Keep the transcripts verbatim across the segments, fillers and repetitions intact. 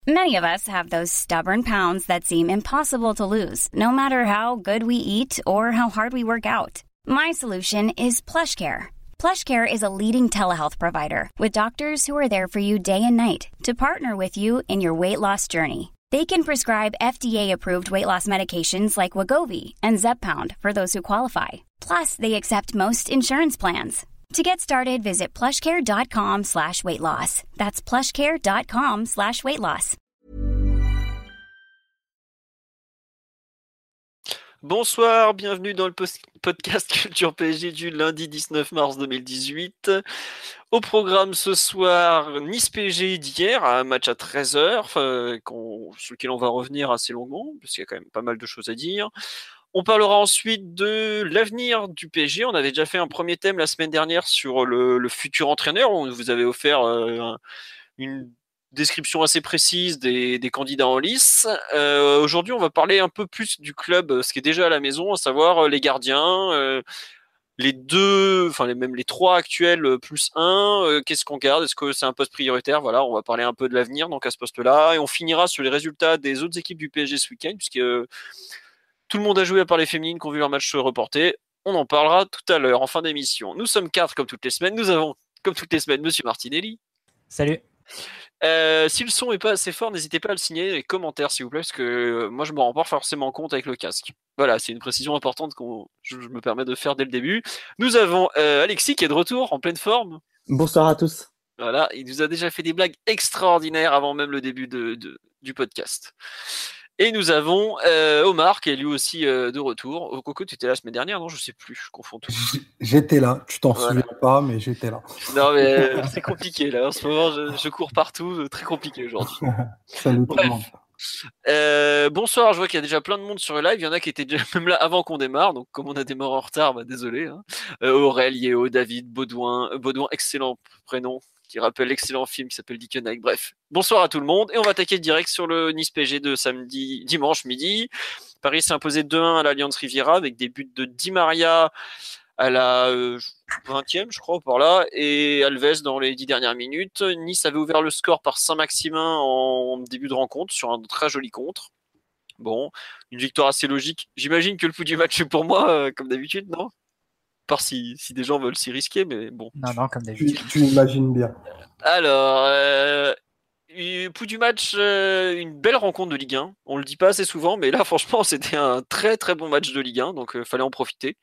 Many of us have those stubborn pounds that seem impossible to lose, no matter how good we eat or how hard we work out. My solution is PlushCare. PlushCare is a leading telehealth provider with doctors who are there for you day and night to partner with you in your weight loss journey. They can prescribe F D A-approved weight loss medications like Wegovy and Zepbound for those who qualify. Plus, they accept most insurance plans. To get started, visit plushcare.com slash weight loss. That's plushcare.com slash weight loss. Bonsoir, bienvenue dans le post- podcast Culture P S G du lundi dix-neuf mars deux mille dix-huit. Au programme ce soir, Nice-P S G d'hier, un match à treize heures, euh, sur lequel on va revenir assez longuement, parce qu'il y a quand même pas mal de choses à dire. On parlera ensuite de l'avenir du P S G. On avait déjà fait un premier thème la semaine dernière sur le, le futur entraîneur, où on vous avait offert euh, un, une description assez précise des, des candidats en lice. Euh, aujourd'hui, on va parler un peu plus du club, ce qui est déjà à la maison, à savoir les gardiens, euh, les deux, enfin les, même les trois actuels plus un. Euh, qu'est-ce qu'on garde ? Est-ce que c'est un poste prioritaire ? Voilà, on va parler un peu de l'avenir donc à ce poste-là, et on finira sur les résultats des autres équipes du P S G ce week-end, puisque euh, tout le monde a joué à part les féminines qui ont vu leur match se reporter. On en parlera tout à l'heure en fin d'émission. Nous sommes quatre comme toutes les semaines. Nous avons comme toutes les semaines Monsieur Martinelli. Salut. Euh, si le son est pas assez fort, n'hésitez pas à le signaler dans les commentaires s'il vous plaît, parce que euh, moi je me rends pas forcément compte avec le casque. Voilà, c'est une précision importante que je, je me permets de faire dès le début. Nous avons euh, Alexis qui est de retour en pleine forme. Bonsoir à tous. Voilà, il nous a déjà fait des blagues extraordinaires avant même le début de, de, du podcast. Et nous avons euh, Omar qui est lui aussi euh, de retour. Oh, Coco, tu étais là la semaine dernière, non ? Je sais plus, je confonds tout. J'étais là, tu t'en Voilà. souviens pas, mais j'étais là. Non mais euh, c'est compliqué là, en ce moment je, je cours partout, très compliqué aujourd'hui. Salut Bref. tout le monde. Euh, bonsoir, je vois qu'il y a déjà plein de monde sur le live, il y en a qui étaient déjà même là avant qu'on démarre, donc comme on a démarré en retard, bah désolé. Hein. Euh, Aurel, Yéo, David, Baudouin, euh, Baudouin, excellent prénom, qui rappelle l'excellent film qui s'appelle Dickeneck. Bref, bonsoir à tout le monde, et on va attaquer direct sur le Nice-P S G de samedi, dimanche midi. Paris s'est imposé deux un à l'Allianz Riviera avec des buts de Di Maria à la euh, vingtième, je crois, par là, et Alves dans les dix dernières minutes. Nice avait ouvert le score par Saint-Maximin en début de rencontre sur un très joli contre. Bon, une victoire assez logique. J'imagine que le pouls du match est pour moi, euh, comme d'habitude, non ? Par si, si des gens veulent s'y risquer, mais bon. Non, non, comme Tu, d'habitude. tu imagines bien. Alors, euh, pouls du match, euh, une belle rencontre de Ligue un. On le dit pas assez souvent, mais là, franchement, c'était un très très bon match de Ligue un, donc euh, fallait en profiter.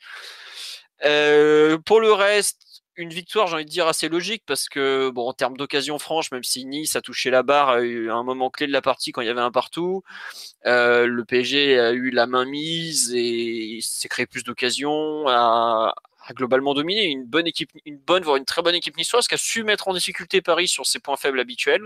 Euh, pour le reste, une victoire, j'ai envie de dire, assez logique, parce que, bon, en termes d'occasion franche, même si Nice a touché la barre à un moment clé de la partie quand il y avait un partout, euh, le P S G a eu la main mise et s'est créé plus d'occasions, a, a globalement dominé une bonne équipe, une bonne, voire une très bonne équipe niçoise qui a su mettre en difficulté Paris sur ses points faibles habituels.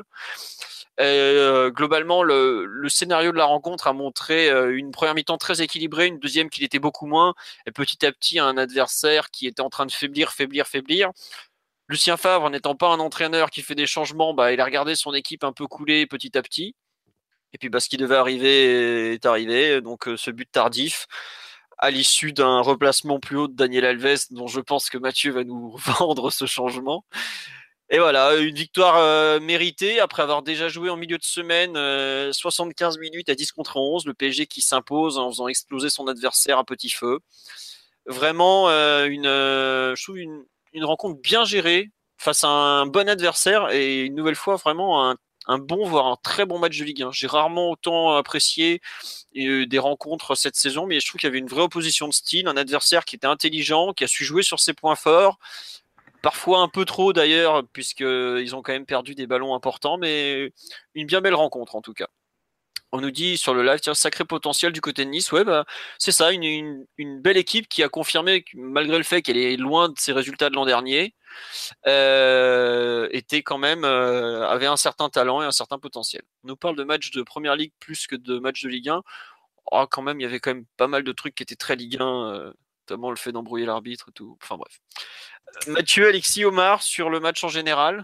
Euh, globalement, le, le scénario de la rencontre a montré euh, une première mi-temps très équilibrée, une deuxième qui l'était beaucoup moins, et petit à petit un adversaire qui était en train de faiblir, faiblir, faiblir. Lucien Favre, n'étant pas un entraîneur qui fait des changements, bah, il a regardé son équipe un peu couler petit à petit. Et puis bah, ce qui devait arriver est arrivé, donc euh, ce but tardif à l'issue d'un replacement plus haut de Daniel Alves, dont je pense que Mathieu va nous vendre ce changement. Et voilà, une victoire euh, méritée après avoir déjà joué en milieu de semaine euh, soixante-quinze minutes à dix contre onze, le P S G qui s'impose en faisant exploser son adversaire à petit feu. Vraiment euh, une, euh, je trouve une, une rencontre bien gérée face à un bon adversaire et une nouvelle fois vraiment un, un bon, voire un très bon match de Ligue un. J'ai rarement autant apprécié euh, des rencontres cette saison, mais je trouve qu'il y avait une vraie opposition de style, un adversaire qui était intelligent, qui a su jouer sur ses points forts. Parfois un peu trop d'ailleurs, puisqu'ils ont quand même perdu des ballons importants, mais une bien belle rencontre en tout cas. On nous dit sur le live, tiens, sacré potentiel du côté de Nice. Ouais, bah, c'est ça, une, une, une belle équipe qui a confirmé, que, malgré le fait qu'elle est loin de ses résultats de l'an dernier, euh, était quand même, euh, avait un certain talent et un certain potentiel. On nous parle de matchs de Première Ligue plus que de matchs de Ligue un. Oh, quand même, il y avait quand même pas mal de trucs qui étaient très Ligue un, euh, notamment le fait d'embrouiller l'arbitre et tout. Enfin bref. Mathieu, Alexis, Omar, sur le match en général.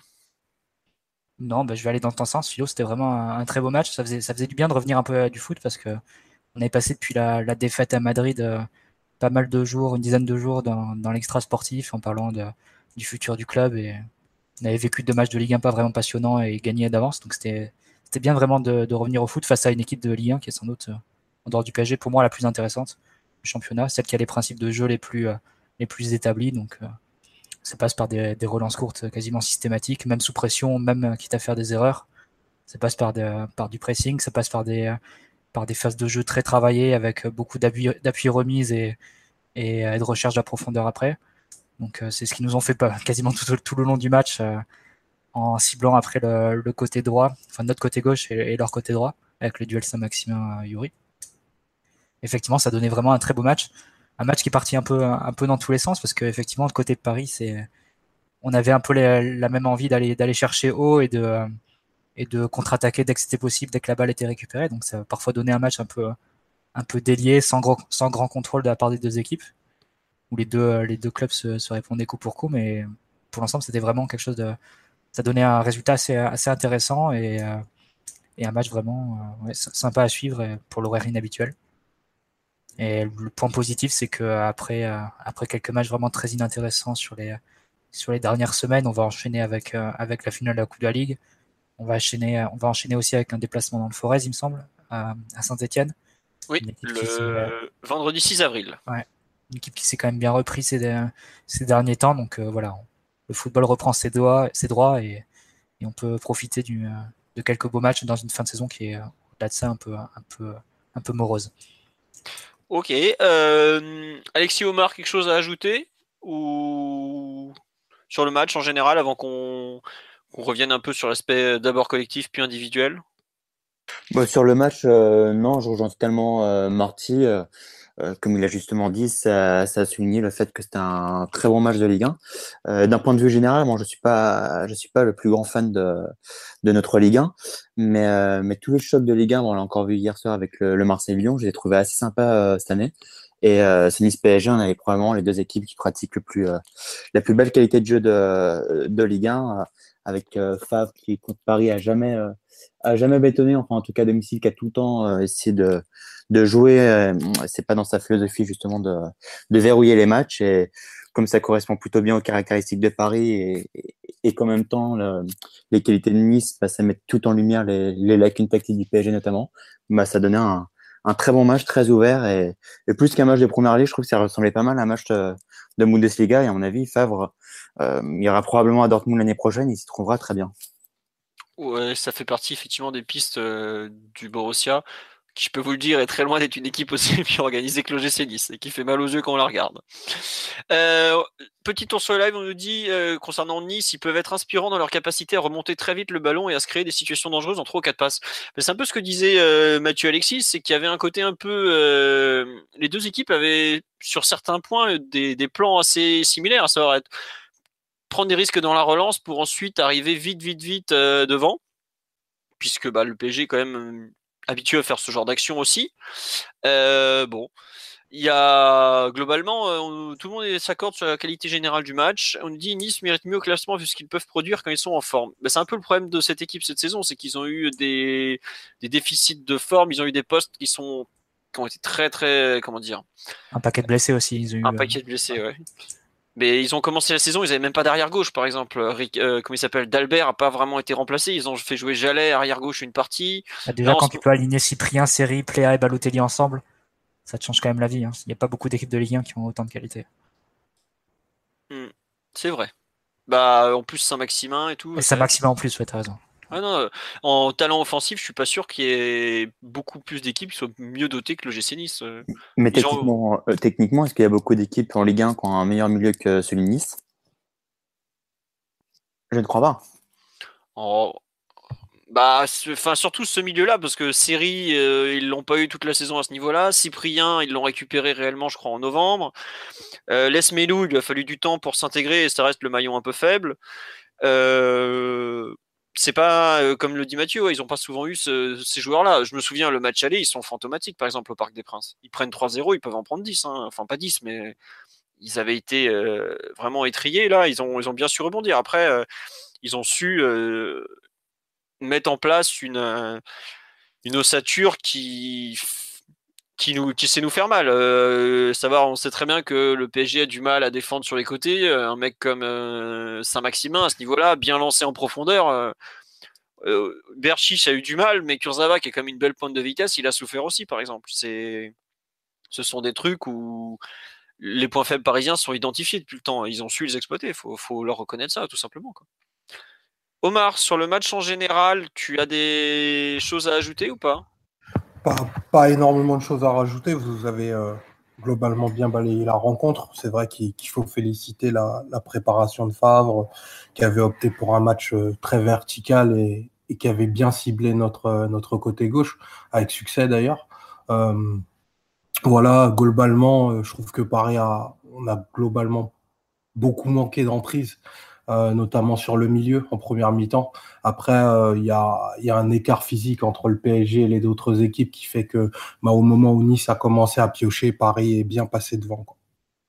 Non, bah, je vais aller dans ton sens, Philo. C'était vraiment un, un très beau match. Ça faisait, ça faisait du bien de revenir un peu à du foot parce que on avait passé depuis la, la défaite à Madrid euh, pas mal de jours, une dizaine de jours dans, dans l'extra sportif en parlant de, du futur du club et on avait vécu deux matchs de Ligue un pas vraiment passionnants et gagnés d'avance. Donc c'était, c'était bien vraiment de, de revenir au foot face à une équipe de Ligue un qui est sans doute, euh, en dehors du P S G, pour moi la plus intéressante du championnat, celle qui a les principes de jeu les plus, euh, les plus établis. Donc euh, ça passe par des, des relances courtes quasiment systématiques, même sous pression, même euh, quitte à faire des erreurs. Ça passe par, de, par du pressing, ça passe par des, par des phases de jeu très travaillées avec beaucoup d'appui, d'appui remise et, et de recherche de la profondeur après. Donc euh, c'est ce qu'ils nous ont fait pas, quasiment tout, tout le long du match, euh, en ciblant après le, le côté droit, enfin notre côté gauche et, et leur côté droit, avec le duel Saint-Maximin-Yuri. Effectivement, ça donnait vraiment un très beau match. Un match qui est parti un peu, un peu dans tous les sens, parce qu'effectivement, de côté de Paris, c'est, on avait un peu les, la même envie d'aller, d'aller chercher haut et de, et de contre-attaquer dès que c'était possible, dès que la balle était récupérée. Donc ça a parfois donné un match un peu, un peu délié, sans grand, sans grand contrôle de la part des deux équipes, où les deux, les deux clubs se, se répondaient coup pour coup, mais pour l'ensemble, c'était vraiment quelque chose de, ça donnait un résultat assez, assez intéressant et, euh, et un match vraiment euh, ouais, sympa à suivre pour l'horaire inhabituel. Et le point positif, c'est que après, euh, après quelques matchs vraiment très inintéressants sur les, sur les dernières semaines, on va enchaîner avec, euh, avec la finale de la Coupe de la Ligue. On va enchaîner, on va enchaîner aussi avec un déplacement dans le Forez, il me semble, à, à Saint-Etienne. Oui, le vendredi six avril. Ouais, une équipe qui s'est quand même bien repris ces, ces derniers temps. Donc euh, voilà, on, le football reprend ses, doigts, ses droits et, et on peut profiter du, de quelques beaux matchs dans une fin de saison qui est, au-delà de ça, un peu, un peu, un peu morose. Ok. Euh, Alexis, Omar, quelque chose à ajouter ou sur le match en général avant qu'on, qu'on revienne un peu sur l'aspect d'abord collectif puis individuel? Bon, sur le match, euh, non, je rejoins totalement euh, Marty. Euh, euh, comme il a justement dit, ça, ça a souligné le fait que c'était un très bon match de Ligue un. Euh, d'un point de vue général, moi, je suis pas, je suis pas le plus grand fan de, de notre Ligue un, mais, euh, mais tous les chocs de Ligue un, bon, on l'a encore vu hier soir avec le, le Marseille-Lyon, je les ai trouvés assez sympas euh, cette année. Et euh, c'est Nice P S G, on avait probablement les deux équipes qui pratiquent le plus, euh, la plus belle qualité de jeu de, de Ligue un, euh, avec euh, Favre qui contre Paris a jamais euh, a jamais bétonné, enfin en tout cas à domicile, qui a tout le temps euh, essayé de, de jouer. Euh, c'est pas dans sa philosophie justement de, de verrouiller les matchs, et comme ça correspond plutôt bien aux caractéristiques de Paris et, et, et qu'en même temps le, les qualités de Nice, bah, ça met tout en lumière les, les lacunes tactiques du P S G notamment, bah, ça donnait un, un très bon match, très ouvert, et, et plus qu'un match de première ligue, je trouve que ça ressemblait pas mal à un match de, de Bundesliga, et à mon avis Favre euh, il ira probablement à Dortmund l'année prochaine, il s'y trouvera très bien. Ouais, ça fait partie effectivement des pistes euh, du Borussia, qui je peux vous le dire est très loin d'être une équipe aussi bien organisée que l'O G C Nice et qui fait mal aux yeux quand on la regarde. Euh, petit tour sur le live, on nous dit euh, concernant Nice, ils peuvent être inspirants dans leur capacité à remonter très vite le ballon et à se créer des situations dangereuses en trois ou quatre passes. Mais c'est un peu ce que disait euh, Mathieu Alexis, c'est qu'il y avait un côté un peu... Euh, les deux équipes avaient sur certains points des, des plans assez similaires, à savoir être prendre des risques dans la relance pour ensuite arriver vite, vite, vite euh, devant, puisque bah, le P S G est quand même euh, habitué à faire ce genre d'action aussi. Euh, bon, il y a globalement, euh, on, tout le monde s'accorde sur la qualité générale du match. On dit Nice mérite mieux au classement vu ce qu'ils peuvent produire quand ils sont en forme. Ben, c'est un peu le problème de cette équipe cette saison, c'est qu'ils ont eu des, des déficits de forme, ils ont eu des postes qui sont qui ont été très très comment dire. Un paquet de blessés aussi. Ils ont eu, un paquet de blessés, ouais. Mais ils ont commencé la saison, ils avaient même pas d'arrière gauche, par exemple. Rick, euh, comment il s'appelle, Dalbert a pas vraiment été remplacé. Ils ont fait jouer Jallet arrière gauche une partie. Bah déjà, non, quand tu peux aligner Cyprien, Seri, Pléa et Balotelli ensemble, ça te change quand même la vie. Hein. Il n'y a pas beaucoup d'équipes de Ligue un qui ont autant de qualité. Mmh, c'est vrai. Bah en plus Saint-Maximin et tout. Et Saint-Maximin en plus, ouais, t'as raison. Ah non, en talent offensif, je suis pas sûr qu'il y ait beaucoup plus d'équipes qui soient mieux dotées que le G C Nice. Mais techniquement, gens... euh, techniquement, est-ce qu'il y a beaucoup d'équipes en Ligue un qui ont un meilleur milieu que celui de Nice? Je ne crois pas. Oh. Bah, enfin surtout ce milieu-là, parce que Seri, euh, ils l'ont pas eu toute la saison à ce niveau-là. Cyprien, ils l'ont récupéré réellement, je crois, en novembre. Euh, Les Melou, il lui a fallu du temps pour s'intégrer et ça reste le maillon un peu faible. Euh... C'est pas, euh, comme le dit Mathieu, ouais, ils ont pas souvent eu ce, ces joueurs-là. Je me souviens, le match aller, ils sont fantomatiques, par exemple, au Parc des Princes. Ils prennent trois zéro, ils peuvent en prendre dix. Hein. Enfin, pas dix, mais ils avaient été euh, vraiment étriés, là. Ils ont, ils ont bien su rebondir. Après, euh, ils ont su euh, mettre en place une, une ossature qui... qui nous qui sait nous faire mal. Euh, savoir, on sait très bien que le P S G a du mal à défendre sur les côtés. Un mec comme euh, Saint-Maximin à ce niveau-là, bien lancé en profondeur, euh, euh, Berchiche a eu du mal, mais Kurzawa, qui est comme une belle pointe de vitesse, il a souffert aussi, par exemple. C'est, ce sont des trucs où les points faibles parisiens sont identifiés depuis le temps. Ils ont su les exploiter. Il faut, faut leur reconnaître ça, tout simplement, quoi. Omar, sur le match en général, tu as des choses à ajouter ou pas? Pas, pas énormément de choses à rajouter. Vous avez euh, globalement bien balayé la rencontre. C'est vrai qu'il, qu'il faut féliciter la, la préparation de Favre, qui avait opté pour un match euh, très vertical et, et qui avait bien ciblé notre, euh, notre côté gauche, avec succès d'ailleurs. Euh, voilà, globalement, euh, je trouve que Paris a, on a globalement beaucoup manqué d'emprise. Euh, notamment sur le milieu en première mi-temps. Après, il euh, y, a, y a un écart physique entre le P S G et les autres équipes qui fait que bah, au moment où Nice a commencé à piocher, Paris est bien passé devant, quoi.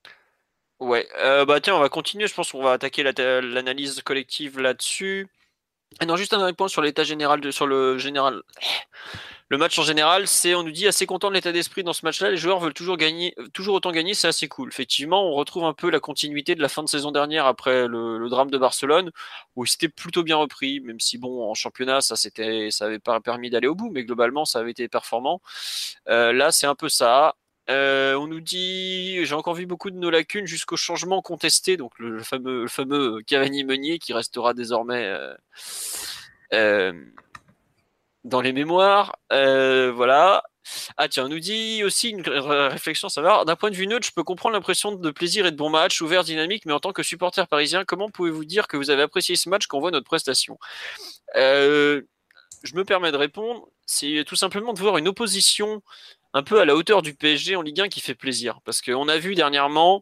Ouais, euh, bah tiens, on va continuer. Je pense qu'on va attaquer la, l'analyse collective là-dessus. Et non, juste un dernier point sur l'état général, de, sur le général. Le match en général, c'est, on nous dit, assez content de l'état d'esprit dans ce match-là. Les joueurs veulent toujours gagner, toujours autant gagner, c'est assez cool. Effectivement, on retrouve un peu la continuité de la fin de saison dernière après le, le drame de Barcelone, où c'était plutôt bien repris, même si bon, en championnat, ça c'était, ça avait pas permis d'aller au bout, mais globalement, ça avait été performant. Euh, là, c'est un peu ça. Euh, on nous dit, j'ai encore vu beaucoup de nos lacunes jusqu'au changement contesté, donc le, le fameux, le fameux Cavani-Meunier qui restera désormais. Euh, euh, dans les mémoires, euh, voilà. Ah tiens, on nous dit aussi une réflexion, ça va. D'un point de vue neutre, je peux comprendre l'impression de plaisir et de bon match, ouvert, dynamique, mais en tant que supporter parisien, comment pouvez-vous dire que vous avez apprécié ce match quand on voit notre prestation? euh, Je me permets de répondre, c'est tout simplement de voir une opposition un peu à la hauteur du P S G en Ligue un qui fait plaisir. Parce qu'on a vu dernièrement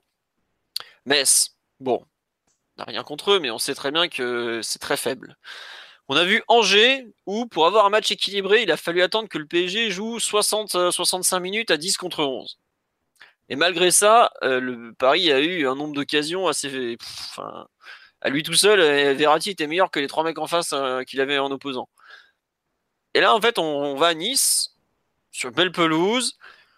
Metz, bon, on n'a rien contre eux, mais on sait très bien que c'est très faible. On a vu Angers, où pour avoir un match équilibré, il a fallu attendre que le P S G joue soixante à soixante-cinq minutes à dix contre onze. Et malgré ça, euh, le Paris a eu un nombre d'occasions assez... Pff, enfin, à lui tout seul, Verratti était meilleur que les trois mecs en face euh, qu'il avait en opposant. Et là, en fait, on, on va à Nice, sur belle pelouse,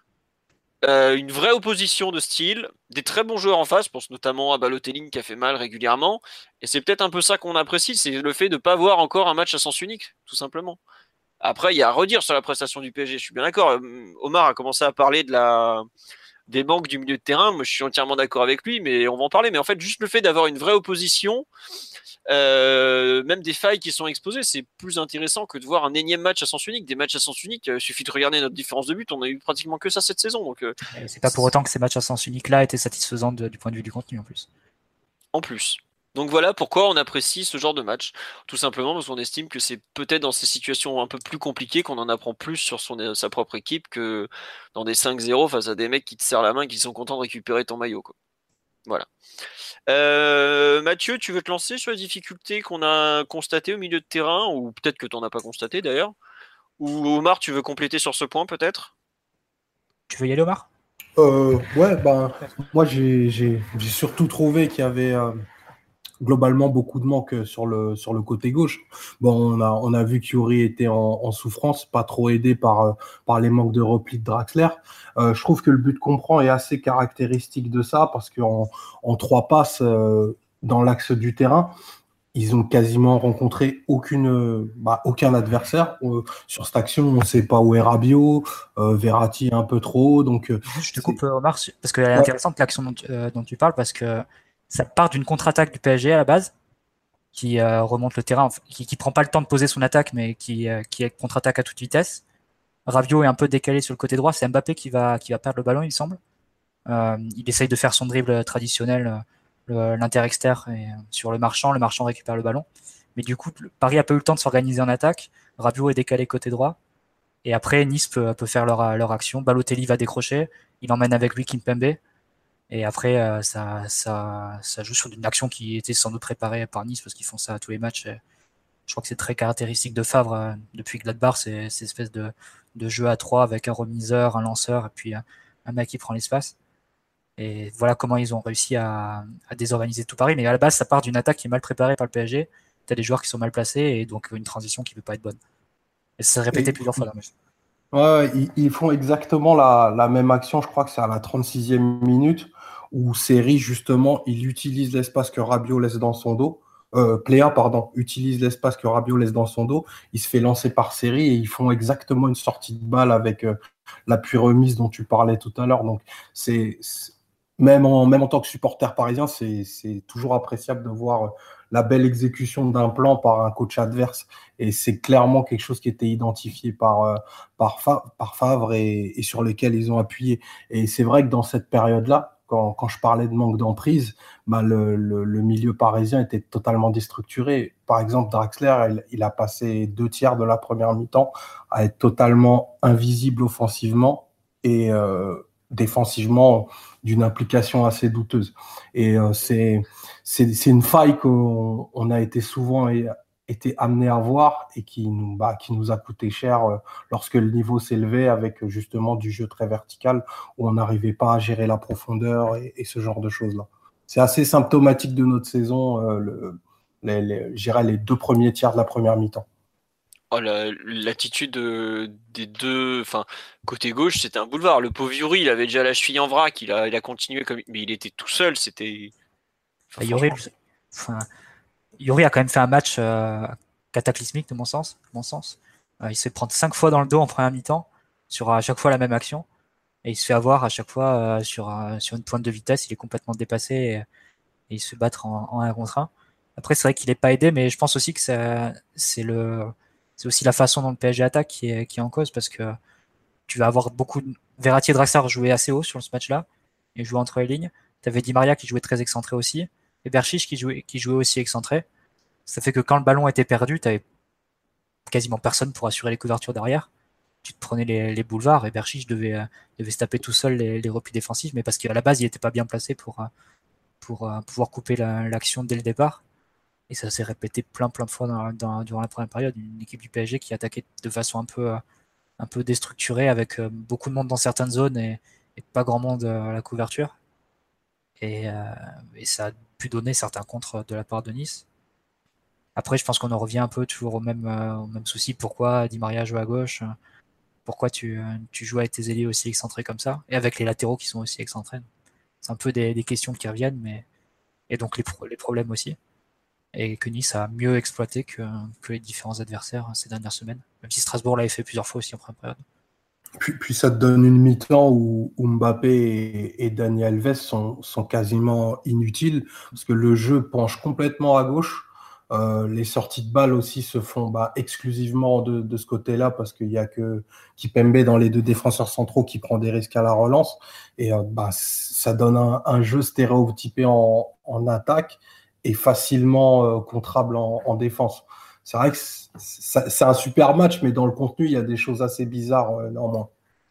euh, une vraie opposition de style, des très bons joueurs en face, je pense notamment à Balotelli qui a fait mal régulièrement, et c'est peut-être un peu ça qu'on apprécie, c'est le fait de ne pas voir encore un match à sens unique, tout simplement. Après, il y a à redire sur la prestation du P S G, je suis bien d'accord. Omar a commencé à parler de la... des manques du milieu de terrain, moi je suis entièrement d'accord avec lui, mais on va en parler. Mais en fait, juste le fait d'avoir une vraie opposition, euh, même des failles qui sont exposées, c'est plus intéressant que de voir un énième match à sens unique. Des matchs à sens unique, il suffit de regarder notre différence de but, on a eu pratiquement que ça cette saison. Donc, euh, c'est pas pour autant que ces matchs à sens unique là étaient satisfaisants de, du point de vue du contenu en plus. En plus. Donc voilà pourquoi on apprécie ce genre de match. Tout simplement parce qu'on estime que c'est peut-être dans ces situations un peu plus compliquées qu'on en apprend plus sur son, sa propre équipe que dans des cinq zéro face à des mecs qui te serrent la main, qui sont contents de récupérer ton maillot, quoi. Voilà. Euh, Mathieu, tu veux te lancer sur les difficultés qu'on a constatées au milieu de terrain, ou peut-être que tu n'en as pas constaté d'ailleurs, ou Omar, tu veux compléter sur ce point peut-être? Tu veux y aller, Omar? euh, Ouais, ben, moi j'ai, j'ai, j'ai surtout trouvé qu'il y avait euh, globalement beaucoup de manques sur le, sur le côté gauche. Bon, on a, on a vu qu'Yuri était en, en souffrance, pas trop aidé par, par les manques de repli de Draxler. Euh, je trouve que le but qu'on prend est assez caractéristique de ça, parce qu'en en trois passes euh, dans l'axe du terrain, ils ont quasiment rencontré aucune, bah, aucun adversaire. Euh, sur cette action, on ne sait pas où est Rabiot, euh, Verratti un peu trop haut. Donc, euh, je te coupe, Omar, parce qu'elle est intéressante l'action dont, euh, dont tu parles, parce que ça part d'une contre-attaque du P S G à la base, qui euh, remonte le terrain, qui, qui prend pas le temps de poser son attaque, mais qui, euh, qui est contre-attaque à toute vitesse. Rabiot est un peu décalé sur le côté droit, c'est Mbappé qui va, qui va perdre le ballon, il me semble. Euh, il essaye de faire son dribble traditionnel, le, l'inter-exter, et, euh, sur le marchand, le marchand récupère le ballon. Mais du coup, Paris a pas eu le temps de s'organiser en attaque, Rabiot est décalé côté droit, et après Nice peut, peut faire leur, leur action. Balotelli va décrocher, il emmène avec lui Kimpembe. Et après, euh, ça, ça, ça joue sur une action qui était sans doute préparée par Nice, parce qu'ils font ça à tous les matchs. Et je crois que c'est très caractéristique de Favre euh, depuis Gladbach, c'est cette espèce de, de jeu à trois avec un remiseur, un lanceur, et puis un, un mec qui prend l'espace. Et voilà comment ils ont réussi à, à désorganiser tout Paris. Mais à la base, ça part d'une attaque qui est mal préparée par le P S G. T'as des joueurs qui sont mal placés, et donc une transition qui ne peut pas être bonne. Et ça s'est répété et plusieurs fois dans le match. Ouais, ils, ils font exactement la, la même action, je crois que c'est à la trente-sixième minute, où Seri, justement, il utilise l'espace que Rabiot laisse dans son dos. euh, Pléa, pardon, utilise l'espace que Rabiot laisse dans son dos, il se fait lancer par série et ils font exactement une sortie de balle avec euh, l'appui remise dont tu parlais tout à l'heure. Donc, c'est, c'est même, en, même en tant que supporter parisien, c'est, c'est toujours appréciable de voir la belle exécution d'un plan par un coach adverse. Et c'est clairement quelque chose qui était identifié par, euh, par, Fa- par Favre et, et sur lequel ils ont appuyé. Et c'est vrai que dans cette période-là, quand, quand je parlais de manque d'emprise, bah le, le, le milieu parisien était totalement déstructuré. Par exemple, Draxler, il, il a passé deux tiers de la première mi-temps à être totalement invisible offensivement et euh, défensivement d'une implication assez douteuse. Et euh, c'est, c'est, c'est une faille qu'on on a été souvent et, été amené à voir et qui nous, bah, qui nous a coûté cher euh, lorsque le niveau s'élevait avec justement du jeu très vertical où on n'arrivait pas à gérer la profondeur et, et ce genre de choses-là. C'est assez symptomatique de notre saison, euh, le, les, les, je dirais les deux premiers tiers de la première mi-temps. Oh, la, l'attitude euh, des deux, enfin côté gauche, c'était un boulevard. Le pauvre Yuri, il avait déjà la cheville en vrac, il a, il a continué comme, mais il était tout seul. C'était. Enfin, Bah, Yuri, franchement, enfin, Yuri a quand même fait un match euh, cataclysmique de mon sens. De mon sens. Euh, il se fait prendre cinq fois dans le dos en première mi-temps sur à chaque fois la même action et il se fait avoir à chaque fois euh, sur euh, sur une pointe de vitesse. Il est complètement dépassé et, et il se fait battre en, en un contre un. Après, c'est vrai qu'il est pas aidé, mais je pense aussi que ça, c'est le, c'est aussi la façon dont le P S G attaque qui est qui est en cause parce que tu vas avoir beaucoup de... Verratti et Draxler jouaient assez haut sur ce match-là et jouaient entre les lignes. T'avais Di Maria qui jouait très excentré aussi et Berchiche qui jouait qui jouait aussi excentré. Ça fait que quand le ballon était perdu, t'avais quasiment personne pour assurer les couvertures derrière. Tu te prenais les, les boulevards et Berchiche devait euh, devait se taper tout seul les, les replis défensifs, mais parce qu'à la base il était pas bien placé pour euh, pour euh, pouvoir couper la, l'action dès le départ. Et ça s'est répété plein plein de fois dans, dans, durant la première période. Une équipe du P S G qui attaquait de façon un peu euh, un peu déstructurée avec euh, beaucoup de monde dans certaines zones et, et pas grand monde à la couverture. Et, euh, et ça a pu donner certains contres de la part de Nice. Après, je pense qu'on en revient un peu toujours au même, euh, au même souci. Pourquoi Di Maria joue à gauche? Pourquoi tu, tu joues avec tes ailiers aussi excentrés comme ça? Et avec les latéraux qui sont aussi excentrés. C'est un peu des, des questions qui reviennent, mais et donc les, pro- les problèmes aussi. Et que Nice a mieux exploité que, que les différents adversaires ces dernières semaines. Même si Strasbourg l'avait fait plusieurs fois aussi en première période. Puis, puis ça te donne une mi-temps où, où Mbappé et, et Dani Alves sont, sont quasiment inutiles parce que le jeu penche complètement à gauche. Euh, les sorties de balles aussi se font bah, exclusivement de, de ce côté-là parce qu'il n'y a que Kipembe dans les deux défenseurs centraux qui prend des risques à la relance. Et euh, bah, ça donne un, un jeu stéréotypé en, en attaque et facilement euh, contrable en, en défense. C'est vrai que c'est, c'est un super match, mais dans le contenu, il y a des choses assez bizarres euh, néanmoins.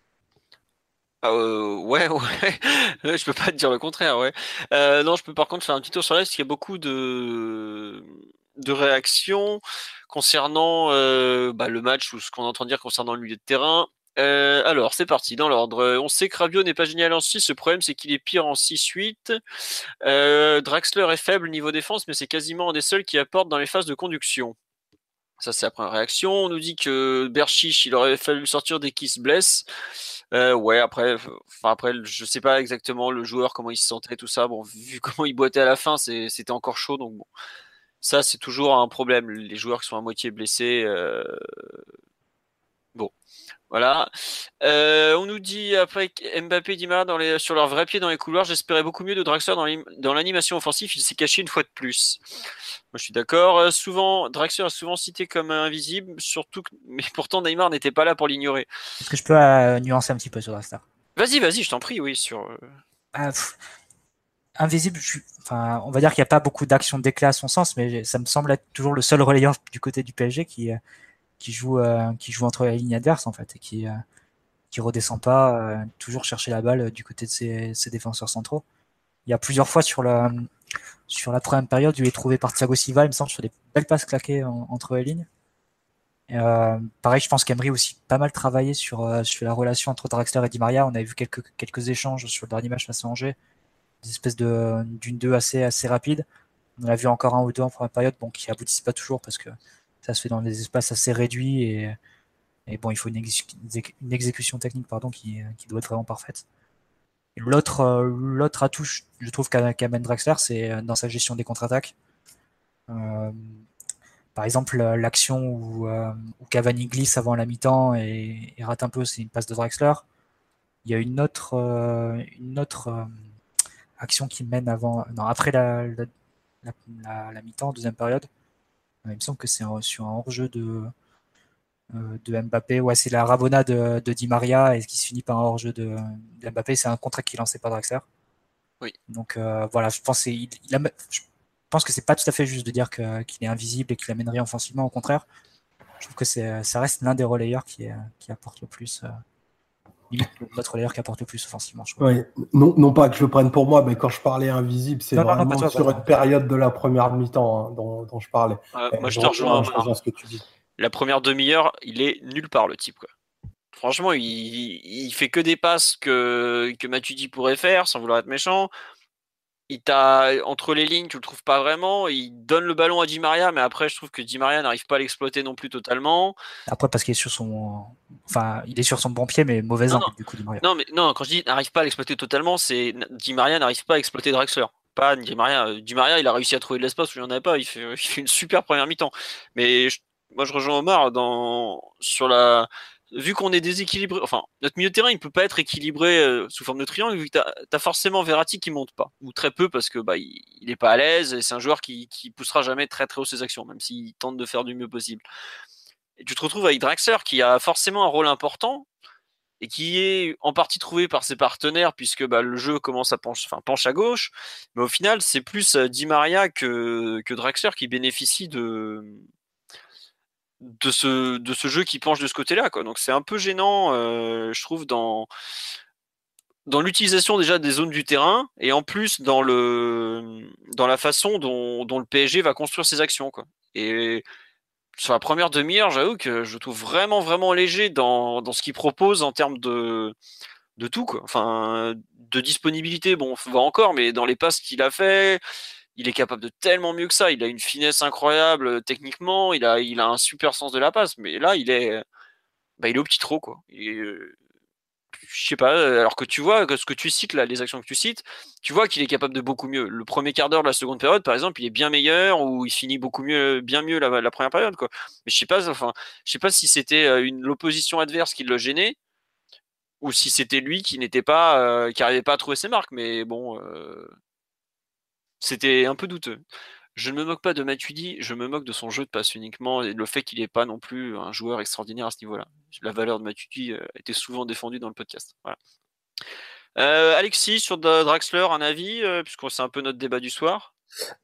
Euh, ouais, ouais, je peux pas te dire le contraire, ouais. Euh, non, je peux par contre faire un petit tour sur la parce qu'il y a beaucoup de de réactions concernant euh, bah, le match ou ce qu'on entend dire concernant le milieu de terrain. Euh, alors, c'est parti, dans l'ordre. On sait que Rabiot n'est pas génial en six, le problème c'est qu'il est pire en six huit. Euh, Draxler est faible niveau défense, mais c'est quasiment un des seuls qui apporte dans les phases de conduction. Ça, c'est la première réaction. On nous dit que Berchiche, il aurait fallu le sortir dès qu'il se blesse. Euh, ouais, après, enfin après, je sais pas exactement le joueur comment il se sentait, tout ça. Bon, vu comment il boitait à la fin, c'est, c'était encore chaud, donc bon, ça c'est toujours un problème. Les joueurs qui sont à moitié blessés, euh... bon, voilà. Euh, on nous dit après Mbappé, Di Maria dans les, sur leur vrai pied dans les couloirs. J'espérais beaucoup mieux de Draxler dans, dans l'animation offensive. Il s'est caché une fois de plus. Moi, je suis d'accord. Euh, souvent, Draxler est souvent cité comme invisible, surtout, que... mais pourtant Neymar n'était pas là pour l'ignorer. Est-ce que je peux euh, nuancer un petit peu sur Draxler? Vas-y, vas-y, je t'en prie, oui, sur. Euh... Ah, pff, invisible, je... enfin, on va dire qu'il n'y a pas beaucoup d'actions d'éclat à son sens, mais ça me semble être toujours le seul relayeur du côté du P S G qui qui joue euh, qui joue entre les lignes adverses en fait et qui euh, qui redescend pas euh, toujours chercher la balle du côté de ses, ses défenseurs centraux. Il y a plusieurs fois sur la sur la première période, il est trouvé par Thiago Silva, il me semble, sur des belles passes claquées en, entre les lignes. Et, euh, pareil, je pense qu'Emery aussi pas mal travaillé sur euh, sur la relation entre Draxler et Di Maria. On avait vu quelques quelques échanges sur le dernier match face à Angers, des espèces de d'une deux assez assez rapide. On en a vu encore un ou deux en première période, bon, qui aboutissent pas toujours parce que ça se fait dans des espaces assez réduits et et bon, il faut une, exé- une exécution technique pardon qui qui doit être vraiment parfaite. Et l'autre euh, l'autre atout, je trouve qu'amène Draxler, c'est dans sa gestion des contre-attaques. Euh, par exemple, l'action où, euh, où Cavani glisse avant la mi-temps et, et rate un peu, c'est une passe de Draxler. Il y a une autre, euh, une autre euh, action qui mène avant, non, après la, la, la, la, la mi-temps, deuxième période. Il me semble que c'est un, sur un hors-jeu de, euh, de Mbappé. Ouais, c'est la Rabona de, de Di Maria et qui se finit par un hors-jeu de, de Mbappé. C'est un contrat qui est lancé par Draxler. Oui. Donc euh, voilà, je pense, il, il a, je pense que c'est pas tout à fait juste de dire que, qu'il est invisible et qu'il amène rien offensivement. Au contraire, je trouve que c'est, ça reste l'un des relayeurs qui, qui apporte le plus. Euh, limite notre relayeur qui apporte le plus offensivement. Je oui. non, non pas que je le prenne pour moi, mais quand je parlais invisible, c'est non, vraiment non, non, toi, sur une période de la première mi-temps hein, dont, dont je parlais. Euh, moi, je te rejoins à ce que tu dis. La première demi-heure, il est nulle part, le type, quoi. Franchement, il, il fait que des passes que, que Matuidi pourrait faire, sans vouloir être méchant. Il t'a, entre les lignes, tu le trouves pas vraiment. Il donne le ballon à Di Maria, mais après, je trouve que Di Maria n'arrive pas à l'exploiter non plus totalement. Après, parce qu'il est sur son, enfin, il est sur son bon pied, mais mauvais non, angle, non. du coup, Di Maria. Non, mais non, quand je dis n'arrive pas à l'exploiter totalement, c'est Di Maria n'arrive pas à exploiter Draxler. Pas Di Maria. Di Maria, il a réussi à trouver de l'espace où il n'y en avait pas. Il fait, il fait une super première mi-temps. Mais je, moi, je rejoins Omar dans, sur la. Vu qu'on est déséquilibré, enfin, notre milieu de terrain, il peut pas être équilibré euh, sous forme de triangle, vu que t'as, t'as forcément Verratti qui monte pas, ou très peu, parce que bah, il, il est pas à l'aise, et c'est un joueur qui, qui poussera jamais très très haut ses actions, même s'il tente de faire du mieux possible. Et tu te retrouves avec Draxler, qui a forcément un rôle important, et qui est en partie trouvé par ses partenaires, puisque bah, le jeu commence à pencher, enfin, penche à gauche, mais au final, c'est plus euh, Di Maria que, que Draxler qui bénéficie de de ce de ce jeu qui penche de ce côté-là, quoi. Donc c'est un peu gênant, euh, je trouve, dans dans l'utilisation déjà des zones du terrain et en plus dans le dans la façon dont, dont le P S G va construire ses actions, quoi. Et sur la première demi-heure, j'avoue que je le trouve vraiment vraiment léger dans dans ce qu'il propose en termes de de tout, quoi. Enfin, de disponibilité, bon, va encore, mais dans les passes qu'il a fait, il est capable de tellement mieux que ça. Il a une finesse incroyable techniquement. Il a, il a un super sens de la passe. Mais là, il est, bah, il est au petit trot, quoi. Et, euh, je sais pas. Alors que tu vois, que ce que tu cites là, les actions que tu cites, tu vois qu'il est capable de beaucoup mieux. Le premier quart d'heure de la seconde période, par exemple, il est bien meilleur ou il finit beaucoup mieux, bien mieux la, la première période, quoi. Mais je sais pas, enfin, je sais pas si c'était une l'opposition adverse qui le gênait ou si c'était lui qui n'était pas, euh, qui arrivait pas à trouver ses marques. Mais bon. Euh... C'était un peu douteux. Je ne me moque pas de Matuidi, je me moque de son jeu de passe uniquement et le fait qu'il n'est pas non plus un joueur extraordinaire à ce niveau-là. La valeur de Matuidi a été souvent défendue dans le podcast. Voilà. Euh, Alexis, sur Draxler, un avis, euh, puisque c'est un peu notre débat du soir.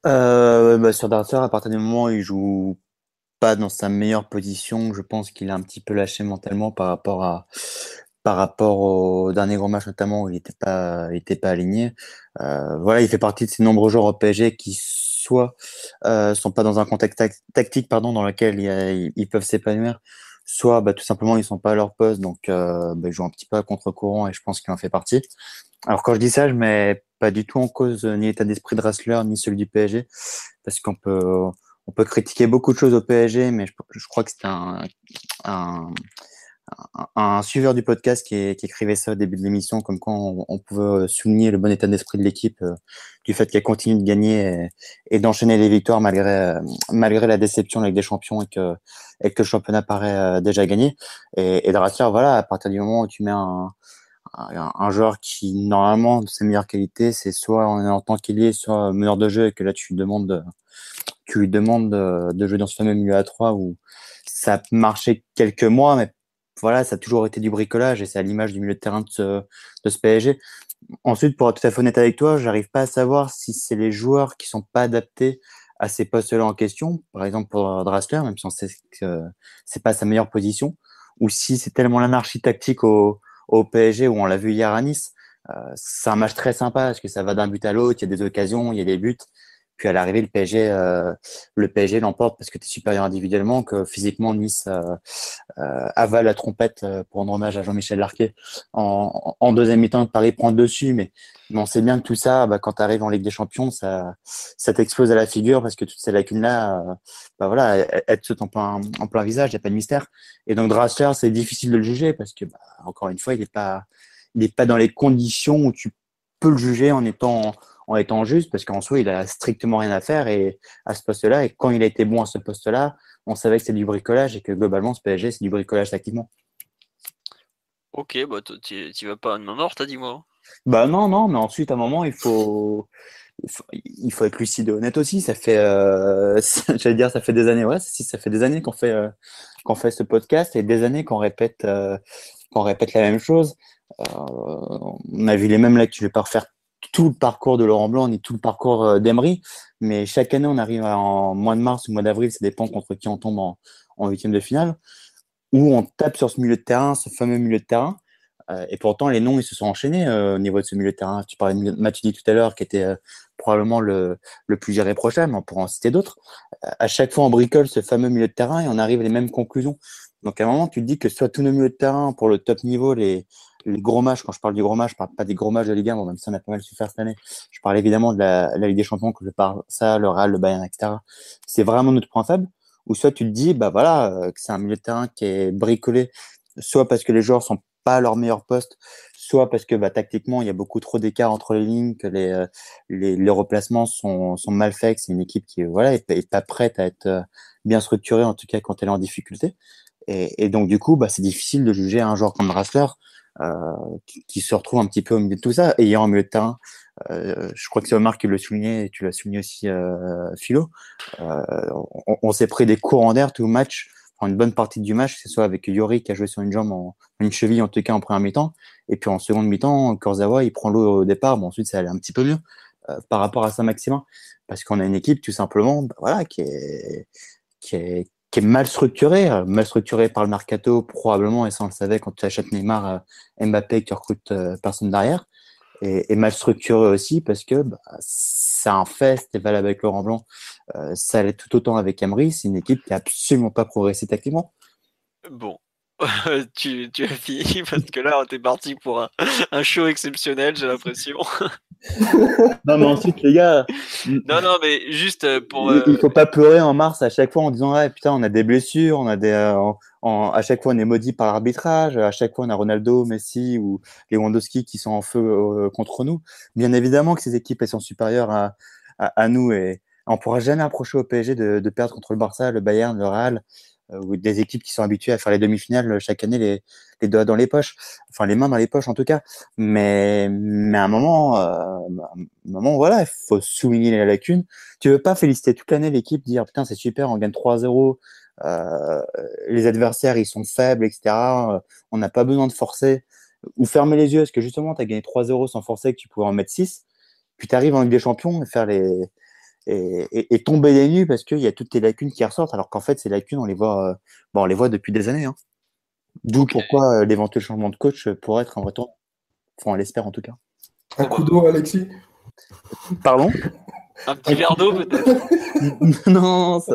Euh, bah, sur Draxler, à partir du moment où il joue pas dans sa meilleure position, je pense qu'il a un petit peu lâché mentalement par rapport à par rapport au dernier gros match notamment où il n'était pas il était pas aligné. Euh, voilà, il fait partie de ces nombreux joueurs au P S G qui soit euh, sont pas dans un contexte tac- tactique pardon dans lequel ils, ils peuvent s'épanouir, soit bah, tout simplement ils sont pas à leur poste, donc euh, bah, ils jouent un petit peu à contre-courant et je pense qu'il en fait partie. Alors quand je dis ça, je mets pas du tout en cause ni l'état d'esprit de Draxler ni celui du P S G, parce qu'on peut on peut critiquer beaucoup de choses au P S G, mais je, je crois que c'était un, un, un, un suiveur du podcast qui, qui écrivait ça au début de l'émission, comme quoi on, on pouvait souligner le bon état d'esprit de l'équipe, euh, du fait qu'elle continue de gagner et, et d'enchaîner les victoires malgré euh, malgré la déception avec des champions et que et que le championnat paraît euh, déjà gagné. Et, et Draxler, voilà, à partir du moment où tu mets un Un, un joueur qui, normalement, de ses meilleures qualités, c'est soit en, en tant qu'ailier, soit meneur de jeu, et que là, tu lui demandes, de, tu lui demandes de, de jouer dans ce fameux milieu à trois où ça a marché quelques mois, mais voilà, ça a toujours été du bricolage et c'est à l'image du milieu de terrain de ce, de ce P S G. Ensuite, pour être tout à fait honnête avec toi, j'arrive pas à savoir si c'est les joueurs qui sont pas adaptés à ces postes-là en question. Par exemple, pour Draxler, même si on sait que c'est pas sa meilleure position, ou si c'est tellement l'anarchie tactique au, au P S G où on l'a vu hier à Nice. Euh, c'est un match très sympa parce que ça va d'un but à l'autre, il y a des occasions, il y a des buts. Puis à l'arrivée, le P S G, euh, le P S G l'emporte parce que tu es supérieur individuellement, que physiquement Nice euh, euh, avale la trompette pour rendre hommage à Jean-Michel Larquet. En, en deuxième mi-temps, Paris prend le dessus, mais, mais on sait bien que tout ça, bah, quand tu arrives en Ligue des Champions, ça, ça t'explose à la figure parce que toutes ces lacunes-là, euh, bah voilà, elles, elles te sautent en plein, en plein visage, il n'y a pas de mystère. Et donc Draxler, c'est difficile de le juger parce que, bah, encore une fois, il n'est pas, il n'est pas dans les conditions où tu peux le juger en étant en étant juste, parce qu'en soi, il a strictement rien à faire et à ce poste-là. Et quand il a été bon à ce poste-là, on savait que c'est du bricolage et que globalement, ce P S G, c'est du bricolage tactiquement. Ok, bah tu vas pas à main morte, t'as dit moi. Bah non, non, mais ensuite, à un moment, il faut, il faut, il faut être lucide et honnête aussi. Ça fait, euh, j'allais dire, ça fait des années, ouais, si, ça fait des années qu'on fait, euh, qu'on fait ce podcast et des années qu'on répète, euh, qu'on répète la même chose. Euh, on a vu les mêmes lectures. Je vais pas refaire tout le parcours de Laurent Blanc ni tout le parcours euh, d'Emery, mais chaque année, on arrive à, en mois de mars ou mois d'avril, ça dépend contre qui on tombe en, en huitième de finale, où on tape sur ce milieu de terrain, ce fameux milieu de terrain. Euh, et pourtant, les noms, ils se sont enchaînés euh, au niveau de ce milieu de terrain. Tu parlais de Matuidi tout à l'heure, qui était euh, probablement le, le plus irréprochable, mais on pourra en citer d'autres. Euh, à chaque fois, on bricole ce fameux milieu de terrain et on arrive à les mêmes conclusions. Donc, à un moment, tu te dis que soit tous nos milieux de terrain pour le top niveau, les, les gros matchs, quand je parle du gros match, je parle pas des gros matchs de Ligue un, bon, même si on a pas mal souffert cette année. Je parle évidemment de la, la Ligue des Champions, que je parle ça, le Real, le Bayern, et cetera. C'est vraiment notre point faible. Ou soit tu te dis, bah voilà, euh, que c'est un milieu de terrain qui est bricolé, soit parce que les joueurs sont pas à leur meilleur poste, soit parce que bah, tactiquement il y a beaucoup trop d'écart entre les lignes, que les, euh, les, les replacements sont, sont mal faits, que c'est une équipe qui voilà est, est pas prête à être euh, bien structurée, en tout cas quand elle est en difficulté. Et, et donc du coup, bah, c'est difficile de juger un joueur comme Draxler euh, qui, qui se retrouve un petit peu au milieu de tout ça, ayant un milieu de terrain. Euh, je crois que c'est Omar qui le soulignait, et tu l'as souligné aussi, euh, Philo. Euh, on, on s'est pris des courants d'air tout le match, enfin, une bonne partie du match, que ce soit avec Yori qui a joué sur une jambe, en, une cheville en tout cas en première mi-temps, et puis en seconde mi-temps, Kurzawa il prend l'eau au départ, bon ensuite ça allait un petit peu mieux euh, par rapport à Saint-Maximin, parce qu'on a une équipe tout simplement, bah, voilà, qui est qui est qui est mal structurée, euh, mal structurée par le mercato probablement, et ça on le savait quand tu achètes Neymar, euh, Mbappé, que tu recrutes euh, personne derrière. Et, et mal structuré aussi parce que bah, c'est un fait, c'était valable avec Laurent Blanc, euh, ça allait tout autant avec Emery. C'est une équipe qui a absolument pas progressé tactiquement. Bon, tu, tu as fini parce que là, t'es parti pour un, un show exceptionnel, j'ai l'impression. Non, mais ensuite, les gars, non, non, mais juste pour. il, il faut pas pleurer en mars à chaque fois en disant ah putain, on a des blessures, on a des, euh, en, en, à chaque fois on est maudit par l'arbitrage, à chaque fois on a Ronaldo, Messi ou Lewandowski qui sont en feu euh, contre nous. Bien évidemment que ces équipes elles sont supérieures à, à, à nous et on pourra jamais approcher au P S G de, de perdre contre le Barça, le Bayern, le Real euh, ou des équipes qui sont habituées à faire les demi-finales chaque année les, les doigts dans les poches, enfin les mains dans les poches en tout cas. Mais, mais à un moment, euh, à un moment voilà, il faut souligner les lacunes. Tu veux pas féliciter toute l'année l'équipe, dire putain c'est super, on gagne trois zéro, euh, les adversaires ils sont faibles, et cetera. Euh, on n'a pas besoin de forcer ou fermer les yeux parce que justement tu as gagné trois zéro sans forcer, que tu pouvais en mettre six. Puis tu arrives en Ligue des Champions et faire les et, et, et tomber des nues parce qu'il y a toutes tes lacunes qui ressortent, alors qu'en fait ces lacunes on les voit, euh, bon, on les voit depuis des années. Hein. D'où okay. pourquoi euh, l'éventuel changement de coach pourrait être un retour. Enfin, on l'espère en tout cas. Un coup d'eau, Alexis. Pardon. Un petit verre d'eau peut-être. Non, ça,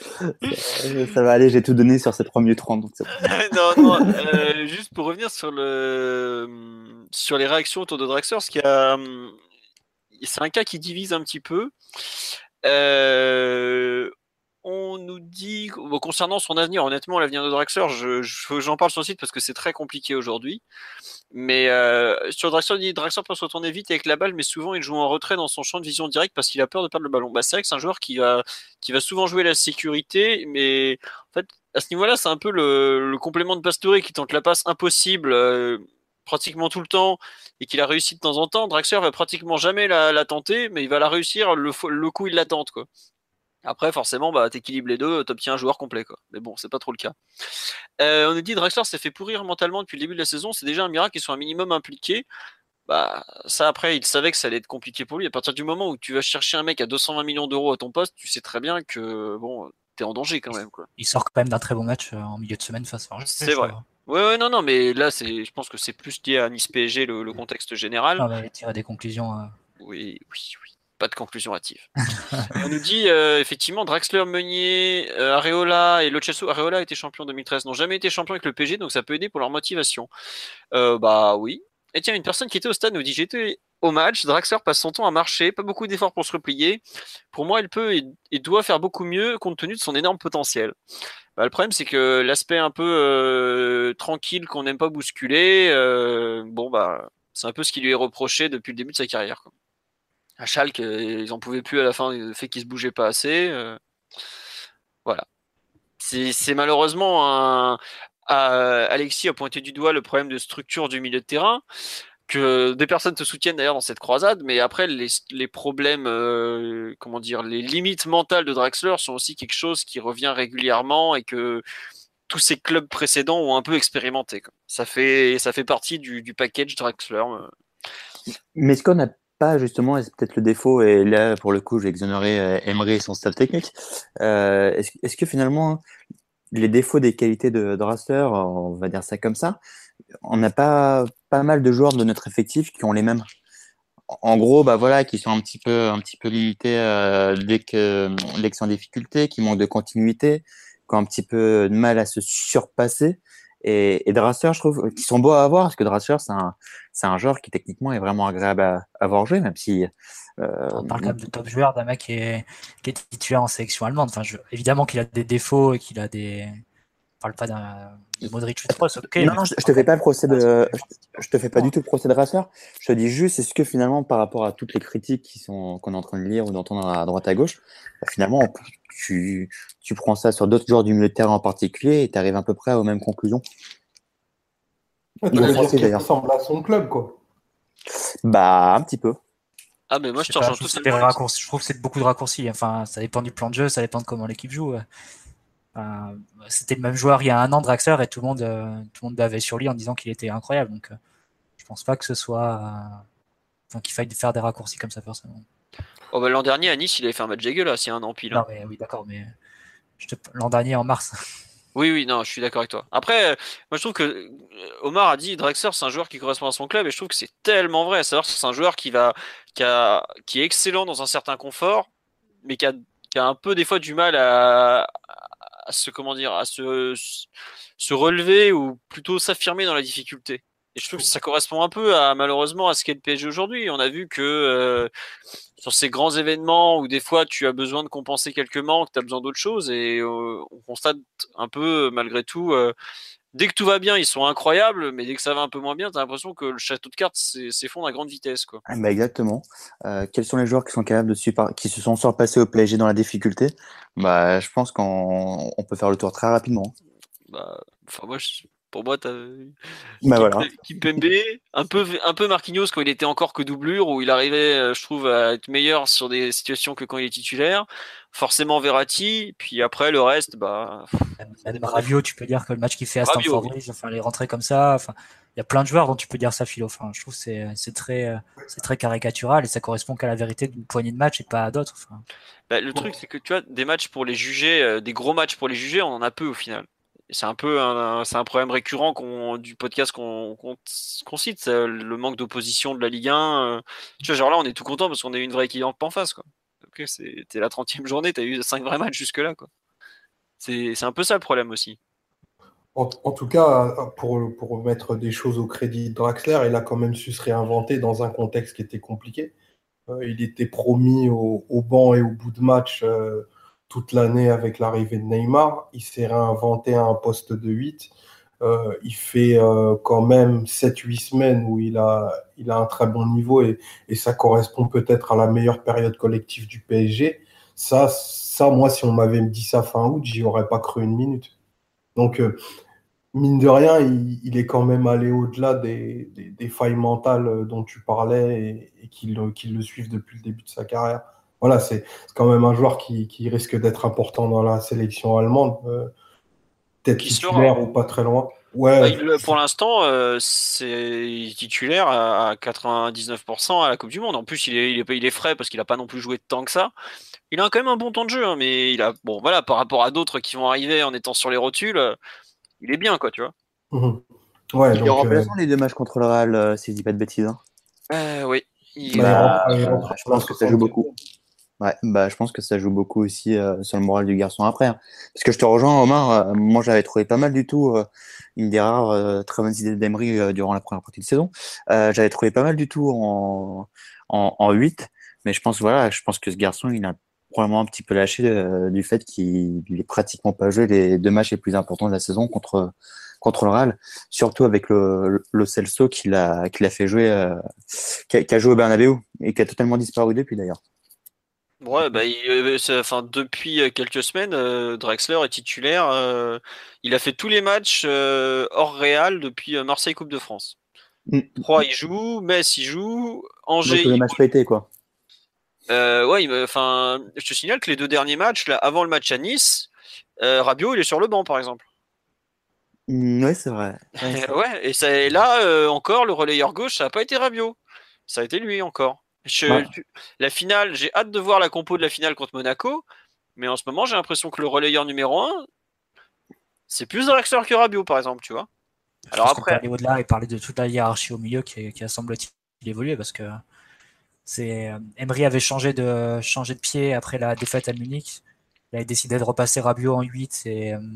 ça, ça va aller, j'ai tout donné sur ces trois minutes trente. Donc non, non, euh, juste pour revenir sur, le, sur les réactions autour de Draxler, ce qu'il y a, c'est un cas qui divise un petit peu. Euh, on nous dit, bon, concernant son avenir, honnêtement, l'avenir de Draxler, je, je, j'en parle sur le site parce que c'est très compliqué aujourd'hui. Mais euh, sur Draxler, dit Draxler peut se retourner vite avec la balle, mais souvent il joue en retrait dans son champ de vision direct parce qu'il a peur de perdre le ballon. Bah, c'est vrai que c'est un joueur qui va, qui va souvent jouer la sécurité, mais en fait, à ce niveau-là, c'est un peu le, le complément de Pastore qui tente la passe impossible euh, pratiquement tout le temps et qu'il a réussi de temps en temps. Draxler va pratiquement jamais la, la tenter, mais il va la réussir le, le coup il la tente, quoi. Après, forcément, bah, t'équilibres les deux, t'obtiens un joueur complet, quoi. Mais bon, c'est pas trop le cas. Euh, on nous dit Draxler s'est fait pourrir mentalement depuis le début de la saison. C'est déjà un miracle qu'ils soient un minimum impliqués. Bah, ça, après, il savait que ça allait être compliqué pour lui. À partir du moment où tu vas chercher un mec à deux cent vingt millions d'euros à ton poste, tu sais très bien que bon, t'es en danger quand même, quoi. Il sort quand même d'un très bon match en milieu de semaine face à Angers. C'est vrai. Ouais, ouais, non, non, mais là, c'est, je pense que c'est plus lié à Nice P S G, le, le contexte général. Ah, mais tirer des conclusions. Euh... Oui, oui, oui. Pas de conclusion hâtive. Et on nous dit, euh, effectivement, Draxler, Meunier, euh, Areola et Lo Celso. Areola a été champion en deux mille treize, n'ont jamais été champions avec le P S G, donc ça peut aider pour leur motivation. Euh, bah oui. Et tiens, une personne qui était au stade nous dit, j'étais au match, Draxler passe son temps à marcher, pas beaucoup d'efforts pour se replier. Pour moi, il peut et, et doit faire beaucoup mieux compte tenu de son énorme potentiel. Bah, le problème, c'est que l'aspect un peu euh, tranquille, qu'on n'aime pas bousculer, euh, bon bah, c'est un peu ce qui lui est reproché depuis le début de sa carrière, quoi. À Schalke, ils en pouvaient plus à la fin du fait qu'ils se bougeaient pas assez. Euh, voilà. C'est, c'est malheureusement un. à- Alexis a pointé du doigt le problème de structure du milieu de terrain, que des personnes te soutiennent d'ailleurs dans cette croisade, mais après les, les problèmes, euh, comment dire, les limites mentales de Draxler sont aussi quelque chose qui revient régulièrement et que tous ces clubs précédents ont un peu expérimenté, quoi. Ça fait, ça fait partie du, du package Draxler. euh. Mais est-ce qu'on n'a pas justement, et c'est peut-être le défaut, et là pour le coup je vais exonérer euh, Emery et son staff technique, euh, est-ce, est-ce que finalement les défauts des qualités de Draxler, on va dire ça comme ça, on n'a pas pas mal de joueurs de notre effectif qui ont les mêmes. En gros, bah voilà, qui sont un petit peu, un petit peu limités euh, dès que dès qu'ils sont en difficulté, qui manquent de continuité, qui ont un petit peu de mal à se surpasser. Et, et Draxler, je trouve, qui sont beaux à avoir, parce que Draxler, c'est un, c'est un joueur qui techniquement est vraiment agréable à, à avoir joué, même si. Euh, On parle quand même de top joueur, d'un mec qui est, qui est titulaire en sélection allemande. Enfin, je- évidemment qu'il a des défauts et qu'il a des. On parle pas d'un de Modric ou de Kroos, ok. non, mais non, je, je te fais pas le procès de, je, je te fais pas Non. du tout le procès de Draxler. Je te dis juste, est-ce que finalement, par rapport à toutes les critiques qui sont, qu'on est en train de lire ou d'entendre à droite à gauche, bah, finalement, on peut- tu, tu prends ça sur d'autres joueurs du milieu de terrain en particulier et tu arrives à peu près aux mêmes conclusions. Tu Ou veux dire offensives, qu'il d'ailleurs. ressemble à son club, quoi. Bah, un petit peu. Ah, mais moi Je je sais te pas, rejoins je trouve, que c'est des totalement. raccourcis. Je trouve que c'est beaucoup de raccourcis. Enfin, ça dépend du plan de jeu, ça dépend de comment l'équipe joue. ouais. Enfin, c'était le même joueur il y a un an, Draxler, et tout le monde, euh, tout le monde bavait sur lui en disant qu'il était incroyable. Donc, euh, je pense pas que ce soit, euh, enfin, qu'il faille faire des raccourcis comme ça personnellement. Oh, bah, l'an dernier à Nice, il avait fait un match dégueulasse, il y a un an pile. Non, hein. mais oui, d'accord, mais je te... l'an dernier en mars. Oui, oui, non, je suis d'accord avec toi. Après, euh, moi je trouve que euh, Omar a dit Draxler, c'est un joueur qui correspond à son club, et je trouve que c'est tellement vrai. À savoir que c'est un joueur qui va, qui a, qui est excellent dans un certain confort, mais qui a, qui a un peu des fois du mal à, à se, comment dire, à se, se relever ou plutôt s'affirmer dans la difficulté. Et je trouve que ça correspond un peu à, malheureusement, à ce qu'est le P S G aujourd'hui. On a vu que euh, sur ces grands événements où des fois tu as besoin de compenser quelques manques, tu as besoin d'autre chose, et euh, on constate un peu, malgré tout, euh, dès que tout va bien, ils sont incroyables, mais dès que ça va un peu moins bien, tu as l'impression que le château de cartes s'est- s'effondre à grande vitesse, quoi. Ah, bah, exactement. Euh, quels sont les joueurs qui sont capables de super, qui se sont surpassés au P S G dans la difficulté? Bah, je pense qu'on on peut faire le tour très rapidement. Bah, enfin, moi, je- pour moi, t'as Bah Kim- voilà. Kimpembe, un peu, un peu Marquinhos quand il était encore que doublure, où il arrivait, euh, je trouve, à être meilleur sur des situations que quand il est titulaire. Forcément Verratti, puis après le reste, bah, Même, ça même dépend des Rabiot, fois. tu peux dire que le match qu'il fait à Rabiot, Stamford oui. Bridge, enfin les rentrées comme ça, enfin il y a plein de joueurs dont tu peux dire ça, Philo. Enfin, je trouve que c'est c'est très euh, c'est très caricatural et ça correspond qu'à la vérité d'une poignée de matchs et pas à d'autres. Enfin, Bah, le truc, c'est que tu vois, des matchs pour les juger, euh, des gros matchs pour les juger, on en a peu au final. Et c'est un peu un, c'est un problème récurrent qu'on, du podcast qu'on qu'on qu'on cite, c'est le manque d'opposition de la Ligue un. euh. Tu vois, genre là, on est tout content parce qu'on a eu une vraie équipe en face, quoi. Ok, c'est, t'es la trentième journée, t'as eu cinq vrais matchs jusque-là, quoi. C'est, c'est un peu ça le problème aussi. En, en tout cas, pour, pour mettre des choses au crédit de Draxler, il a quand même su se réinventer dans un contexte qui était compliqué. Euh, il était promis au, au banc et au bout de match euh, toute l'année avec l'arrivée de Neymar. Il s'est réinventé à un poste de huit. Euh, il fait euh, quand même sept huit semaines où il a, il a un très bon niveau et, et ça correspond peut-être à la meilleure période collective du P S G. Ça, ça, moi, si on m'avait dit ça fin août, j'y aurais pas cru une minute. Donc, euh, mine de rien, il, il est quand même allé au-delà des, des- des failles mentales euh, dont tu parlais et, et qui le, qui le suivent depuis le début de sa carrière. Voilà, c'est c'est quand même un joueur qui, qui risque d'être important dans la sélection allemande, euh, peut-être Qui sera. titulaire ou pas très loin. Bah, Ouais, il- pour l'instant, euh, c'est titulaire à à quatre-vingt-dix-neuf pour cent à la Coupe du Monde. En plus, il est, il est, il est frais parce qu'il a pas non plus joué tant que ça. Il a quand même un bon temps de jeu, hein, mais il a, bon, voilà, par rapport à d'autres qui vont arriver en étant sur les rotules, euh, il est bien, quoi, tu vois. mhm. Ouais, Il est donc euh, remplaçant les deux matchs contre le Real, euh, si je dis pas de bêtises. Hein. Euh, oui. Il, bah, il Bah, rentre, il euh, rentre je à la pense que ça joue soixantaine. beaucoup. Ouais, bah, je pense que ça joue beaucoup aussi euh, sur le moral du garçon après. Hein. Parce que je te rejoins, Omar. Euh, moi, j'avais trouvé pas mal du tout euh, une des rares euh, très bonnes idées d'Emery euh, durant la première partie de saison. Euh, j'avais trouvé pas mal du tout en, en, en huit. Mais je pense, voilà, je pense que ce garçon, il a probablement un petit peu lâché euh, du fait qu'il n'ait pratiquement pas joué les deux matchs les plus importants de la saison contre, contre le Real, surtout avec le, le Celso qui l'a, qui l'a fait jouer, euh, qui, a, qui a joué au Bernabéu et qui a totalement disparu depuis d'ailleurs. Ouais, bah, il, euh, c'est- enfin, depuis quelques semaines, euh, Drexler est titulaire. euh, il a fait tous les matchs euh, hors Real depuis euh, Marseille Coupe de France. Mm. Troyes, il joue, Metz, il joue, Moi, Angers, tous les il matchs pétés, quoi. Euh, ouais, il me- enfin, je te signale que les deux derniers matchs, là, avant le match à Nice, euh, Rabiot, il est sur le banc, par exemple. Mm, ouais, c'est vrai. Ouais, c'est vrai. Ouais, et, ça, et là, euh, encore, le relayeur gauche, ça n'a pas été Rabiot. Ça a été lui, encore. Je- Ouais. tu- La finale, j'ai hâte de voir la compo de la finale contre Monaco, mais en ce moment, j'ai l'impression que le relayeur numéro un, c'est plus Drexler que Rabiot, par exemple, tu vois. Je Alors pense qu'on peut après, aller au-delà et parler de toute la hiérarchie au milieu qui, qui a semble-t-il évolué parce que c'est euh, Emery avait changé de changé de pied après la défaite à Munich. Il avait décidé de repasser Rabiot en huit et euh,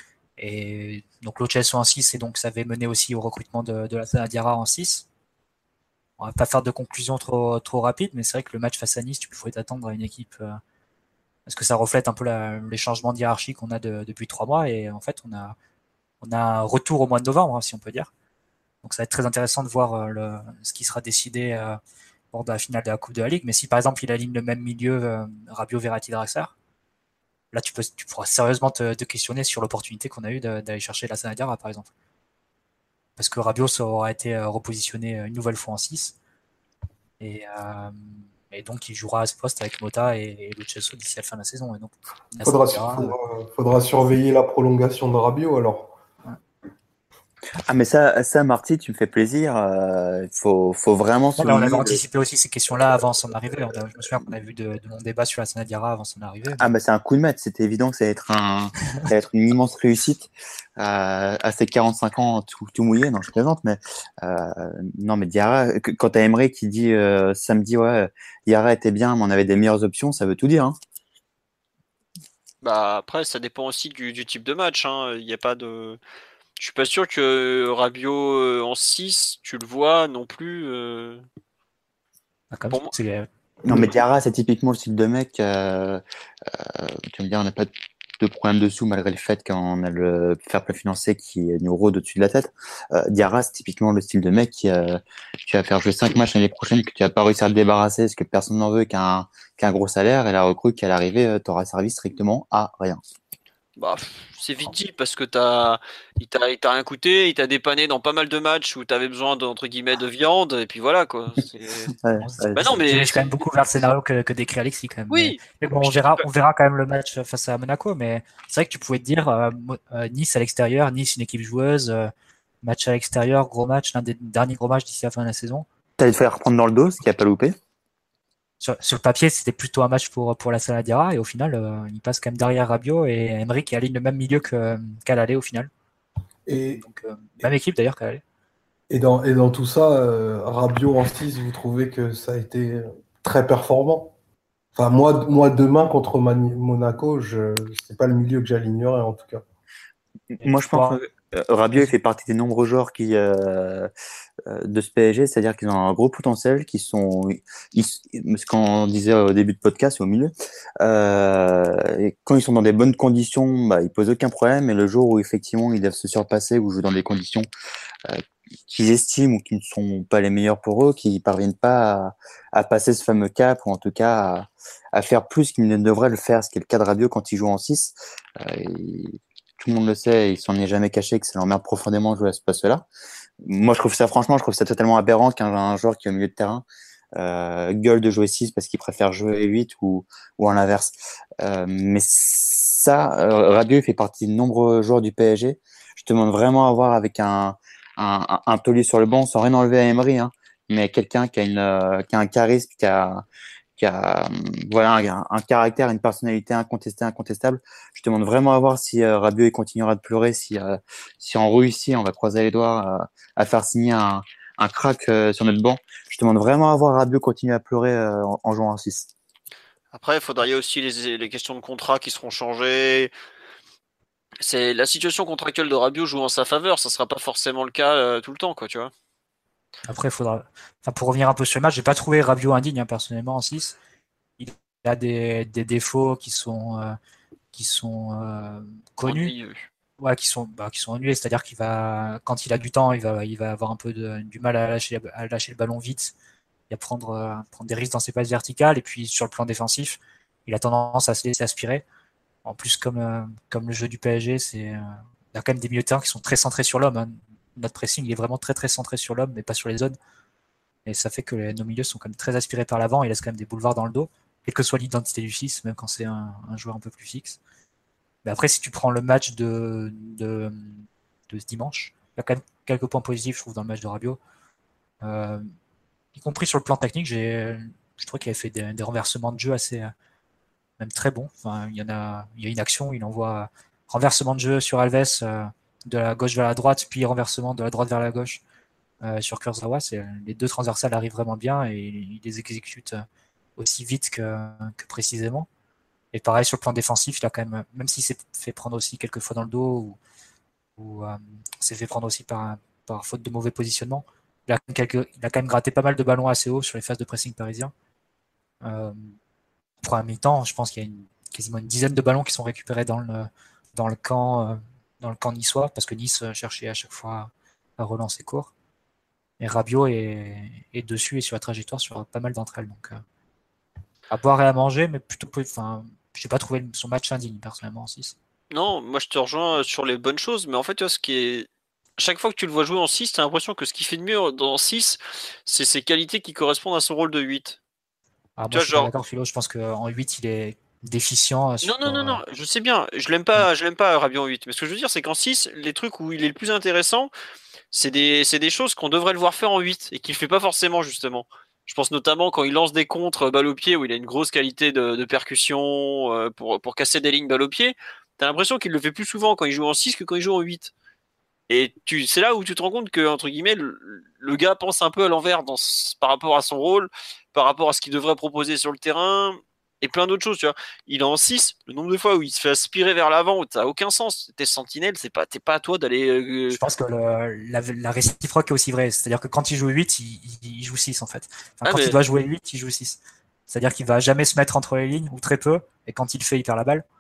et donc Lo Celso en six et donc ça avait mené aussi au recrutement de, de la Diarra en six. On va pas faire de conclusion trop trop rapide, mais c'est vrai que le match face à Nice, tu pouvais t'attendre à une équipe euh, parce que ça reflète un peu la, les changements de hiérarchie qu'on a de, depuis trois mois et en fait on a on a un retour au mois de novembre, hein, si on peut dire. Donc ça va être très intéressant de voir euh, le, ce qui sera décidé euh, lors de la finale de la Coupe de la Ligue. Mais si par exemple il aligne le même milieu, euh, Rabiot, Verratti, Draxler, là tu, peux, tu pourras sérieusement te, te questionner sur l'opportunité qu'on a eue de, d'aller chercher la Diarra par exemple. Parce que Rabiot ça aura été euh, repositionné une nouvelle fois en six. Et, euh, et donc il jouera à ce poste avec Mota et, et Lo Celso d'ici la fin de la saison. Et donc, Faudra, Diarra, faudra, faudra surveiller la prolongation de Rabiot alors. Ah, mais ça, ça, Marty, tu me fais plaisir. Il faut, faut vraiment non, mais on avait souligner. le- anticipé aussi ces questions-là avant son arrivée. On a, je me souviens qu'on avait vu de, de longs débats sur la Diarra avant son arrivée. Ah, Mais... bah, c'est un coup de maître. C'était évident que ça allait être, un, ça allait être une immense réussite euh, à ses quarante-cinq ans tout, tout mouillé. Non, je plaisante, mais euh, non, mais Diarra, que- quand t'as Emery qui dit euh, samedi, ouais, Diarra était bien, mais on avait des meilleures options, ça veut tout dire. Hein. bah après, ça dépend aussi du, du type de match. Hein. Il n'y a pas de. Je suis pas sûr que Rabiot euh, en six, tu le vois non plus. euh, Ah, comme Pour moi. c'est Non, mais Diarra, c'est typiquement le style de mec. Euh, euh, tu me dis, on n'a pas de problème dessous malgré le fait qu'on a le fair play financier qui nous rôde au-dessus de la tête. Euh, Diarra, c'est typiquement le style de mec qui euh, tu vas faire jouer cinq matchs l'année prochaine que tu vas pas réussir à te débarrasser parce que personne n'en veut qu'un qu'un gros salaire et la recrue qui à l'arrivée euh, t'aura servi strictement à rien. Bah, pff, c'est vite dit parce que t'as, il t'a, il t'a rien coûté, il t'a dépanné dans pas mal de matchs où t'avais besoin de, entre guillemets de viande et puis voilà quoi. C'est... Ouais, on se ouais. Bah non je mais dirige quand c'est- même beaucoup vers le scénario que, que décrit Alexis quand même. Mais, oui, mais bon, on je te dis verra, pas. on verra quand même le match face à Monaco. Mais c'est vrai que tu pouvais te dire euh, Mo- euh, Nice à l'extérieur, Nice une équipe joueuse, euh, match à l'extérieur, gros match, l'un des derniers gros matchs d'ici la fin de la saison. T'allais te faire reprendre dans le dos, ce qui a pas loupé. Sur, sur le papier, c'était plutôt un match pour pour la Diarra et au final, euh, il passe quand même derrière Rabiot et Emery qui aligne le même milieu que qu'à l'aller au final. Et, Donc euh, même équipe d'ailleurs qu'à l'aller. et, dans, et dans tout ça, euh, Rabiot en six, vous trouvez que ça a été très performant? Enfin, moi, moi demain contre Mani- Monaco, je c'est pas le milieu que j'alignerais en tout cas. Et Moi, tu je pense pourras- que euh, Rabiot il fait partie des nombreux joueurs qui euh, euh, de ce P S G, c'est-à-dire qu'ils ont un gros potentiel, qui sont, ils, ce qu'on disait au début de podcast et au milieu, euh, et quand ils sont dans des bonnes conditions, bah, ils posent aucun problème. Et le jour où effectivement ils doivent se surpasser ou jouer dans des conditions euh, qu'ils estiment ou qui ne sont pas les meilleures pour eux, qui parviennent pas à, à passer ce fameux cap ou en tout cas à, à faire plus qu'ils ne devraient le faire, ce qui est le cas de Rabiot quand il joue en six. Euh, il- tout le monde le sait, il s'en est jamais caché que ça l'emmerde profondément de jouer à ce poste-là. Moi, je trouve ça, franchement, je trouve ça totalement aberrant qu'un un joueur qui est au milieu de terrain euh, gueule de jouer six parce qu'il préfère jouer huit ou, ou en l'inverse. Euh, mais ça, euh, Rabiot fait partie de nombreux joueurs du P S G. Je te demande vraiment à voir avec un, un, un, un taulier sur le banc, sans rien enlever à Emery, hein, mais quelqu'un qui a, une, euh, qui a un charisme, qui a, qui a euh, voilà, un, un caractère, une personnalité incontestée, incontestable. Je te demande vraiment à voir si euh, Rabiot il continuera de pleurer, si, euh, si on réussit, on va croiser les doigts euh, à faire signer un, un crack euh, sur notre banc. Je te demande vraiment à voir Rabiot continuer à pleurer euh, en, en jouant en six. Après, il faudrait aussi les, les questions de contrat qui seront changées. C'est la situation contractuelle de Rabiot joue en sa faveur, ça sera pas forcément le cas euh, tout le temps quoi, tu vois. Après, il faudra. Enfin, pour revenir un peu sur le match, j'ai pas trouvé Rabiot indigne hein, personnellement en six. Il a des, des défauts qui sont euh, qui sont euh, connus. Ennuyeux. ouais, qui sont, bah, qui sont ennuyés. C'est-à-dire qu'il va, quand il a du temps, il va, il va avoir un peu de, du mal à lâcher, à lâcher le ballon vite et à prendre, euh, prendre des risques dans ses passes verticales. Et puis sur le plan défensif, il a tendance à se laisser aspirer. En plus, comme, euh, comme le jeu du P S G, c'est, euh, il y a quand même des milieux de terrain qui sont très centrés sur l'homme. Hein. Notre pressing, il est vraiment très très centré sur l'homme, mais pas sur les zones. Et ça fait que les, nos milieux sont quand même très aspirés par l'avant. Il laisse quand même des boulevards dans le dos, quelle que soit l'identité du six, même quand c'est un, un joueur un peu plus fixe. Mais après, si tu prends le match de, de, de ce dimanche, il y a quand même quelques points positifs, je trouve, dans le match de Rabiot. Euh, y compris sur le plan technique, j'ai, je trouve qu'il avait fait des, des renversements de jeu assez, même très bons. Enfin, il y en a, il y a une action, il envoie renversement de jeu sur Alves, euh, de la gauche vers la droite, puis renversement de la droite vers la gauche euh, sur Kurzawa. C'est, les deux transversales arrivent vraiment bien et il les exécute aussi vite que, que précisément. Et pareil, sur le plan défensif, il a quand même, même s'il s'est fait prendre aussi quelques fois dans le dos ou, ou euh, s'est fait prendre aussi par, par faute de mauvais positionnement, il a, quelques, il a quand même gratté pas mal de ballons assez haut sur les phases de pressing parisien. Euh, pour un mi-temps, je pense qu'il y a une, quasiment une dizaine de ballons qui sont récupérés dans le, dans le camp, euh, dans le camp niçois, parce que Nice cherchait à chaque fois à relancer court. Et Rabiot est, est dessus et sur la trajectoire sur pas mal d'entre elles. Donc, euh, à boire et à manger, mais plutôt, enfin, j'ai pas trouvé son match indigne personnellement en six. Non, moi je te rejoins sur les bonnes choses, mais en fait, tu vois, ce qui est. Chaque fois que tu le vois jouer en six, t'as l'impression que ce qu'il fait de mieux dans six, c'est ses qualités qui correspondent à son rôle de huit. Ah, moi, Tu vois, je suis pas genre. d'accord, Philo. Je pense qu'en huit, il est déficient. Sur, Non, non, non, euh, non, je sais bien, je l'aime pas, je l'aime pas Rabiot en huit. Mais ce que je veux dire, c'est qu'en six, les trucs où il est le plus intéressant, c'est des, c'est des choses qu'on devrait le voir faire en huit et qu'il fait pas forcément, justement. Je pense notamment quand il lance des contres balle au pied où il a une grosse qualité de, de percussion euh, pour, pour casser des lignes balle au pied. T'as l'impression qu'il le fait plus souvent quand il joue en six que quand il joue en huit. Et tu, c'est là où tu te rends compte que, entre guillemets, le, le gars pense un peu à l'envers dans, ce- par rapport à son rôle, par rapport à ce qu'il devrait proposer sur le terrain, et plein d'autres choses, tu vois. Il est en six, le nombre de fois où il se fait aspirer vers l'avant, où t'as aucun sens. T'es sentinelle, c'est pas, t'es pas à toi d'aller. euh, je pense que le, la, la réciproque est aussi vraie. C'est-à-dire que quand il joue huit, il, il, il joue six en fait. Enfin, Ah, quand mais il doit jouer huit, il joue six. C'est-à-dire qu'il va jamais se mettre entre les lignes, ou très peu, et quand il le fait, il perd la balle.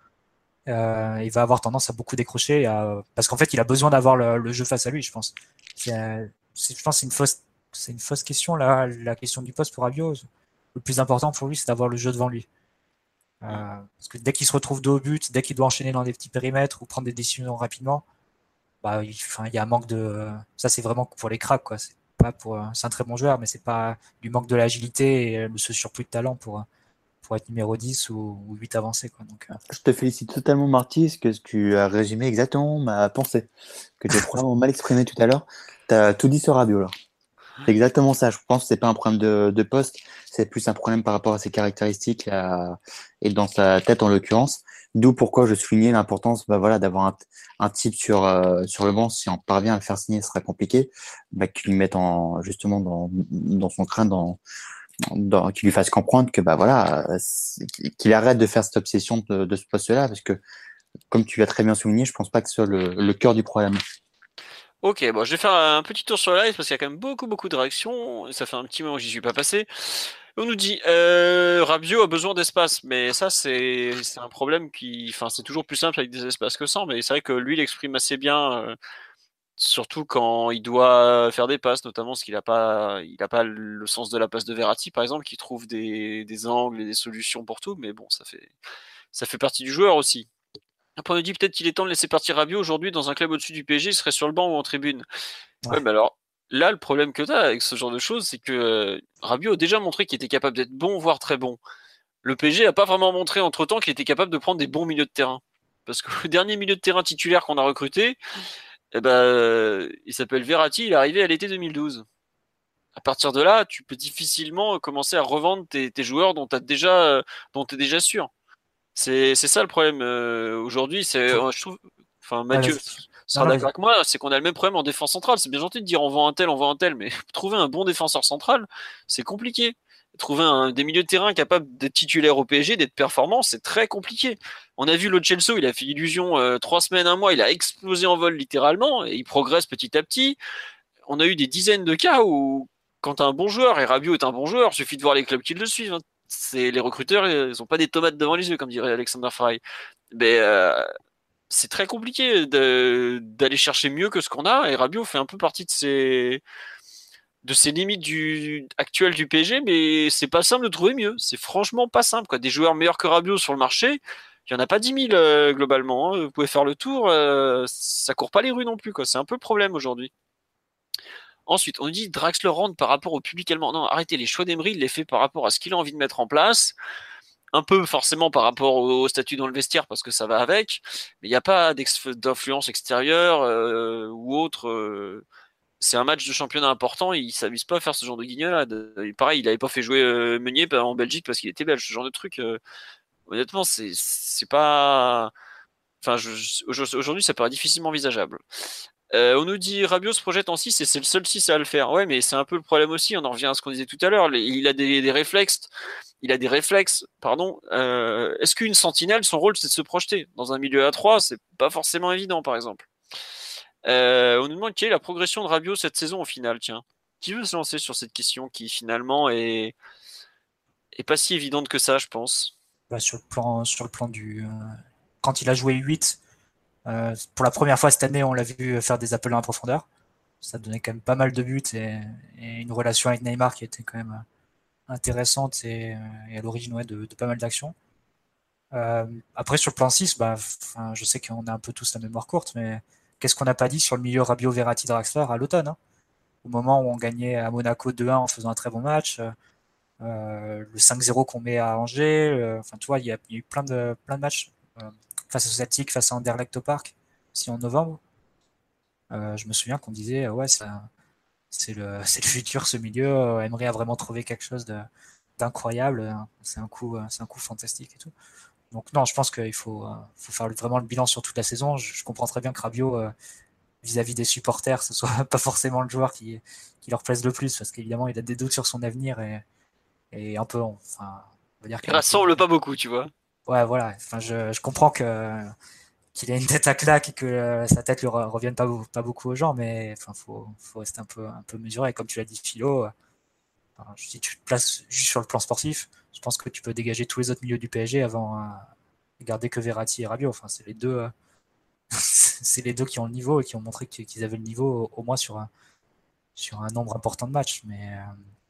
Euh, il va avoir tendance à beaucoup décrocher, à... parce qu'en fait, il a besoin d'avoir le, le jeu face à lui, je pense. C'est, euh, c'est, je pense que c'est une fausse, c'est une fausse question, là, la question du poste pour Rabiot. Le plus important pour lui, c'est d'avoir le jeu devant lui. Euh, parce que dès qu'il se retrouve dos au but, dès qu'il doit enchaîner dans des petits périmètres ou prendre des décisions rapidement, bah, il, enfin, il y a un manque de. Ça, c'est vraiment pour les cracks, quoi. C'est pas pour. C'est un très bon joueur, mais c'est pas du manque de l'agilité et de ce surplus de talent pour pour être numéro dix ou, ou huit avancé, quoi. Donc, euh... Je te félicite totalement, Marty, parce que tu as résumé exactement ma pensée, que j'ai probablement mal exprimé tout à l'heure. Tu as tout dit sur Rabiot, là. C'est exactement ça. Je pense que c'est pas un problème de, de poste, c'est plus un problème par rapport à ses caractéristiques à, et dans sa tête en l'occurrence. D'où pourquoi je soulignais l'importance, bah voilà, d'avoir un, un type sur euh, sur le banc. Si on parvient à le faire signer, ce sera compliqué. Bah, qu'il lui mette en justement dans dans son crâne, dans, dans qu'il lui fasse comprendre que bah voilà, qu'il arrête de faire cette obsession de, de ce poste-là, parce que comme tu l'as très bien souligné, je pense pas que ce soit le, le cœur du problème. Ok, bon, je vais faire un petit tour sur le live parce qu'il y a quand même beaucoup, beaucoup de réactions. Ça fait un petit moment que j'y suis pas passé. On nous dit euh, Rabiot a besoin d'espace, mais ça c'est c'est un problème qui, enfin, c'est toujours plus simple avec des espaces que sans. Mais c'est vrai que lui, il exprime assez bien, euh, surtout quand il doit faire des passes, notamment parce qu'il a pas, il a pas le sens de la passe de Verratti, par exemple, qui trouve des des angles et des solutions pour tout. Mais bon, ça fait ça fait partie du joueur aussi. Après, on nous dit peut-être qu'il est temps de laisser partir Rabiot aujourd'hui dans un club au-dessus du P S G, il serait sur le banc ou en tribune. Ouais, ouais. mais alors, là, le problème que tu as avec ce genre de choses, c'est que euh, Rabiot a déjà montré qu'il était capable d'être bon, voire très bon. Le P S G a pas vraiment montré entre-temps qu'il était capable de prendre des bons milieux de terrain. Parce que le dernier milieu de terrain titulaire qu'on a recruté, eh ben, euh, il s'appelle Verratti, il est arrivé à l'été deux mille douze. À partir de là, tu peux difficilement commencer à revendre tes, tes joueurs dont tu déjà, euh, dont es déjà sûr. C'est, c'est ça le problème euh, aujourd'hui. C'est, Faut... euh, je trouve, enfin Ouais, Mathieu non, sera non, d'accord avec moi, c'est qu'on a le même problème en défense centrale. C'est bien gentil de dire on vend un tel, on vend un tel, mais trouver un bon défenseur central, c'est compliqué. Trouver un, des milieux de terrain capables d'être titulaires au P S G, d'être performants, c'est très compliqué. On a vu Lo Celso, il a fait illusion euh, trois semaines, un mois, il a explosé en vol littéralement et il progresse petit à petit. On a eu des dizaines de cas où quand un bon joueur, et Rabiot est un bon joueur, il suffit de voir les clubs qui le suivent. Hein. C'est les recruteurs, ils ont pas des tomates devant les yeux, comme dirait Alexander Fry. Mais euh, c'est très compliqué de, d'aller chercher mieux que ce qu'on a, et Rabiot fait un peu partie de ces, de ces limites du, actuelles du P S G, mais c'est pas simple de trouver mieux. C'est franchement pas simple, quoi. Des joueurs meilleurs que Rabiot sur le marché, il y en a pas dix mille euh, globalement. Hein. Vous pouvez faire le tour, euh, ça court pas les rues non plus, quoi. C'est un peu le problème aujourd'hui. Ensuite, on dit Draxler rentre par rapport au public allemand. Non, arrêtez, les choix d'Emery, il les fait par rapport à ce qu'il a envie de mettre en place. Un peu forcément par rapport au statut dans le vestiaire, parce que ça va avec, mais il n'y a pas d'influence extérieure euh, ou autre. Euh, c'est un match de championnat important, il ne s'amuse pas à faire ce genre de guignolade. Et pareil, il n'avait pas fait jouer euh, Meunier en Belgique parce qu'il était belge, ce genre de truc. Euh, honnêtement, c'est, c'est pas... Enfin, je, je, aujourd'hui, ça paraît difficilement envisageable. Euh, on nous dit Rabiot se projette en six et c'est le seul six à le faire. Ouais, mais c'est un peu le problème aussi. On en revient à ce qu'on disait tout à l'heure. Il a des, des réflexes. Il a des réflexes. Pardon. Euh, est-ce qu'une sentinelle, son rôle, c'est de se projeter dans un milieu à trois? C'est pas forcément évident, par exemple. Euh, on nous demande quelle est la progression de Rabiot cette saison au final. Tiens, qui veut se lancer sur cette question qui finalement est, est pas si évidente que ça, je pense. Bah, sur le plan, sur le plan du, euh, quand il a joué huit. Euh, pour la première fois cette année, on l'a vu faire des appels en profondeur. Ça donnait quand même pas mal de buts et, et une relation avec Neymar qui était quand même intéressante et, et à l'origine ouais, de, de pas mal d'actions. Euh, après, sur le plan six, bah, je sais qu'on a un peu tous la mémoire courte, mais qu'est-ce qu'on n'a pas dit sur le milieu Rabiot, Verratti, Draxler à l'automne, hein, au moment où on gagnait à Monaco deux un en faisant un très bon match, euh, le cinq zéro qu'on met à Angers, euh, enfin, tu vois, il y, y a eu plein de, plein de matchs. Euh, face à Celtic, face à Anderlecht au Parc, aussi en novembre. Euh, je me souviens qu'on disait, ouais, ça, c'est le, c'est le futur, ce milieu. Euh, Emery a vraiment trouvé quelque chose de, d'incroyable. C'est un coup, c'est un coup fantastique et tout. Donc non, je pense qu'il faut, euh, faut faire vraiment le bilan sur toute la saison. Je, je comprends très bien que Rabiot, euh, vis-à-vis des supporters, ce soit pas forcément le joueur qui, qui leur plaise le plus, parce qu'évidemment, il a des doutes sur son avenir et, et un peu, enfin, on va dire qu'il rassemble pas beaucoup, tu vois. Ouais, voilà. Enfin, je, je comprends que qu'il a une tête à claque et que euh, sa tête ne revienne pas, pas beaucoup aux gens, mais enfin, faut, faut rester un peu, un peu mesuré. Et comme tu l'as dit, Philo, euh, si tu te places juste sur le plan sportif, je pense que tu peux dégager tous les autres milieux du P S G avant euh, de garder que Verratti et Rabiot. Enfin, c'est les deux, euh, c'est les deux qui ont le niveau et qui ont montré qu'ils avaient le niveau au, au moins sur un, sur un nombre important de matchs. Mais euh,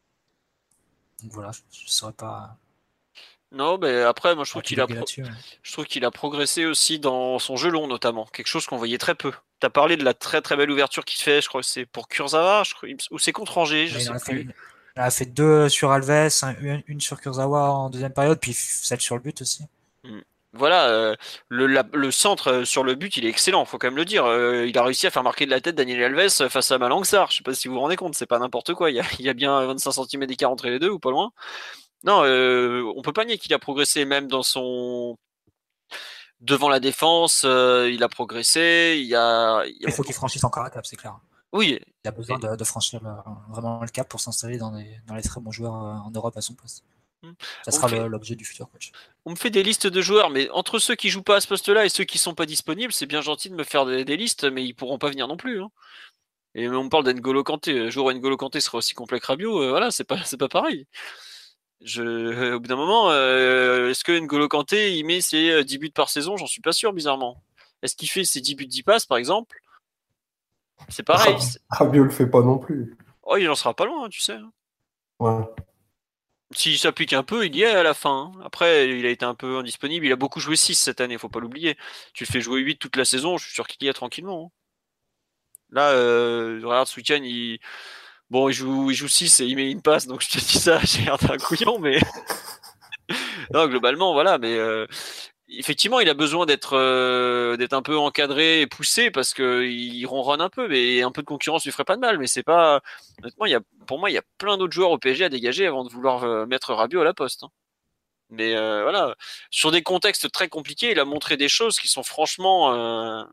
donc voilà, je ne saurais pas. Non, mais après, moi je trouve qu'il a, pro... ouais. je trouve qu'il a progressé aussi dans son jeu long, notamment. Quelque chose qu'on voyait très peu. Tu as parlé de la très très belle ouverture qu'il fait, je crois que c'est pour Kurzawa, je crois, ou c'est contre Angers, je ouais, sais plus. Fait, il a fait deux sur Alves, une, une sur Kurzawa en deuxième période, puis celle sur le but aussi. Hmm. Voilà, euh, le, la, le centre euh, sur le but, il est excellent, faut quand même le dire. Euh, il a réussi à faire marquer de la tête Daniel Alves face à Malang Sarr. Je sais pas si vous vous rendez compte, c'est pas n'importe quoi. Il y a, il y a bien vingt-cinq centimètres d'écart entre les deux, ou pas loin. Non, euh, on peut pas nier qu'il a progressé même dans son devant la défense. Euh, il a progressé. Il y a. Il, il faut qu'il franchisse encore un cap, c'est clair. Oui. Il a besoin de, de franchir le, vraiment le cap pour s'installer dans les, dans les très bons joueurs en Europe à son poste. Ça sera fait, l'objet du futur coach. On me fait des listes de joueurs, mais entre ceux qui jouent pas à ce poste-là et ceux qui sont pas disponibles, c'est bien gentil de me faire des, des listes, mais ils pourront pas venir non plus. Hein. Et on me parle d'N'Golo Kanté. Jour où N'Golo Kanté sera aussi complet que Rabiot, euh, voilà, c'est pas, c'est pas pareil. Je, euh, au bout d'un moment, euh, est-ce que N'Golo Kanté il met ses dix buts par saison? J'en suis pas sûr, bizarrement. Est-ce qu'il fait ses dix buts, dix passes, par exemple? C'est pareil. Rabiot le fait pas non plus. Oh, il en sera pas loin, tu sais. Ouais. S'il s'applique un peu, il y est à la fin. Après, il a été un peu indisponible. Il a beaucoup joué six cette année, faut pas l'oublier. Tu le fais jouer huit toute la saison, je suis sûr qu'il y a tranquillement. Là, euh, regarde, ce week-end, il... Bon, il joue, il joue six et il met une passe, donc je te dis ça, j'ai l'air d'un couillon, mais... non, globalement, voilà, mais... Euh... Effectivement, il a besoin d'être euh, d'être un peu encadré et poussé parce que il ronronne un peu, mais un peu de concurrence lui ferait pas de mal. Mais c'est pas honnêtement, il y a pour moi, il y a plein d'autres joueurs au P S G à dégager avant de vouloir euh, mettre Rabiot à la poste. Hein. Mais euh, voilà, sur des contextes très compliqués, il a montré des choses qui sont franchement euh,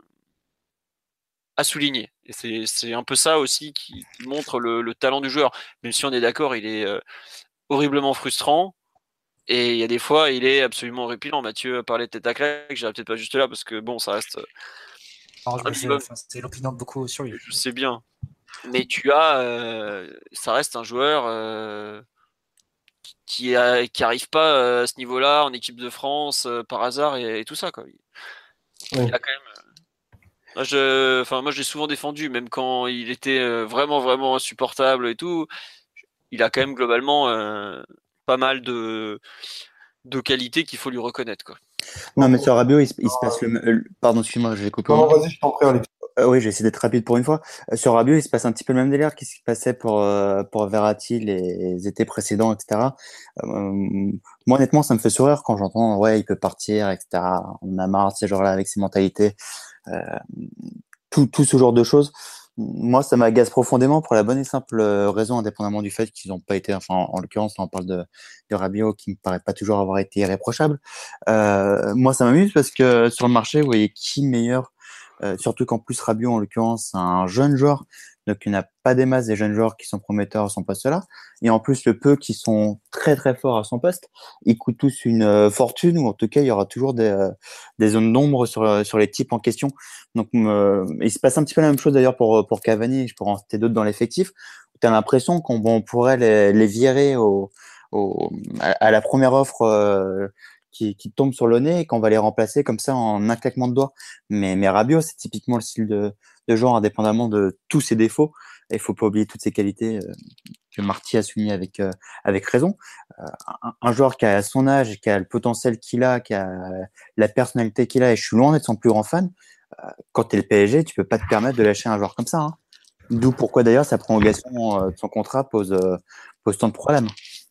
à souligner. Et c'est c'est un peu ça aussi qui, qui montre le, le talent du joueur. Même si on est d'accord, il est euh, horriblement frustrant. Et il y a des fois, il est absolument répilant. Mathieu a parlé de tête à claque, j'irai peut-être pas juste là parce que bon, ça reste. Alors, je sais, enfin, c'est l'opinion de beaucoup sur lui. Je sais bien. Mais tu as. Euh, ça reste un joueur euh, qui, a, qui arrive pas à ce niveau-là en équipe de France euh, par hasard et, et tout ça. Quoi. Il, oui. il a quand même. Moi, je, enfin, moi, je l'ai souvent défendu, même quand il était euh, vraiment, vraiment insupportable et tout. Il a quand même globalement euh, pas mal de, de qualités qu'il faut lui reconnaître, quoi. Non, mais Bon, sur Rabiot, il, se il se passe le. m- euh, Pardon, excuse-moi, j'ai coupé au non, non, milieu. vas-y, je t'en prie, Alex. Euh, oui, j'ai essayé d'être rapide pour une fois. Euh, sur Rabiot, il se passe un petit peu le même délire qui se passait pour, euh, pour Verratti les étés précédents, et cetera. Euh, moi, honnêtement, ça me fait sourire quand j'entends, ouais, il peut partir, et cetera. On a marre de ces joueurs-là avec ses mentalités. Euh, tout, tout ce genre de choses. Moi, ça m'agace profondément pour la bonne et simple euh, raison, indépendamment du fait qu'ils n'ont pas été, enfin, en, en l'occurrence, là, on parle de, de Rabiot qui me paraît pas toujours avoir été irréprochable. Euh, moi, ça m'amuse parce que sur le marché, vous voyez qui meilleur, euh, surtout qu'en plus Rabiot, en l'occurrence, c'est un jeune joueur, donc il n'y en a pas des masses des jeunes joueurs qui sont prometteurs à son poste-là. Et en plus, le peu qui sont très très forts à son poste, ils coûtent tous une euh, fortune, ou en tout cas, il y aura toujours des, euh, des zones d'ombre sur, sur les types en question. Donc, euh, il se passe un petit peu la même chose d'ailleurs pour, pour Cavani, je pourrais en citer d'autres dans l'effectif. Tu as l'impression qu'on bon, on pourrait les, les virer au, au, à, à la première offre euh, qui, qui tombe sur le nez et qu'on va les remplacer comme ça en un claquement de doigts. Mais, mais Rabiot, c'est typiquement le style de, de joueur indépendamment de tous ses défauts. Et il faut pas oublier toutes ces qualités euh, que Marty a soulignées avec, euh, avec raison. Euh, un, un joueur qui a son âge, qui a le potentiel qu'il a, qui a la personnalité qu'il a, et je suis loin d'être son plus grand fan, quand tu es le P S G, tu peux pas te permettre de lâcher un joueur comme ça. Hein. D'où pourquoi d'ailleurs sa prolongation euh, de son contrat pose, euh, pose tant de problèmes.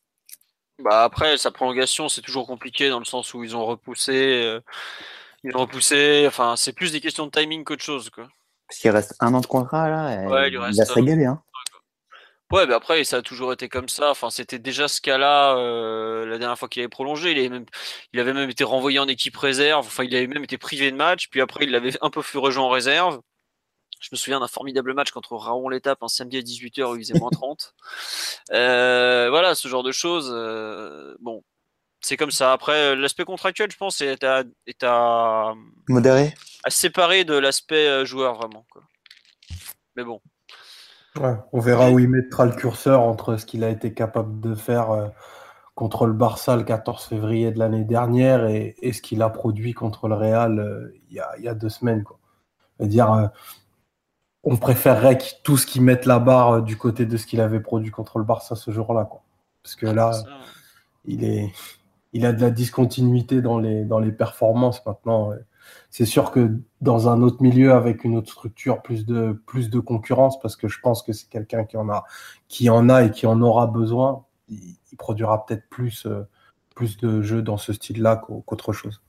Bah après, sa prolongation, c'est toujours compliqué dans le sens où ils ont repoussé, euh, ils ont repoussé. Enfin, c'est plus des questions de timing qu'autre chose, quoi. Parce qu'il reste un an de contrat là, et Ouais, il lui il va reste. se régaler. Hein. Ouais, mais après, ça a toujours été comme ça. Enfin, c'était déjà ce cas-là euh, la dernière fois qu'il avait prolongé. Il avait même, il avait même été renvoyé en équipe réserve. Enfin, il avait même été privé de match. Puis après, il l'avait un peu fait rejouer en réserve. Je me souviens d'un formidable match contre Raon l'Étape un samedi à dix-huit heures où il faisait moins trente. Euh, voilà, ce genre de choses. Euh, bon, c'est comme ça. Après, l'aspect contractuel, je pense, est à, est à, Modéré. à séparer de l'aspect euh, joueur, vraiment, quoi. Mais bon. Ouais, on verra où il mettra le curseur entre ce qu'il a été capable de faire euh, contre le Barça le quatorze février de l'année dernière et, et ce qu'il a produit contre le Real euh, il y a, il y a deux semaines, quoi. C'est-à-dire, euh, on préférerait qu'ils- tous qu'ils mettent la barre euh, du côté de ce qu'il avait produit contre le Barça ce jour-là, quoi. Parce que Ah, là, ça, il est, il a de la discontinuité dans les, dans les performances maintenant. C'est sûr que dans un autre milieu, avec une autre structure, plus de, plus de concurrence, parce que je pense que c'est quelqu'un qui en a, qui en a et qui en aura besoin, il, il produira peut-être plus, euh, plus de jeux dans ce style-là qu'au- qu'autre chose.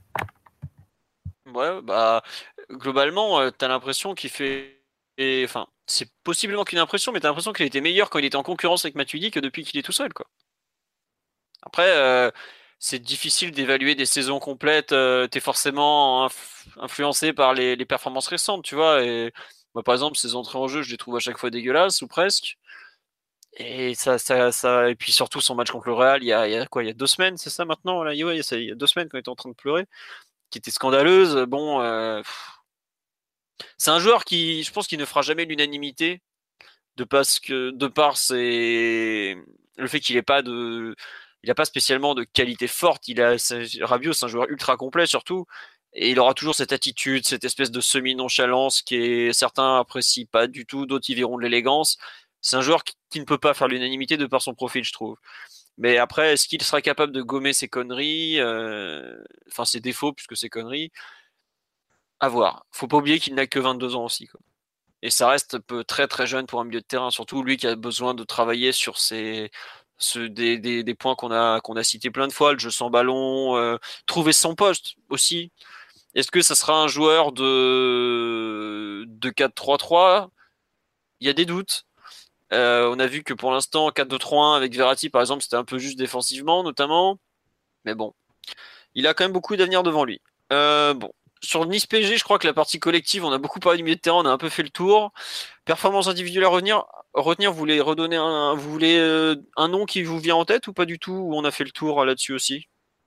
ouais, bah, globalement, euh, t'as l'impression qu'il fait. et- Enfin, c'est possiblement qu'une impression, mais t'as l'impression qu'il était meilleur quand il était en concurrence avec Matuidi que depuis qu'il est tout seul, quoi. Après, euh, c'est difficile d'évaluer des saisons complètes. Euh, t'es forcément inf- influencé par les, les performances récentes, tu vois. Et moi, par exemple, ces entrées en jeu, je les trouve à chaque fois dégueulasses ou presque. Et ça, ça, ça, et puis surtout son match contre le Real, il y a, il y a quoi, il y a deux semaines, c'est ça maintenant là, ouais, il y a deux semaines qu'on était en train de pleurer, qui était scandaleuse. Bon, euh, c'est un joueur qui, je pense, qu'il ne fera jamais l'unanimité de parce que, de par ses, le fait qu'il n'ait pas de, il n'a pas spécialement de qualité forte. Il a, Rabiot, c'est un joueur ultra complet surtout, et il aura toujours cette attitude, cette espèce de semi-nonchalance qui est, certains apprécient pas du tout, d'autres y verront de l'élégance. C'est un joueur qui, qui ne peut pas faire l'unanimité de par son profil, je trouve. Mais après, est-ce qu'il sera capable de gommer ses conneries, euh, enfin ses défauts puisque ses conneries, à voir. Faut pas oublier qu'il n'a que vingt-deux ans aussi, quoi. Et ça reste peu, très très jeune pour un milieu de terrain, surtout lui qui a besoin de travailler sur ses, ce, des, des, des points qu'on a, qu'on a cités plein de fois, le jeu sans ballon, euh, trouver son poste aussi. Est-ce que ça sera un joueur de, de quatre trois trois? Il y a des doutes. Euh, on a vu que pour l'instant, quatre deux trois un avec Verratti par exemple, c'était un peu juste défensivement notamment. Mais bon, il a quand même beaucoup d'avenir devant lui. Euh, bon. Sur Nice P S G, je crois que la partie collective, on a beaucoup parlé du milieu de terrain, on a un peu fait le tour. Performance individuelle à retenir, retenir vous voulez redonner un, vous voulez euh, un nom qui vous vient en tête ou pas du tout? Ou on a fait le tour là-dessus aussi?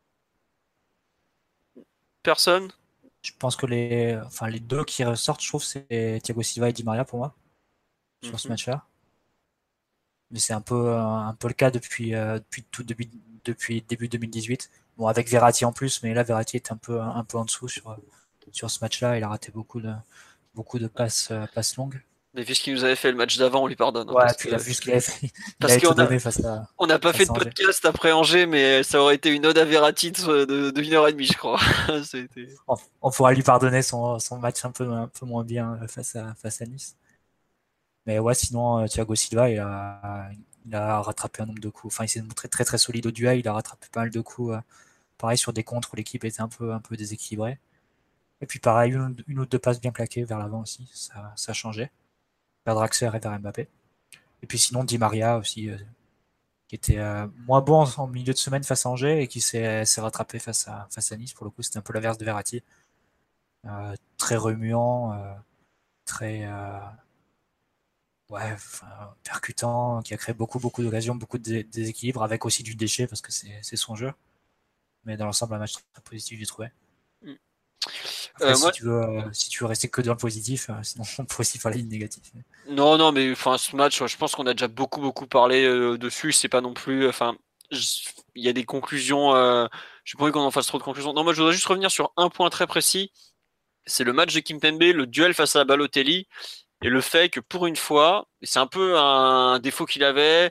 Personne? Je pense que les, enfin, les deux qui ressortent, je trouve, c'est Thiago Silva et Di Maria pour moi, sur ce Mhm. match-là. Mais c'est un peu, euh, un peu le cas depuis, euh, depuis tout début, depuis début deux mille dix-huit. Bon, avec Verratti en plus, mais là, Verratti est un peu, un peu en dessous sur, sur ce match-là. Il a raté beaucoup de, beaucoup de passes, euh, passes longues. Mais vu ce qu'il nous avait fait le match d'avant, on lui pardonne. Hein, Ouais, parce puis que... il a vu ce qu'il avait fait. Il Parce avait tout qu'on a- donné face à. On n'a pas face fait de à Angers. podcast après Angers, mais ça aurait été une ode à Verratti de, de, de une heure et demie, je crois. C'était... On, on pourra lui pardonner son, son match un peu, un peu moins bien face à, face à Nice. Mais ouais, sinon, euh, Thiago Silva, il a, il a rattrapé un nombre de coups. Enfin, il s'est montré très très solide au duel. Il a rattrapé pas mal de coups. euh, pareil sur des contres où l'équipe était un peu, un peu déséquilibrée. Et puis pareil, une, une ou deux passes bien claquées vers l'avant aussi. Ça, ça changeait. Vers Draxler et vers Mbappé. Et puis sinon, Di Maria aussi, euh, qui était euh, moins bon en milieu de semaine face à Angers et qui s'est, s'est rattrapé face à, face à Nice. Pour le coup, c'était un peu l'inverse de Verratti. Euh, très remuant, euh, très euh, ouais, enfin, percutant, qui a créé beaucoup, beaucoup d'occasions, beaucoup de dé- déséquilibres, avec aussi du déchet parce que c'est, c'est son jeu. Mais dans l'ensemble, un match très positif, j'ai trouvé. Mm. Après, Euh, si, moi- tu veux, euh, si tu veux rester que dans le positif, euh, sinon on peut aussi parler du négatif. Non, non, mais enfin, ce match, je pense qu'on a déjà beaucoup, beaucoup parlé euh, dessus. C'est pas non plus. Enfin, je- il y a des conclusions. Euh, j'ai pas envie qu'on en fasse trop de conclusions. Non, moi, je voudrais juste revenir sur un point très précis. C'est le match de Kimpembe, le duel face à Balotelli, et le fait que pour une fois, et c'est un peu un défaut qu'il avait,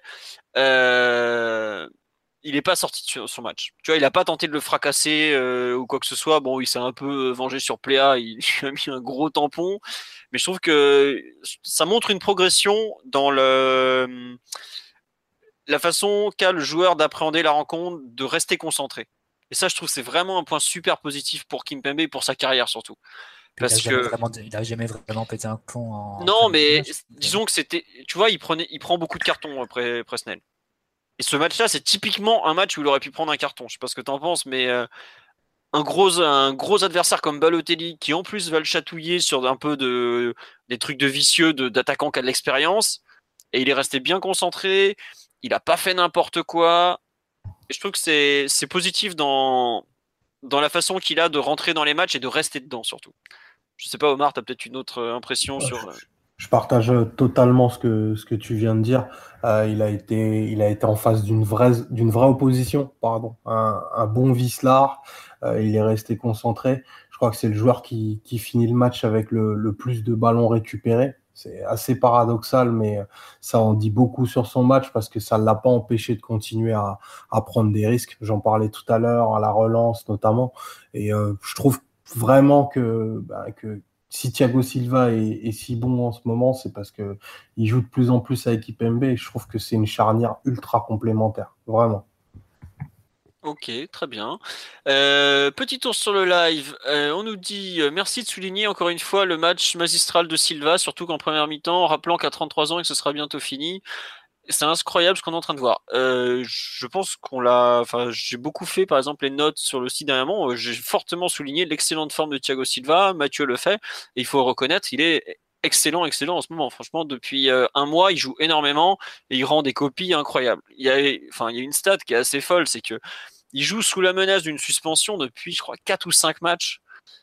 euh, il n'est pas sorti de sur- son match. Tu vois, il a pas tenté de le fracasser euh, ou quoi que ce soit. Bon, il s'est un peu vengé sur Pléa, il lui a mis un gros tampon. Mais je trouve que ça montre une progression dans le la façon qu'a le joueur d'appréhender la rencontre, de rester concentré. Et ça, je trouve, c'est vraiment un point super positif pour Kimpembe et pour sa carrière surtout. Puis il a Parce jamais que vraiment, il a jamais vraiment pété un plomb en, en plein non, milieu de mais match. disons que c'était, tu vois, il prenait, il prend beaucoup de cartons après Presnel. Et ce match-là, c'est typiquement un match où il aurait pu prendre un carton. Je sais pas ce que t'en penses, mais euh, un gros, un gros adversaire comme Balotelli, qui en plus va le chatouiller sur un peu de, des trucs de vicieux, de, d'attaquant qui a de l'expérience, et il est resté bien concentré, il a pas fait n'importe quoi, et je trouve que c'est, c'est positif dans, dans la façon qu'il a de rentrer dans les matchs et de rester dedans surtout. Je sais pas, Omar, t'as peut-être une autre impression Ouais, sur... je, je partage totalement ce que, ce que tu viens de dire. Euh, il a été, il a été en face d'une vraie, d'une vraie opposition, pardon. Un, un bon Wislar. Euh, il est resté concentré. Je crois que c'est le joueur qui, qui finit le match avec le, le plus de ballons récupérés. C'est assez paradoxal, mais ça en dit beaucoup sur son match parce que ça ne l'a pas empêché de continuer à, à prendre des risques. J'en parlais tout à l'heure, à la relance notamment. Et euh, je trouve vraiment que, bah, que si Thiago Silva est, est si bon en ce moment, c'est parce que il joue de plus en plus avec Kimpembe et je trouve que c'est une charnière ultra complémentaire, vraiment. Ok, très bien. Euh, petit tour sur le live. Euh, on nous dit euh, merci de souligner encore une fois le match magistral de Silva, surtout qu'en première mi-temps, rappelant qu'à trente-trois ans et que ce sera bientôt fini. C'est incroyable ce qu'on est en train de voir. Euh, je pense qu'on l'a. Enfin, j'ai beaucoup fait, par exemple, les notes sur le site dernièrement. Euh, J'ai fortement souligné l'excellente forme de Thiago Silva. Mathieu le fait. Et il faut le reconnaître, il est excellent, excellent en ce moment. Franchement, depuis euh, un mois, il joue énormément et il rend des copies incroyables. Il y a, enfin, il y a une stat qui est assez folle, c'est que il joue sous la menace d'une suspension depuis, je crois, quatre ou cinq matchs.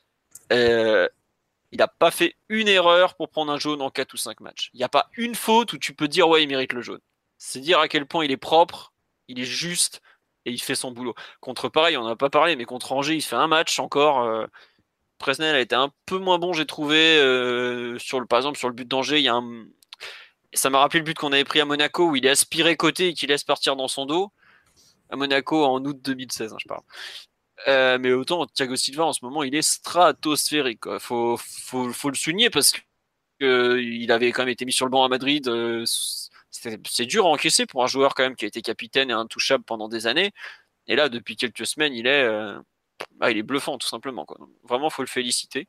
Euh, il n'a pas fait une erreur pour prendre un jaune en quatre ou cinq matchs. Il n'y a pas une faute où tu peux dire ouais, il mérite le jaune. C'est dire à quel point il est propre, il est juste et il fait son boulot. Contre pareil, on n'en a pas parlé, mais contre Angers, il fait un match encore. Euh, Presnel a été un peu moins bon, j'ai trouvé. Euh, sur le, par exemple, sur le but d'Angers, il y a un. Ça m'a rappelé le but qu'on avait pris à Monaco où il est aspiré côté et qu'il laisse partir dans son dos. À Monaco en août deux mille seize, hein, je parle. Euh, mais autant Thiago Silva en ce moment, il est stratosphérique. Quoi. Faut, faut, faut le souligner parce que euh, il avait quand même été mis sur le banc à Madrid. Euh, c'est, c'est dur à encaisser pour un joueur quand même qui a été capitaine et intouchable pendant des années. Et là, depuis quelques semaines, il est, euh, ah, il est bluffant tout simplement. Quoi. Vraiment, faut le féliciter.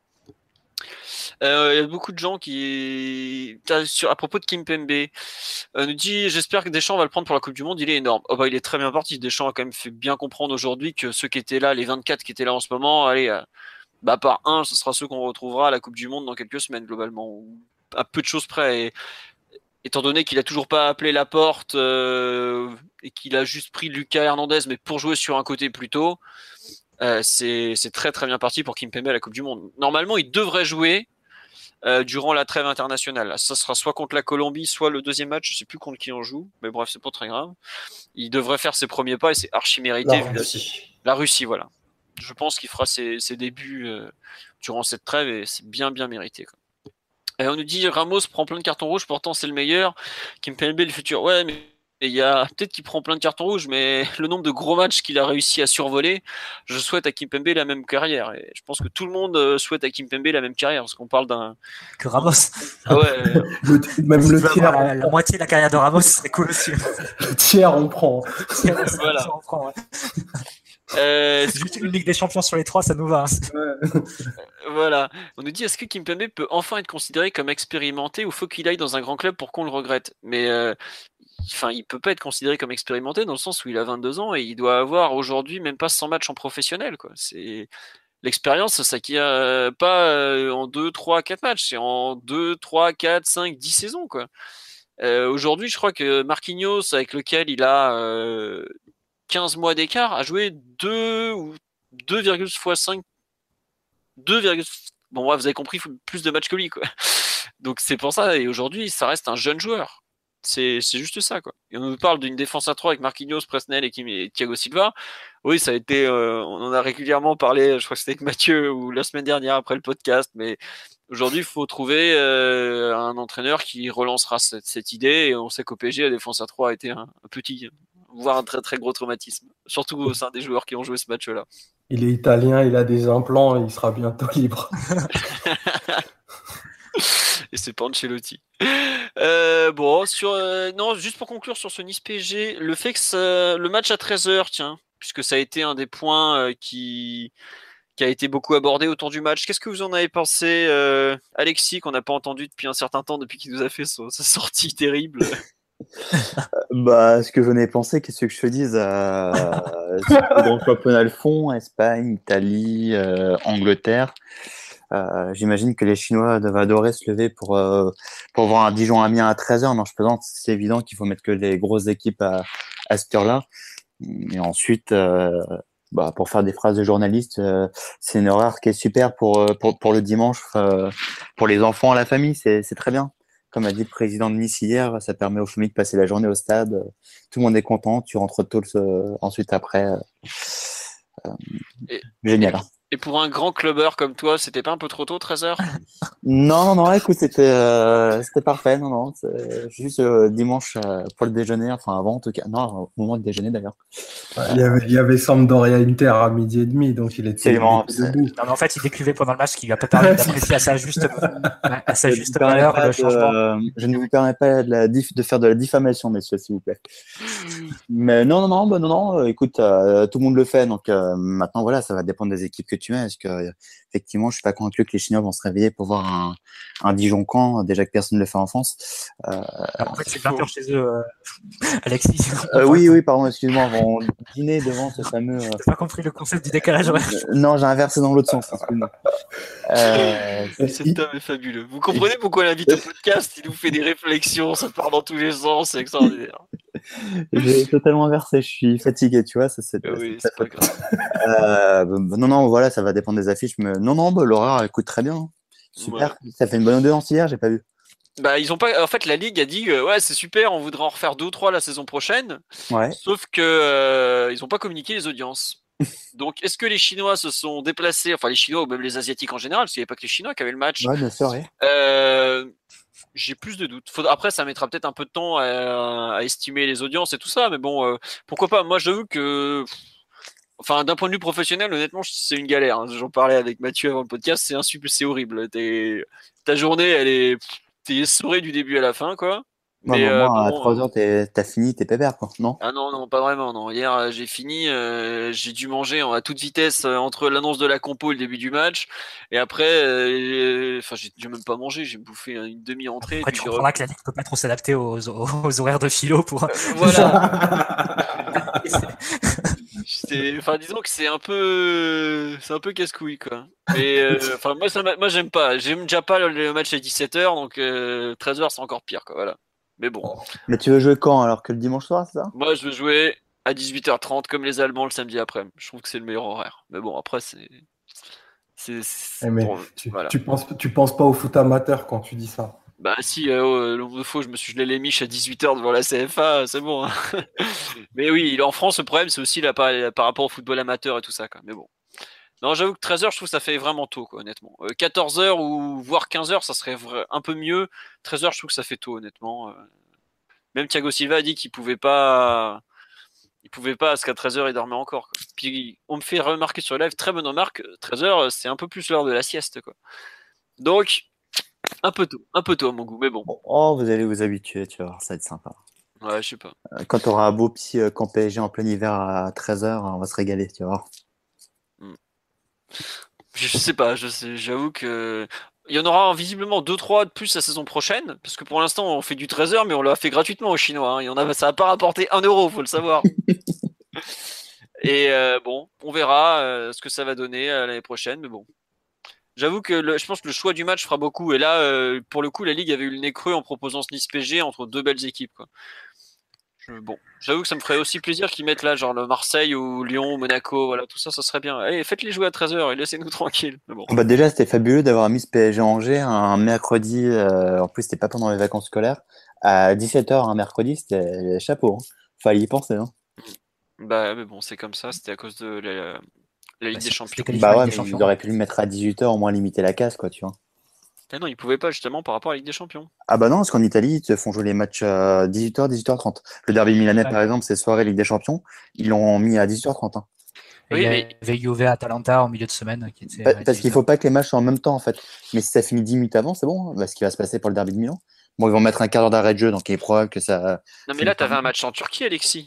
Euh, il y a beaucoup de gens qui, à propos de Kimpembe, euh, nous dit j'espère que Deschamps va le prendre pour la Coupe du Monde. Il est énorme. Oh bah il est très bien parti. Deschamps a quand même fait bien comprendre aujourd'hui que ceux qui étaient là, les vingt-quatre qui étaient là en ce moment, allez, euh, bah par un, ce sera ceux qu'on retrouvera à la Coupe du Monde dans quelques semaines globalement, à peu de choses près. Et, étant donné qu'il a toujours pas appelé Laporte euh, et qu'il a juste pris Lucas Hernandez, mais pour jouer sur un côté plus tôt, euh, c'est, c'est très très bien parti pour Kimpembe à la Coupe du Monde. Normalement, il devrait jouer. Euh, durant la trêve internationale. Ça sera soit contre la Colombie, soit le deuxième match, je sais plus contre qui on joue, mais bref, c'est pas très grave. Il devrait faire ses premiers pas et c'est archi mérité. La Russie. La Russie, voilà. Je pense qu'il fera ses, ses débuts euh, durant cette trêve et c'est bien bien mérité. Quoi. Et on nous dit Ramos prend plein de cartons rouges, pourtant c'est le meilleur. Kimpembe le futur. Ouais, mais il y a peut-être qu'il prend plein de cartons rouges, mais le nombre de gros matchs qu'il a réussi à survoler, je souhaite à Kimpembe la même carrière. Et je pense que tout le monde souhaite à Kimpembe la même carrière, parce qu'on parle d'un Que Ramos. Ah ouais. Le- même Si le tu veux tiers, avoir la, la moitié de la carrière de Ramos, ce serait cool aussi. le tiers, on prend. Voilà. On prend, ouais. Euh, Juste une Ligue des Champions sur les trois, ça nous va. hein. Voilà. On nous dit est-ce que Kimpembe peut enfin être considéré comme expérimenté ou faut qu'il aille dans un grand club pour qu'on le regrette? Mais euh, enfin, il peut pas être considéré comme expérimenté dans le sens où il a vingt-deux ans et il doit avoir aujourd'hui même pas cent matchs en professionnel, quoi. C'est l'expérience, ça s'acquiert euh, pas euh, en deux, trois, quatre matchs, c'est en deux, trois, quatre, cinq, dix saisons, quoi. Euh, aujourd'hui, je crois que Marquinhos, avec lequel il a euh, quinze mois d'écart, a joué deux ou deux virgule cinq deux, bon, ouais, vous avez compris, plus de matchs que lui, quoi. Donc c'est pour ça, et aujourd'hui, ça reste un jeune joueur. C'est, c'est juste ça, quoi. Et on nous parle d'une défense à trois avec Marquinhos, Presnel et, Kim, et Thiago Silva. Oui, ça a été, euh, on en a régulièrement parlé, je crois que c'était avec Mathieu ou la semaine dernière après le podcast, mais aujourd'hui, il faut trouver euh, un entraîneur qui relancera cette, cette idée, et on sait qu'au P S G, la défense à trois a été un, un petit, voire un très très gros traumatisme, surtout au sein des joueurs qui ont joué ce match-là. Il est italien, il a des implants, il sera bientôt libre. Et c'est pas Ancelotti. Euh, bon, sur, euh, non, juste pour conclure sur ce Nice P S G, le fait que ça, le match à treize heures, tiens, puisque ça a été un des points euh, qui, qui a été beaucoup abordé autour du match. Qu'est-ce que vous en avez pensé, euh, Alexis, qu'on n'a pas entendu depuis un certain temps, depuis qu'il nous a fait son, sa sortie terrible? Bah, ce que j'en ai pensé, qu'est-ce que je te dise euh, dans le championnat le fond, Espagne, Italie, euh, Angleterre. Euh, j'imagine que les Chinois doivent adorer se lever pour euh, pour voir un Dijon-Amiens à treize heures. Non, je plaisante, c'est évident qu'il faut mettre que les grosses équipes à, à cette heure-là. Et ensuite, euh, bah, pour faire des phrases de journaliste, euh, c'est une horaire qui est super pour pour, pour le dimanche, euh, pour les enfants, la famille, c'est c'est très bien. Comme a dit le président de Nice hier, ça permet aux familles de passer la journée au stade. Tout le monde est content, tu rentres tôt le, ensuite après. Euh, et, génial. Et, et pour un grand clubbeur comme toi, c'était pas un peu trop tôt, treize heures? Non, non, non, écoute, c'était euh, c'était parfait. Non, non, c'est juste euh, dimanche euh, pour le déjeuner, enfin avant en tout cas. Non, au moment du déjeuner d'ailleurs. Il y avait, il y avait Sampdoria Inter à midi et demi, donc il était, Absolument, il était debout. Non, mais en fait, il décuvait pendant le match, ce qui lui a pas permis d'apprécier à sa juste, à sa juste valeur le changement. De, je ne vous permets pas de, la dif, de faire de la diffamation, messieurs, s'il vous plaît. Mais non, non, non, bah, non, non. Euh, écoute, euh, tout le monde le fait, donc euh, maintenant voilà, ça va dépendre des équipes que tu mets. Parce que euh, effectivement, je suis pas convaincu que les Chinois vont se réveiller pour voir un, un Dijon-Caen, déjà que personne ne le fait en France. Euh, Alors, en fait, c'est vingt heures chez eux, euh, Alexis. Euh, oui, oui, pardon, excuse-moi, vont dîner devant ce fameux. Euh... T'as pas compris le concept du décalage horaire. Non, j'ai inversé dans l'autre sens. Excuse-moi. Euh, Cet homme est fabuleux. Vous comprenez pourquoi on l'invite au podcast? Il nous fait des réflexions, ça part dans tous les sens, c'est extraordinaire. J'ai totalement inversé, je suis fatigué, tu vois. Ça, c'est, oui, c'est c'est pas grave. Euh, non, non, voilà, ça va dépendre des affiches, mais non, non, bah, l'horaire écoute très bien. Super, ouais. Ça fait une bonne audience hier, j'ai pas vu. Bah, ils ont pas. En fait, la Ligue a dit euh, ouais, c'est super, on voudrait en refaire deux ou trois la saison prochaine. Ouais. Sauf que euh, ils ont pas communiqué les audiences. Donc, est-ce que les Chinois se sont déplacés, enfin les Chinois ou même les Asiatiques en général, parce qu'il n'y avait pas que les Chinois qui avaient le match. Ouais, bien sûr, oui. Euh, j'ai plus de doutes. Faudra... Après, ça mettra peut-être un peu de temps à, à estimer les audiences et tout ça, mais bon, euh, pourquoi pas. Moi, j'avoue que. Enfin, d'un point de vue professionnel, honnêtement, c'est une galère. Hein. J'en parlais avec Mathieu avant le podcast, c'est insup... c'est horrible. T'es... Ta journée, elle est. T'es essoré du début à la fin, quoi. Ouais, mais euh, moi, bon, à trois heures, t'es, t'as fini, t'es pépère, quoi, non? Ah non, non, pas vraiment, non. Hier, j'ai fini, euh, j'ai dû manger à toute vitesse euh, entre l'annonce de la compo et le début du match. Et après, euh, enfin, j'ai dû même pas manger, j'ai bouffé une demi-entrée. Après, tu comprendras que la Ligue peut pas trop s'adapter aux, aux, aux horaires de philo pour. Euh, voilà. C'est, enfin, disons que c'est un peu, c'est un peu casse-couille, quoi. Et enfin, euh, moi, ça, moi, j'aime pas. J'aime déjà pas le match à dix-sept heures, donc euh, treize heures, c'est encore pire, quoi. Voilà. Mais bon. Mais tu veux jouer quand alors que le dimanche soir, c'est ça? Moi, je veux jouer à dix-huit heures trente comme les Allemands le samedi après. Je trouve que c'est le meilleur horaire. Mais bon, après, c'est. c'est, c'est... Mais bon, tu, voilà. tu, penses, tu penses pas au foot amateur quand tu dis ça? Bah si, euh, le nombre de fois je me suis gelé les miches à dix-huit heures devant la C F A, c'est bon. Hein. Mais oui, en France, le problème, c'est aussi là, par, par rapport au football amateur et tout ça. Quoi. Mais bon, Non, j'avoue que treize heures, je trouve que ça fait vraiment tôt, quoi, honnêtement. Euh, quatorze heures ou voire quinze heures, ça serait vra- un peu mieux. treize heures, je trouve que ça fait tôt, honnêtement. Euh, Même Thiago Silva a dit qu'il pouvait pas, il pouvait pas, parce qu'à treize heures, il dormait encore, quoi. Puis on me fait remarquer sur le live, très bonne remarque, treize heures, c'est un peu plus l'heure de la sieste, quoi. Donc, un peu tôt, un peu tôt à mon goût, mais bon. Oh, vous allez vous habituer, tu vas voir, ça va être sympa. Ouais, je sais pas. Euh, Quand tu auras un beau petit euh, camp P S G en plein hiver à treize heures, on va se régaler, tu vois. Je sais pas, je sais, j'avoue que il y en aura visiblement deux trois de plus la saison prochaine, parce que pour l'instant on fait du treize heures, mais on l'a fait gratuitement aux Chinois. Hein. Il y en a, ça n'a pas rapporté un euro, faut le savoir. Et euh, bon, on verra euh, ce que ça va donner euh, l'année prochaine, mais bon. J'avoue que le, je pense que le choix du match fera beaucoup. Et là, euh, pour le coup, la Ligue avait eu le nez creux en proposant ce Nice P S G entre deux belles équipes, quoi. Je- bon, j'avoue que ça me ferait aussi plaisir qu'ils mettent là, genre le Marseille ou Lyon, ou Monaco, voilà, tout ça, ça serait bien. Allez, faites-les jouer à treize heures et laissez-nous tranquilles. Mais bon. Bah déjà, c'était fabuleux d'avoir mis ce P S G Angers un mercredi, euh, en plus, c'était pas pendant les vacances scolaires, à dix-sept heures un mercredi, c'était chapeau. Hein. Fallait y penser. Hein. Bah, mais bon, c'est comme ça, c'était à cause de la, la Ligue Bah, des c'est- Champions. c'était qualifié Bah en ouais, Ligue des mais ils Champions. auraient pu le mettre à dix-huit heures, au moins limiter la casse, quoi, tu vois. Ah non, ils pouvaient pas justement par rapport à la Ligue des Champions. Ah bah non, parce qu'en Italie, ils te font jouer les matchs à dix-huit heures, dix-huit heures trente. Le derby milanais, Ouais. par exemple, c'est soirée Ligue des Champions. Ils l'ont mis à dix-huit heures trente. Hein. Et Oui, il y mais- avait Juve Atalanta en milieu de semaine qui était. Pa- à Parce qu'il dix-huit faut heures. pas que les matchs soient en même temps, en fait. Mais si ça finit dix minutes avant, c'est bon. Hein. Bah, ce qui va se passer pour le derby de Milan. Bon, ils vont mettre un quart d'heure d'arrêt de jeu, donc il est probable que ça. Non, mais là, t'avais un match en Turquie, Alexis.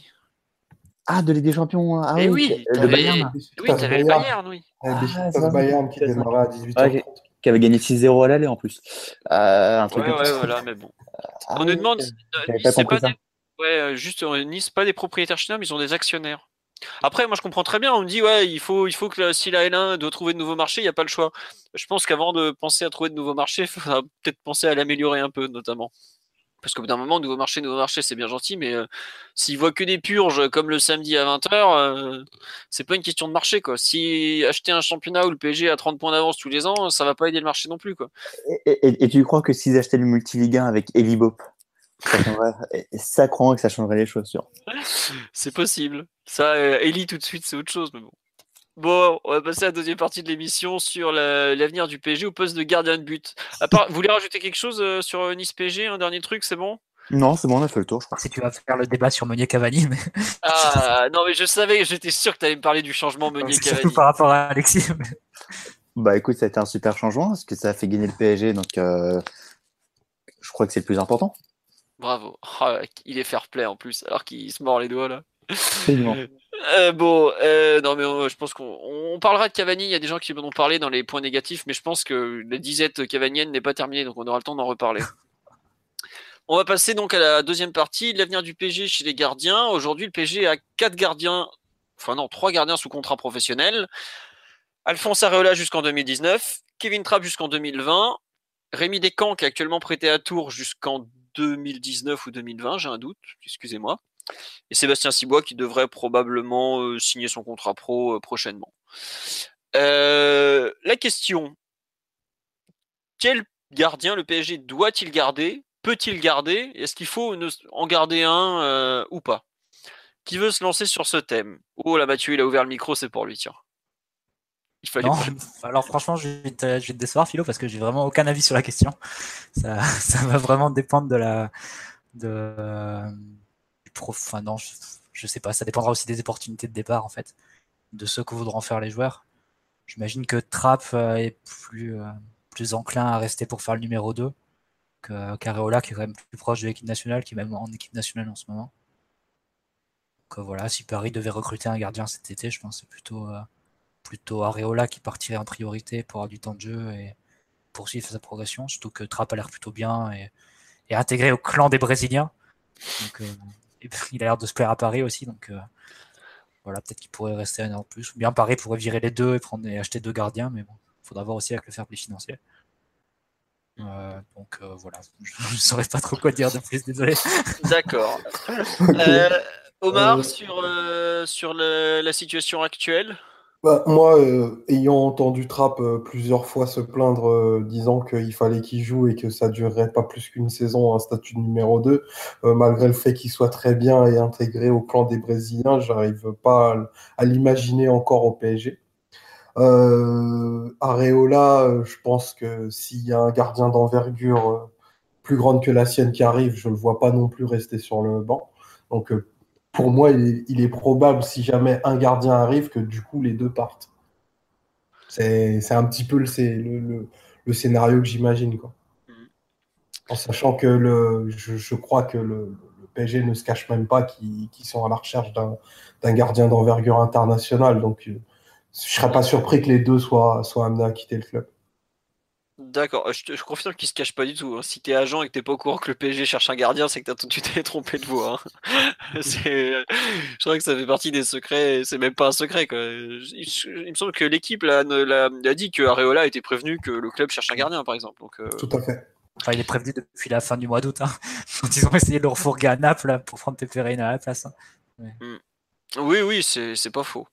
Ah, de Ligue des Champions. Hein. Ah Eh oui, oui, euh, de t'avais- Bayern. oui, t'avais le Bayern, oui. Ouais, Ah, Beşiktaş ça va. Bayern qui Ça va. démarrait à dix-huit Ouais, heures j'ai- trente. Qui avait gagné six zéro à l'aller en plus. Euh, un truc Ouais, comme ouais, ça. voilà, mais bon. Ah, On oui, nous demande, j'avais euh, pas Nice, c'est compris pas ça. des... Ouais, euh, juste, euh, Nice, pas des propriétaires chinois, mais ils ont des actionnaires. Après, moi, je comprends très bien. On me dit, ouais, il faut, il faut que la- si la L un doit trouver de nouveaux marchés, il n'y a pas le choix. Je pense qu'avant de penser à trouver de nouveaux marchés, il faudra peut-être penser à l'améliorer un peu, notamment. Parce qu'au bout d'un moment, nouveau marché, nouveau marché, c'est bien gentil, mais euh, s'ils voient que des purges comme le samedi à vingt heures, euh, c'est pas une question de marché, quoi. Si acheter un championnat où le P S G a trente points d'avance tous les ans, ça va pas aider le marché non plus, quoi. Et, et- et tu crois que s'ils achetaient le multiligue un avec Elibop, ça changerait et- et ça, crois que ça changerait les choses, sûr. C'est possible. Ça, euh, Ellie tout de suite, c'est autre chose, mais bon. Bon, on va passer à la deuxième partie de l'émission sur la- l'avenir du P S G au poste de gardien de but. À part, vous voulez rajouter quelque chose euh, sur euh, Nice P S G, un dernier truc, c'est bon? Non, c'est bon, on a fait le tour, je crois. Si tu vas faire le débat sur Meunier Cavani, mais Ah, non, mais je savais, j'étais sûr que tu allais me parler du changement c'est Meunier surtout Cavani. par rapport à Alexis. mais- Bah écoute, ça a été un super changement parce que ça a fait gagner le P S G, donc euh, je crois que c'est le plus important. Bravo. Ah, il est fair play en plus, alors qu'il se mord les doigts là. Absolument. Euh, bon, euh, non mais euh, je pense qu'on on parlera de Cavani. Il y a des gens qui m'en ont parlé dans les points négatifs, mais je pense que la disette cavanienne n'est pas terminée, donc on aura le temps d'en reparler. On va passer donc à la deuxième partie, l'avenir du P S G chez les gardiens. Aujourd'hui, le P S G a quatre gardiens, enfin non, trois gardiens sous contrat professionnel. Alphonse Areola jusqu'en deux mille dix-neuf, Kevin Trapp jusqu'en deux mille vingt, Rémi Descamps qui est actuellement prêté à Tours jusqu'en deux mille dix-neuf ou deux mille vingt, j'ai un doute, excusez-moi. Et Sébastien Cibois qui devrait probablement euh, signer son contrat pro euh, prochainement. Euh, la question, quel gardien le P S G doit-il garder? Peut-il garder? Est-ce qu'il faut ne- en garder un euh, ou pas? Qui veut se lancer sur ce thème? Oh là, Mathieu, il a ouvert le micro, c'est pour lui, tiens. Il fallait Non, pas- alors franchement, je vais, te, je vais te décevoir, Philo, parce que j'ai vraiment aucun avis sur la question. Ça, ça va vraiment dépendre de la. De, euh, du prof, enfin, non, je, je sais pas. Ça dépendra aussi des opportunités de départ, en fait, de ce que voudront faire les joueurs. J'imagine que Trapp euh, est plus, euh, plus enclin à rester pour faire le numéro deux que qu'Areola, qui est quand même plus proche de l'équipe nationale, qui est même en équipe nationale en ce moment. Donc euh, voilà, si Paris devait recruter un gardien cet été, je pense que c'est plutôt. Euh, plutôt Areola qui partirait en priorité pour avoir du temps de jeu et poursuivre sa progression, surtout que Trapp a l'air plutôt bien et, et intégré au clan des Brésiliens. Donc, euh, et puis, il a l'air de se plaire à Paris aussi, donc euh, voilà, peut-être qu'il pourrait rester un an de plus. Ou bien Paris pourrait virer les deux et, prendre, et acheter deux gardiens, mais bon, il faudra voir aussi avec le fair play financier. Euh, donc euh, voilà, je ne saurais pas trop quoi dire de plus, désolé. D'accord. Ok. Euh, Omar, Euh, sur, euh, sur le- la situation actuelle? Bah, moi, euh, ayant entendu Trapp euh, plusieurs fois se plaindre, euh, disant qu'il fallait qu'il joue et que ça durerait pas plus qu'une saison, un statut de numéro deux, euh, malgré le fait qu'il soit très bien et intégré au clan des Brésiliens, j'arrive pas à, l- à l'imaginer encore au P S G. Euh, Areola, euh, je pense que s'il y a un gardien d'envergure euh, plus grande que la sienne qui arrive, je ne le vois pas non plus rester sur le banc. Donc, euh, pour moi, il est, il est probable, si jamais un gardien arrive, que du coup, les deux partent. C'est, c'est un petit peu le, c'est le, le- le scénario que j'imagine, quoi. Mhm. En sachant que le, je, je crois que le, le P S G ne se cache même pas qu'ils qu'ils sont à la recherche d'un d'un gardien d'envergure internationale. Donc, euh, je ne serais pas surpris que les deux soient, soient amenés à quitter le club. D'accord, euh, je, te- je confirme qu'il se cache pas du tout, hein. Si t'es agent et que t'es pas au courant que le P S G cherche un gardien, c'est que t'as- tu t'es trompé de voie, hein. C'est, euh, je crois que ça fait partie des secrets. C'est même pas un secret, quoi. Il, je- il me semble que l'équipe là, ne- l'a, a dit que Areola était prévenu que le club cherche un gardien, par exemple. Donc, euh, Tout à fait. Enfin, il est prévenu depuis la fin du mois d'août. Hein. Quand ils ont essayé de le refourguer à Naples là, pour prendre Pepe Reina à la place. Hein. Ouais. hmm. Oui, oui, c'est c'est pas faux.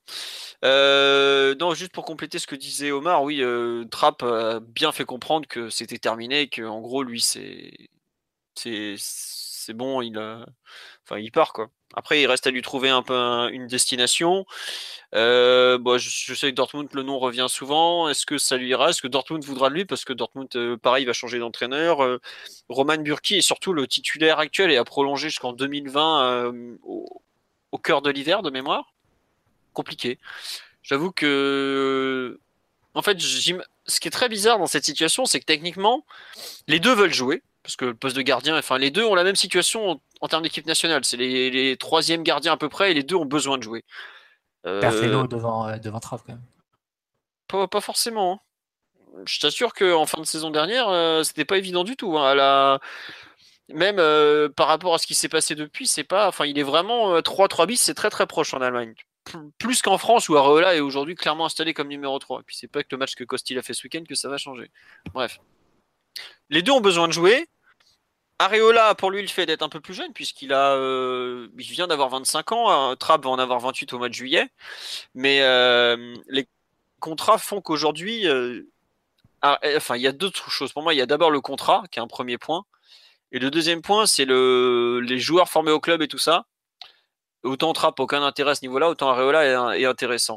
Euh, non, juste pour compléter ce que disait Omar, oui, euh, Trapp a bien fait comprendre que c'était terminé, et que en gros, lui, c'est c'est c'est bon, il a, enfin, il part quoi. Après, il reste à lui trouver un peu un- une destination. Euh, bon, je, je sais que Dortmund, le nom revient souvent. Est-ce que ça lui ira? Est-ce que Dortmund voudra de lui? Parce que Dortmund, euh, pareil, va changer d'entraîneur. Euh, Roman Burki est surtout le titulaire actuel et a prolongé jusqu'en deux mille vingt euh, au, au cœur de l'hiver, de mémoire. Compliqué. J'avoue que, en fait, j'im- ce qui est très bizarre dans cette situation, c'est que techniquement, les deux veulent jouer. Parce que le poste de gardien, enfin, les deux ont la même situation en, en termes d'équipe nationale. C'est les, les troisièmes gardiens à peu près et les deux ont besoin de jouer. Euh, Berthelot devant, euh, devant Trapp quand même. pas, pas forcément, hein. Je t'assure qu'en fin de saison dernière, euh, c'était pas évident du tout, hein. À la... Même euh, par rapport à ce qui s'est passé depuis, c'est pas. Enfin, il est vraiment euh, trois trois bis, c'est très très proche en Allemagne. P- Plus qu'en France où Areola est aujourd'hui clairement installé comme numéro trois. Et puis c'est pas que le match que Costil a fait ce week-end que ça va changer. Bref. Les deux ont besoin de jouer. Areola, pour lui, le fait d'être un peu plus jeune, puisqu'il a, euh, il vient d'avoir vingt-cinq ans. Trapp va en avoir vingt-huit au mois de juillet. Mais euh, les contrats font qu'aujourd'hui, euh, ah, enfin, il y a d'autres choses. Pour moi, il y a d'abord le contrat, qui est un premier point. Et le deuxième point, c'est le, les joueurs formés au club et tout ça. Autant Trapp, aucun intérêt à ce niveau-là, autant Areola est, est intéressant.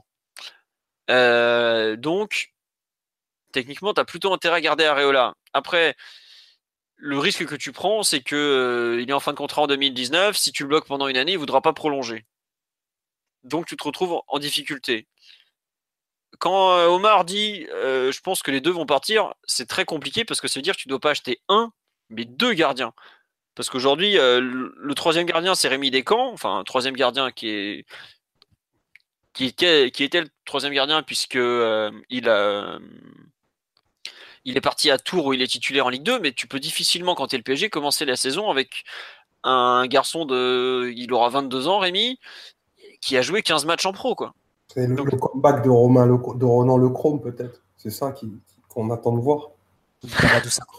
Euh, donc, techniquement, tu as plutôt intérêt à garder Areola. Après, le risque que tu prends, c'est que euh, il est en fin de contrat en deux mille dix-neuf. Si tu le bloques pendant une année, il ne voudra pas prolonger. Donc, tu te retrouves en difficulté. Quand euh, Omar dit euh, je pense que les deux vont partir, c'est très compliqué parce que ça veut dire que tu ne dois pas acheter un, mais deux gardiens. Parce qu'aujourd'hui, euh, le, le troisième gardien, c'est Rémi Descamps, enfin, un troisième gardien qui est qui, qui, qui était le troisième gardien puisque euh, il a il est parti à Tours où il est titulaire en Ligue deux, mais tu peux difficilement, quand tu es le P S G, commencer la saison avec un garçon de, il aura vingt-deux ans, Rémi, qui a joué quinze matchs en pro, quoi. C'est le, Donc, le comeback de, Romain Le- de Ronan Lechrome, peut-être. C'est ça qui, qui- qu'on attend de voir. Mamadou Sakho.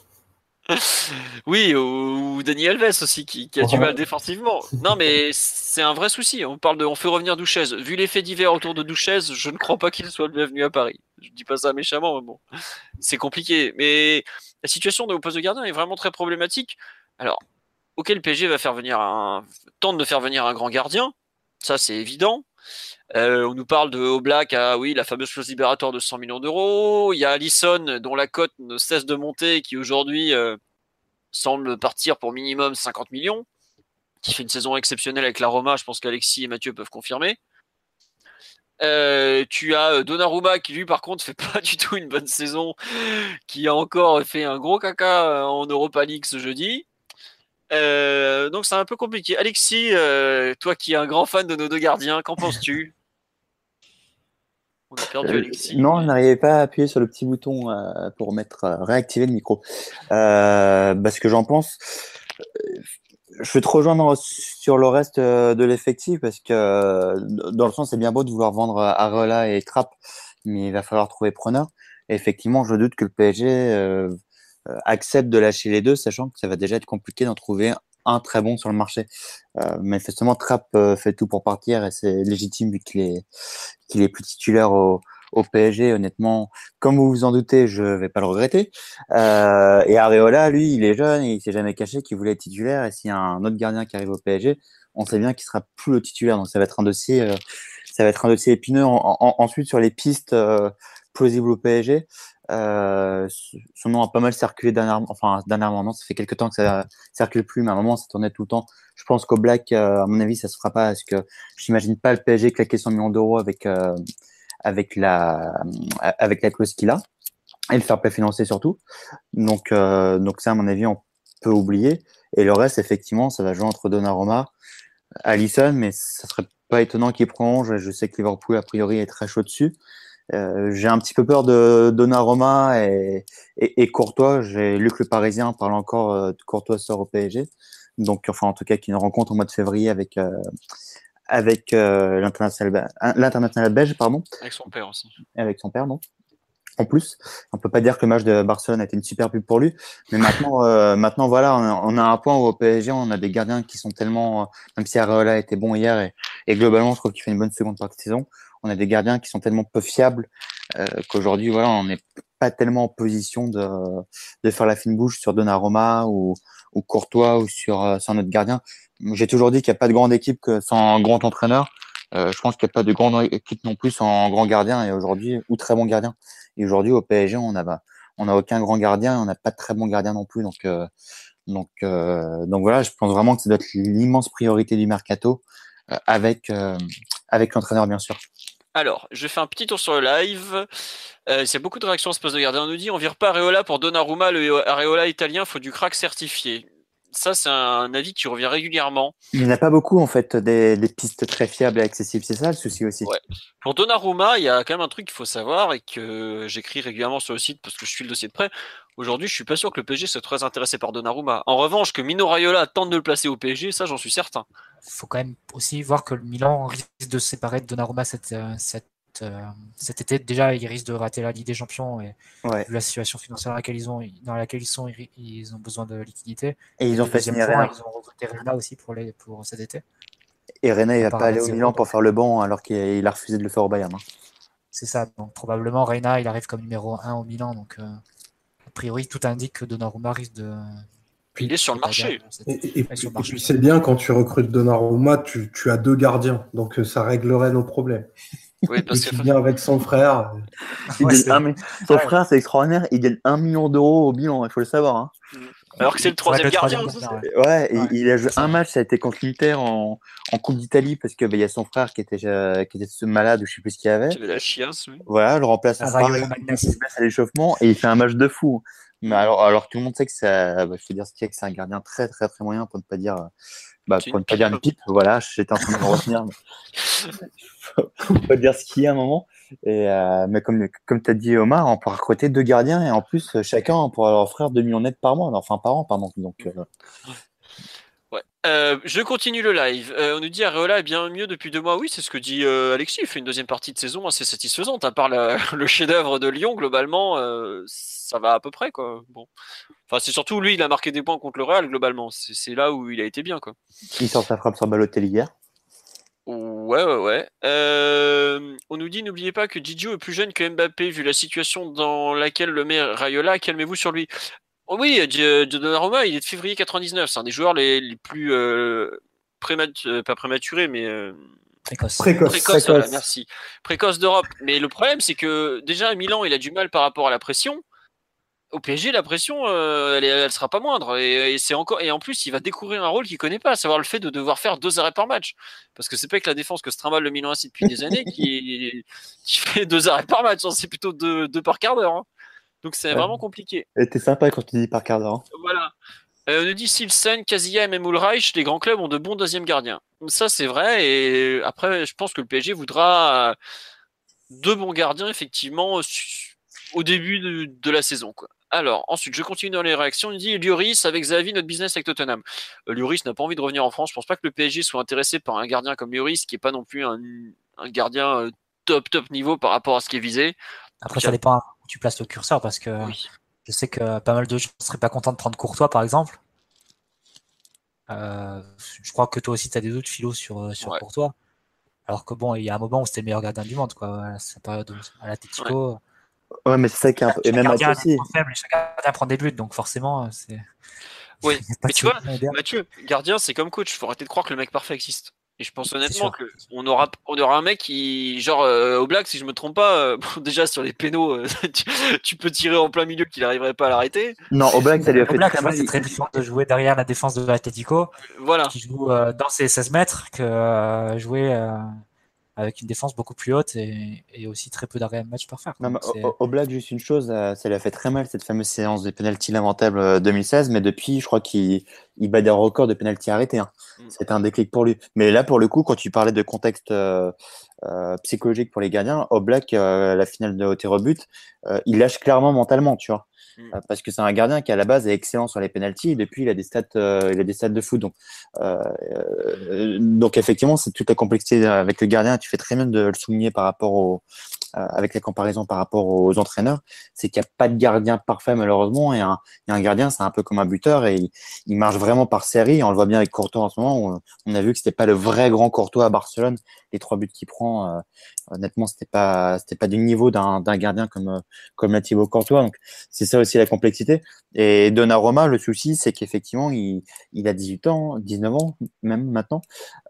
oui, ou, ou Dani Alves aussi, qui, qui a du Ouais. mal défensivement. Non, mais c'est un vrai souci. On parle de, on fait revenir Douchez. Vu les faits divers autour de Douchez, je ne crois pas qu'il soit bienvenu à Paris. Je dis pas ça méchamment, mais bon, c'est compliqué. Mais la situation de poste de gardien est vraiment très problématique. Alors, ok, le P S G va faire venir un, tente de faire venir un grand gardien. Ça, c'est évident. Euh, on nous parle de Oblak, ah oui, la fameuse clause libératoire de cent millions d'euros. Il y a Alisson, dont la cote ne cesse de monter, qui aujourd'hui euh, semble partir pour minimum cinquante millions, qui fait une saison exceptionnelle avec la Roma. Je pense qu'Alexis et Mathieu peuvent confirmer. Euh, tu as Donnarumma qui lui par contre fait pas du tout une bonne saison, qui a encore fait un gros caca en Europa League ce jeudi. Euh, donc c'est un peu compliqué. Alexis, euh, toi qui es un grand fan de nos deux gardiens, qu'en penses-tu? On a perdu Euh, Alexis. non, Mais... je n'arrivais pas à appuyer sur le petit bouton euh, pour mettre euh, réactiver le micro. Euh, bah, ce que j'en pense, euh, je vais te rejoindre sur le reste euh, de l'effectif parce que euh, dans le sens, c'est bien beau de vouloir vendre Areola et Trapp, mais il va falloir trouver preneur. Et effectivement, je doute que le P S G euh, euh, accepte de lâcher les deux, sachant que ça va déjà être compliqué d'en trouver un très bon sur le marché. Euh, manifestement, Trapp euh, fait tout pour partir et c'est légitime vu qu'il est qu'il est plus titulaire au, au P S G. Honnêtement, comme vous vous en doutez, je vais pas le regretter. Euh, et Areola, lui, il est jeune et il s'est jamais caché qu'il voulait être titulaire. Et s'il y a un autre gardien qui arrive au P S G, on sait bien qu'il sera plus le titulaire. Donc ça va être un dossier, euh, ça va être un dossier épineux. En, en, ensuite, sur les pistes euh, plausibles au P S G, euh, son nom a pas mal circulé dernièrement. Enfin, dernièrement, non, ça fait quelques temps que ça circule plus, mais à un moment, ça tournait tout le temps. Je pense qu'au Black, euh, à mon avis, ça se fera pas, parce que j'imagine pas le P S G claquer cent millions d'euros avec euh, avec la avec la clause qu'il a et le fair play financier surtout. Donc, euh, donc ça, à mon avis, on peut oublier. Et le reste, effectivement, ça va jouer entre Donnarumma, Alisson, mais ça serait pas étonnant qu'il prolonge. Je sais que Liverpool, a priori, est très chaud dessus. Euh, j'ai un petit peu peur de Donnarumma et, et, et Courtois. J'ai lu que le Parisien parle encore euh, de Courtois sort au P S G. Donc, enfin, en tout cas, qu'il ne rencontre au mois de février avec euh, avec euh, l'international, l'international belge, pardon. Avec son père aussi. Avec son père, non. En plus, on peut pas dire que le match de Barcelone a été une super pub pour lui, mais maintenant, euh, maintenant voilà, on a, on a un point où au P S G, on a des gardiens qui sont tellement, euh, même si Areola était bon hier et, et globalement, je trouve qu'il fait une bonne seconde partie de saison, on a des gardiens qui sont tellement peu fiables euh, qu'aujourd'hui, voilà, on n'est pas tellement en position de, de faire la fine bouche sur Donnarumma ou, ou Courtois ou sur, euh, sur notre gardien. J'ai toujours dit qu'il n'y a pas de grande équipe que sans un grand entraîneur. Euh, je pense qu'il n'y a pas de grande équipe non plus sans grand gardien et aujourd'hui, ou très bon gardien. Et aujourd'hui, au P S G, on n'a on a aucun grand gardien, on n'a pas de très bon gardien non plus. Donc, euh, donc, euh, donc voilà, je pense vraiment que ça doit être l'immense priorité du mercato euh, avec, euh, avec l'entraîneur, bien sûr. Alors, je fais un petit tour sur le live. Euh, il y a beaucoup de réactions à ce poste de gardien. On nous dit on vire pas Areola pour Donnarumma, le Areola italien, faut du crack certifié. Ça, c'est un avis qui revient régulièrement. Il n'y en a pas beaucoup, en fait, des, des pistes très fiables et accessibles. C'est ça le souci aussi. Ouais. Pour Donnarumma, il y a quand même un truc qu'il faut savoir et que j'écris régulièrement sur le site parce que je suis le dossier de près. Aujourd'hui, je suis pas sûr que le P S G soit très intéressé par Donnarumma. En revanche, que Mino Raiola tente de le placer au P S G, ça, j'en suis certain. Il faut quand même aussi voir que le Milan risque de se séparer de Donnarumma cette, cette, euh, cet été. Déjà, il risque de rater la Ligue des Champions et ouais. vu la situation financière dans laquelle ils, ont, dans laquelle ils sont, ils, ils ont besoin de liquidité. Et ils ont fait signer Reina. Ils ont recruté Reina aussi pour, les, pour cet été. Et Reina, il va pas aller au Milan pour faire le banc alors qu'il a refusé de le faire au Bayern. Hein. C'est ça. Donc probablement Reina, il arrive comme numéro un au Milan. Donc euh, a priori, tout indique que Donnarumma risque de. Puis il est sur le marché. Et, et, et, puis, et puis c'est bien quand tu recrutes Donnarumma, tu, tu as deux gardiens, donc ça réglerait nos problèmes. Oui, parce qu'il vient avec son frère. Il ouais, un, son ouais. frère, c'est extraordinaire. Il gagne un million d'euros au bilan, il faut le savoir. Hein. Alors que c'est le troisième gardien. gardien ouais, ouais, ouais. Il, il a joué un match, ça a été contre l'Inter en, en Coupe d'Italie parce qu'il bah, y a son frère qui était, euh, qui était malade ou je sais plus ce qu'il y avait. Qui avait la chiasse, oui. Voilà, le remplace à l'échauffement et il fait un match de fou. Mais alors, alors tout le monde sait que ça, bah, je veux dire ce qu'il y a, que c'est un gardien très très très moyen pour ne pas dire, bah, pour ne pas dire une pipe. Voilà, j'étais en train de me retenir. On peut dire ce qu'il y a à un moment. Et euh, mais comme comme tu as dit Omar, on pourra recruter deux gardiens et en plus chacun on pourra leur offrir deux millions net par mois, enfin par an pardon. Donc euh... ouais. Euh, je continue le live. Euh, on nous dit Areola est bien mieux depuis deux mois. Oui, c'est ce que dit euh, Alexis. Il fait une deuxième partie de saison assez satisfaisante. À part la, le chef-d'œuvre de Lyon, globalement, euh, ça va à peu près quoi. Bon. Enfin, c'est surtout lui, il a marqué des points contre le Real globalement. C'est, c'est là où il a été bien quoi. Il sort sa frappe sur Balotelli hier. Ouais, ouais, ouais. Euh, on nous dit, n'oubliez pas que Didio est plus jeune que Mbappé, vu la situation dans laquelle le met Raiola, calmez-vous sur lui. Oh oui, Donnarumma, il est de février quatre-vingt-dix-neuf, c'est un des joueurs les, les plus, euh, prémat- euh, pas prématurés, mais... Euh, précoce. Précoce, Précoce, Précoce. Voilà, merci. Précoce d'Europe. Mais le problème, c'est que déjà, à Milan, il a du mal par rapport à la pression. Au P S G, la pression, euh, elle, est, elle sera pas moindre. Et, et c'est encore, et en plus, il va découvrir un rôle qu'il connaît pas, à savoir le fait de devoir faire deux arrêts par match. Parce que c'est pas que la défense que se trimballe le Milan ainsi depuis des années qui, qui fait deux arrêts par match. Hein, c'est plutôt deux, deux par quart d'heure. Hein. Donc c'est ouais. vraiment compliqué. Et t'es sympa quand tu dis par quart d'heure. Hein. Voilà. Euh, on nous dit Silsen, Casilla et même Ulreich, les grands clubs ont de bons deuxièmes gardiens. Ça, c'est vrai. Et après, je pense que le P S G voudra deux bons gardiens, effectivement, au début de, de la saison, quoi. Alors, ensuite, je continue dans les réactions. Il dit Lloris avec Xavi, notre business avec Tottenham. Euh, Lloris n'a pas envie de revenir en France. Je pense pas que le P S G soit intéressé par un gardien comme Lloris, qui est pas non plus un, un gardien euh, top top niveau par rapport à ce qui est visé. Après, Donc, ça a... dépend où tu places le curseur, parce que oui. je sais que pas mal de gens ne seraient pas contents de prendre Courtois, par exemple. Euh, je crois que toi aussi, tu as des doutes, Philo, sur, sur ouais. Courtois. Alors que bon, il y a un moment où c'était le meilleur gardien du monde, quoi. À sa période à l'Atlético. Ouais. Ouais, mais c'est ça qui est un peu. Et même gardien aussi. Faible, chaque gardien prend des buts, donc forcément, c'est. Oui, mais tu vois, Mathieu, gardien, c'est comme coach. Il faut arrêter de croire que le mec parfait existe. Et je pense honnêtement qu'on aura, on aura un mec qui, genre, euh, au black, si je me trompe pas, euh, bon, déjà sur les pénaux, euh, tu, tu peux tirer en plein milieu qu'il n'arriverait pas à l'arrêter. Non, au black, ça lui a fait Black, très mal. c'est très différent de jouer derrière la défense de l'Atlético, Voilà. qui joue euh, dans ses seize mètres, que euh, jouer euh, avec une défense beaucoup plus haute et, et aussi très peu d'arrêt de match par faire. Non, mais au, au black, juste une chose, euh, ça lui a fait très mal cette fameuse séance de penalty lamentable euh, deux mille seize, mais depuis, je crois qu'il il bat des records de penalty arrêtés. Hein. Mm. C'était un déclic pour lui. Mais là, pour le coup, quand tu parlais de contexte euh, euh, psychologique pour les gardiens, au black, euh, la finale de haut tir au but, euh, il lâche clairement mentalement, tu vois. Mm. Parce que c'est un gardien qui à la base est excellent sur les penalties et depuis il a des stats euh, il a des stats de foot donc euh, euh, donc effectivement c'est toute la complexité avec le gardien, tu fais très bien de le souligner par rapport au euh, avec la comparaison par rapport aux entraîneurs, c'est qu'il n'y a pas de gardien parfait malheureusement et un, et un gardien c'est un peu comme un buteur et il, il marche vraiment par série, on le voit bien avec Courtois en ce moment où on a vu que c'était pas le vrai grand Courtois à Barcelone, les trois buts qu'il prend euh, honnêtement c'était pas c'était pas du niveau d'un d'un gardien comme comme la Thibaut Courtois donc c'est ça aussi la complexité. Et Donnarumma, le souci, c'est qu'effectivement, il, il a dix-huit ans, dix-neuf ans, même maintenant.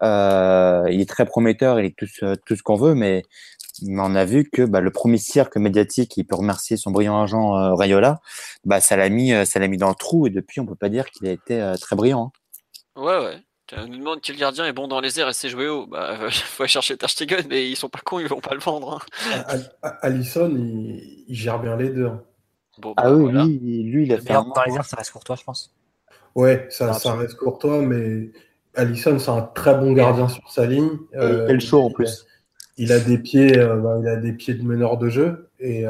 Euh, il est très prometteur, il est tout, tout ce qu'on veut, mais, mais on a vu que bah, le premier cirque médiatique, il peut remercier son brillant agent euh, Raiola, bah, ça l'a mis, ça l'a mis dans le trou, et depuis, on peut pas dire qu'il a été euh, très brillant. Hein. Ouais, ouais. On nous demande quel gardien est bon dans les airs et sait jouer haut. Bah, il faut aller chercher Ter Stegen, mais ils sont pas cons, ils vont pas le vendre. Hein. Alisson, il, il gère bien les deux. Hein. Bon, bah, ah oui, voilà. lui, lui, il a le fait un... dans les airs, ça reste Courtois, je pense. Ouais, ça, ça reste Courtois, mais Alisson, c'est un très bon gardien ouais. sur sa ligne. Et euh, quel show en plus. Il a des pieds, euh, bah, il a des pieds de meneur de jeu et euh,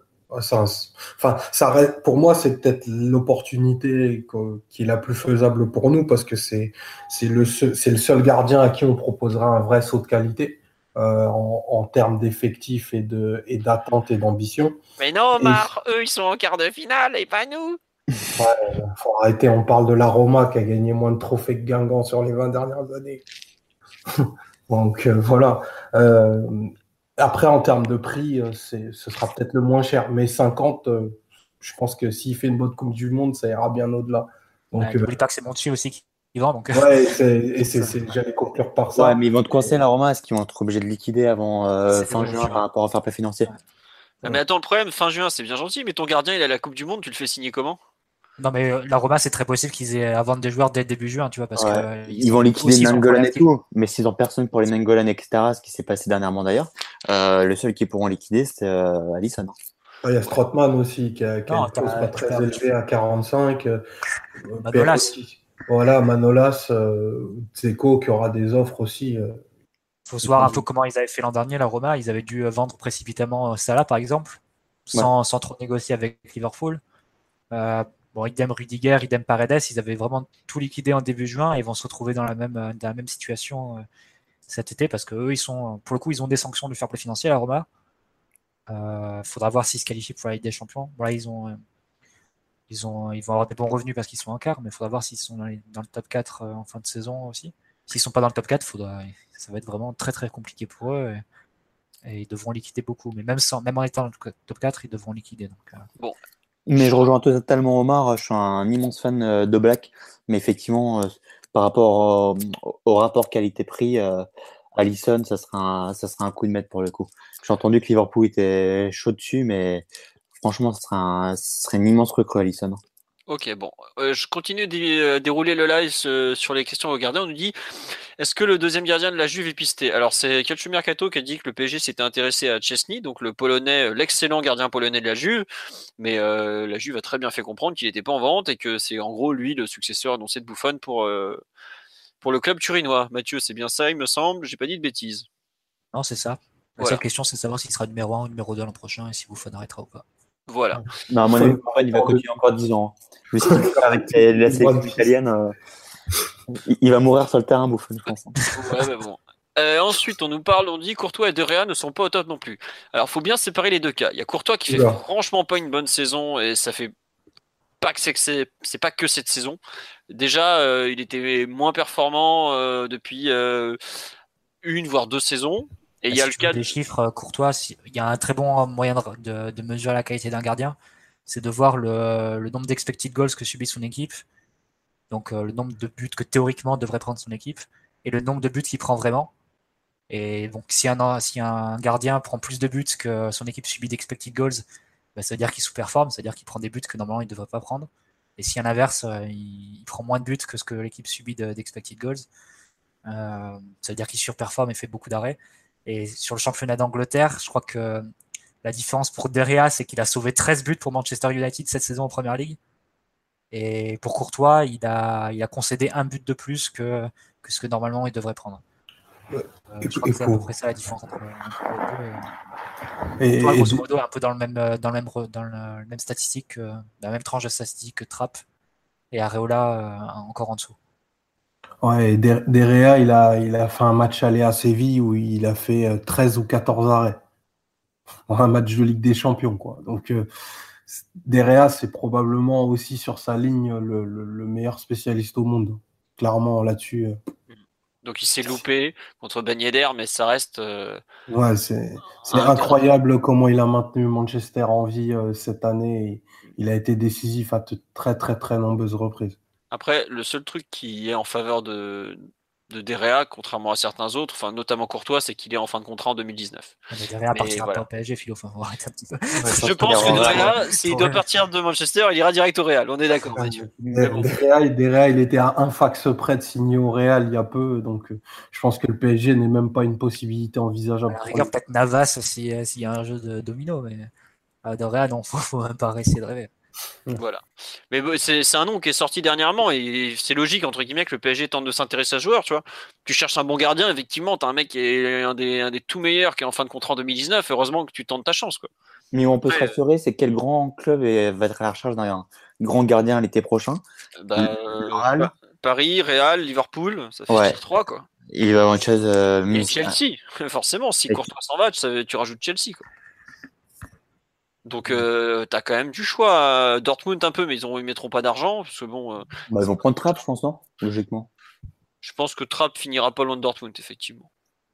ça, enfin, ça reste, pour moi, c'est peut-être l'opportunité qui est la plus faisable pour nous parce que c'est c'est le c'est le seul gardien à qui on proposera un vrai saut de qualité. Euh, en, en termes d'effectifs et de et d'attente et d'ambition. Mais non, Omar, et... eux ils sont en quart de finale et pas nous. Ouais, faut arrêter, on parle de la Roma qui a gagné moins de trophées que Guingamp sur les vingt dernières années. Donc euh, voilà. Euh, après, en termes de prix, c'est, ce sera peut-être le moins cher, mais cinquante, euh, je pense que s'il fait une bonne Coupe du Monde, ça ira bien au-delà. Donc, ouais, n'oublie euh... pas que c'est Monchi aussi qui vend. Donc... Ouais, c'est, et c'est, c'est, j'allais conclure par ça. Ouais, mais ils vont te coincer la Roma, est-ce qu'ils vont être obligés de liquider avant euh, fin juin par rapport au fair play financier? Ouais. Ah, mais attends, le problème, fin juin, c'est bien gentil, mais ton gardien, il a la Coupe du Monde, tu le fais signer comment? Non, mais euh, la Roma, c'est très possible qu'ils aient à vendre des joueurs dès le début juin, tu vois, parce ouais. que euh, ils, ils vont liquider Nangolan et tout, mais s'ils ont personne pour les Nangolan, et cetera, ce qui s'est passé dernièrement d'ailleurs, euh, le seul qui pourront liquider, c'est euh, Alisson. Il y a Strootman aussi qui a, qui non, a une clause pas très élevée à quarante-cinq. Euh, Manolas. Voilà, Manolas, euh, Dzeko qui aura des offres aussi. Il euh, faut se voir un peu comment ils avaient fait l'an dernier, la Roma. Ils avaient dû vendre précipitamment Salah, par exemple, sans, ouais. sans trop négocier avec Liverpool. Euh, bon, idem Rudiger, idem Paredes, ils avaient vraiment tout liquidé en début juin et ils vont se retrouver dans la même, dans la même situation euh, cet été parce que eux, ils sont, pour le coup, ils ont des sanctions du fair play financier, la Roma. Euh, faudra voir s'ils se qualifient pour la Ligue des Champions. Bon, là, ils ont, euh, ils ont, ils vont avoir des bons revenus parce qu'ils sont en quart, mais il faudra voir s'ils sont dans, les, dans le top quatre euh, en fin de saison aussi. S'ils sont pas dans le top quatre, faudra, ça va être vraiment très très compliqué pour eux et, et ils devront liquider beaucoup. Mais même sans, même en étant dans le top quatre, ils devront liquider. Donc, euh... bon. Mais je rejoins totalement Omar. Je suis un immense fan euh, de Black, mais effectivement, euh, par rapport au, au rapport qualité-prix. Euh, Alisson, ça sera, un, ça sera un coup de maître pour le coup. J'ai entendu que Liverpool était chaud dessus, mais franchement, ce serait, un, ce serait une immense recrue, Alisson. Ok, bon. Euh, je continue de dé- dérouler le live euh, sur les questions aux gardiens. On nous dit, est-ce que le deuxième gardien de la Juve est pisté? Alors, c'est Calcio Mercato qui a dit que le P S G s'était intéressé à Chesney, donc le polonais, l'excellent gardien polonais de la Juve. Mais euh, la Juve a très bien fait comprendre qu'il n'était pas en vente et que c'est en gros lui le successeur annoncé de Buffon pour... Euh, pour le club turinois. Mathieu, c'est bien ça, il me semble. J'ai pas dit de bêtises. Non, c'est ça. La voilà. seule question, c'est de savoir s'il sera numéro un ou numéro deux l'an prochain et si Buffon arrêtera ou pas. Voilà. Non, à mon avis, il va continuer encore dix ans. Je me suis dit avec les, la sélection italienne, euh, il va mourir sur le terrain, Buffon, je pense. Ouais, mais bon. Euh, ensuite, on nous parle, on dit Courtois et De Gea ne sont pas au top non plus. Alors, il faut bien séparer les deux cas. Il y a Courtois qui fait ouais. franchement pas une bonne saison et ça fait pas que c'est, que c'est, c'est pas que cette saison. Déjà, euh, il était moins performant euh, depuis euh, une voire deux saisons. Et il y a si le cas des chiffres, Courtois, il y a un très bon moyen de, de, de mesurer la qualité d'un gardien, c'est de voir le, le nombre d'expected goals que subit son équipe, donc euh, le nombre de buts que théoriquement devrait prendre son équipe, et le nombre de buts qu'il prend vraiment. Et donc, si un, si un gardien prend plus de buts que son équipe subit d'expected goals, bah, ça veut dire qu'il sous-performe, ça veut dire qu'il prend des buts que normalement il ne devrait pas prendre. Et si à l'inverse, euh, il, il prend moins de buts que ce que l'équipe subit de, d'expected goals, euh, ça veut dire qu'il surperforme et fait beaucoup d'arrêts. Et sur le championnat d'Angleterre, je crois que la différence pour De Gea, c'est qu'il a sauvé treize buts pour Manchester United cette saison en Première Ligue. Et pour Courtois, il a, il a concédé un but de plus que, que ce que normalement il devrait prendre. Euh, je crois que c'est à peu près ça la différence entre, entre les deux. Et, et, Courtois, grosso modo, est un peu dans le même, dans le même, dans le même statistique, que, la même tranche de statistique que Trapp. Et Areola euh, encore en dessous. Ouais, De Gea, il a, il a fait un match aller à Séville où il a fait treize ou quatorze arrêts. Un match de Ligue des Champions, quoi. Donc, euh, De Gea, c'est probablement aussi sur sa ligne le, le, le meilleur spécialiste au monde. Clairement, là-dessus. Euh... Donc, il s'est loupé contre Ben Yedder, mais ça reste. Euh, ouais, c'est, c'est incroyable grand... comment il a maintenu Manchester en vie euh, cette année. Et il a été décisif à t- très, très, très nombreuses reprises. Après, le seul truc qui est en faveur de, de De Gea, contrairement à certains autres, enfin notamment Courtois, c'est qu'il est en fin de contrat en deux mille dix-neuf. Mais De Gea partira voilà. pas au P S G, Philo, faut arrêter un petit peu. Ouais, je pense que De Gea, s'il doit partir de Manchester, il ira direct au Real, on est d'accord, Mathieu. De Gea, De Gea, il était à un fax près de signer au Real il y a peu, donc je pense que le P S G n'est même pas une possibilité envisageable. À la rigueur, peut-être Navas s'il si y a un jeu de domino, mais De Gea, non, faut, faut même pas essayer de rêver. Voilà. Mais c'est, c'est un nom qui est sorti dernièrement et c'est logique entre guillemets que le P S G tente de s'intéresser à ce joueur, tu vois. Tu cherches un bon gardien, effectivement, t'as un mec qui est un des, un des tout meilleurs qui est en fin de contrat en deux mille dix-neuf, heureusement que tu tentes ta chance, quoi. Mais on peut ouais. se rassurer, c'est quel grand club va être à la recherche d'un grand gardien l'été prochain? Bah, Real. Paris, Real, Liverpool, ça fait ouais. trois, quoi. Il va avoir une chose. Euh, et Chelsea, forcément, si Courtois s'en va, tu, tu rajoutes Chelsea, quoi. Donc euh, t'as quand même du choix. Dortmund un peu, mais ils ont ils mettront pas d'argent parce que bon. Euh, bah, ils vont prendre Trapp, je pense, non? Logiquement. Je pense que Trapp finira pas loin de Dortmund, effectivement.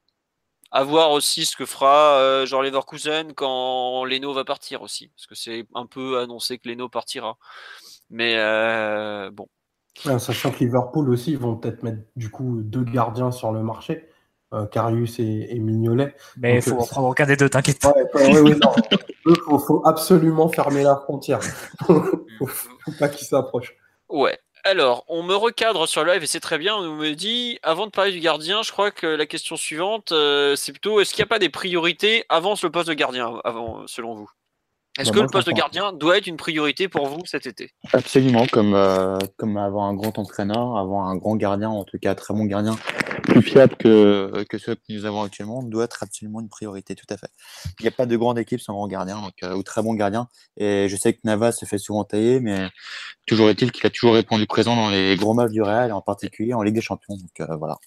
À voir aussi ce que fera euh, genre Leverkusen quand Leno va partir aussi, parce que c'est un peu annoncé que Leno partira. Mais euh, bon. Ouais, sachant que Liverpool aussi, ils vont peut-être mettre du coup deux gardiens sur le marché. Euh, Karius et, et Mignolet. Mais il faut euh, en prendre aucun des deux, t'inquiète pas. Ouais, ouais, ouais, non. Il faut, faut absolument fermer la frontière. faut, faut pas qu'ils s'approchent. Ouais. Alors, on me recadre sur le live et c'est très bien. On me dit, avant de parler du gardien, je crois que la question suivante, euh, c'est plutôt, est-ce qu'il n'y a pas des priorités avant le poste de gardien, avant, selon vous? Est-ce bah que le poste de gardien doit être une priorité pour vous cet été? Absolument, comme, euh, comme avoir un grand entraîneur, avoir un grand gardien, en tout cas un très bon gardien, plus fiable que, que ceux que nous avons actuellement, doit être absolument une priorité, tout à fait. Il n'y a pas de grande équipe sans grand gardien, donc, euh, ou très bon gardien. Et je sais que Navas se fait souvent tailler, mais toujours est-il qu'il a toujours répondu présent dans les gros matchs du Real, et en particulier en Ligue des Champions. Donc euh, voilà.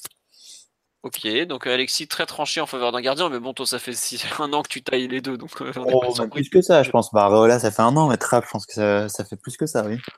Ok, donc Alexis très tranché en faveur d'un gardien, mais bon, toi ça fait six, un an que tu tailles les deux, donc euh, on oh, est pas plus que ça, je pense. Bah, Areola, ça fait un an, mais Trapp, je pense que ça, ça fait plus que ça, oui.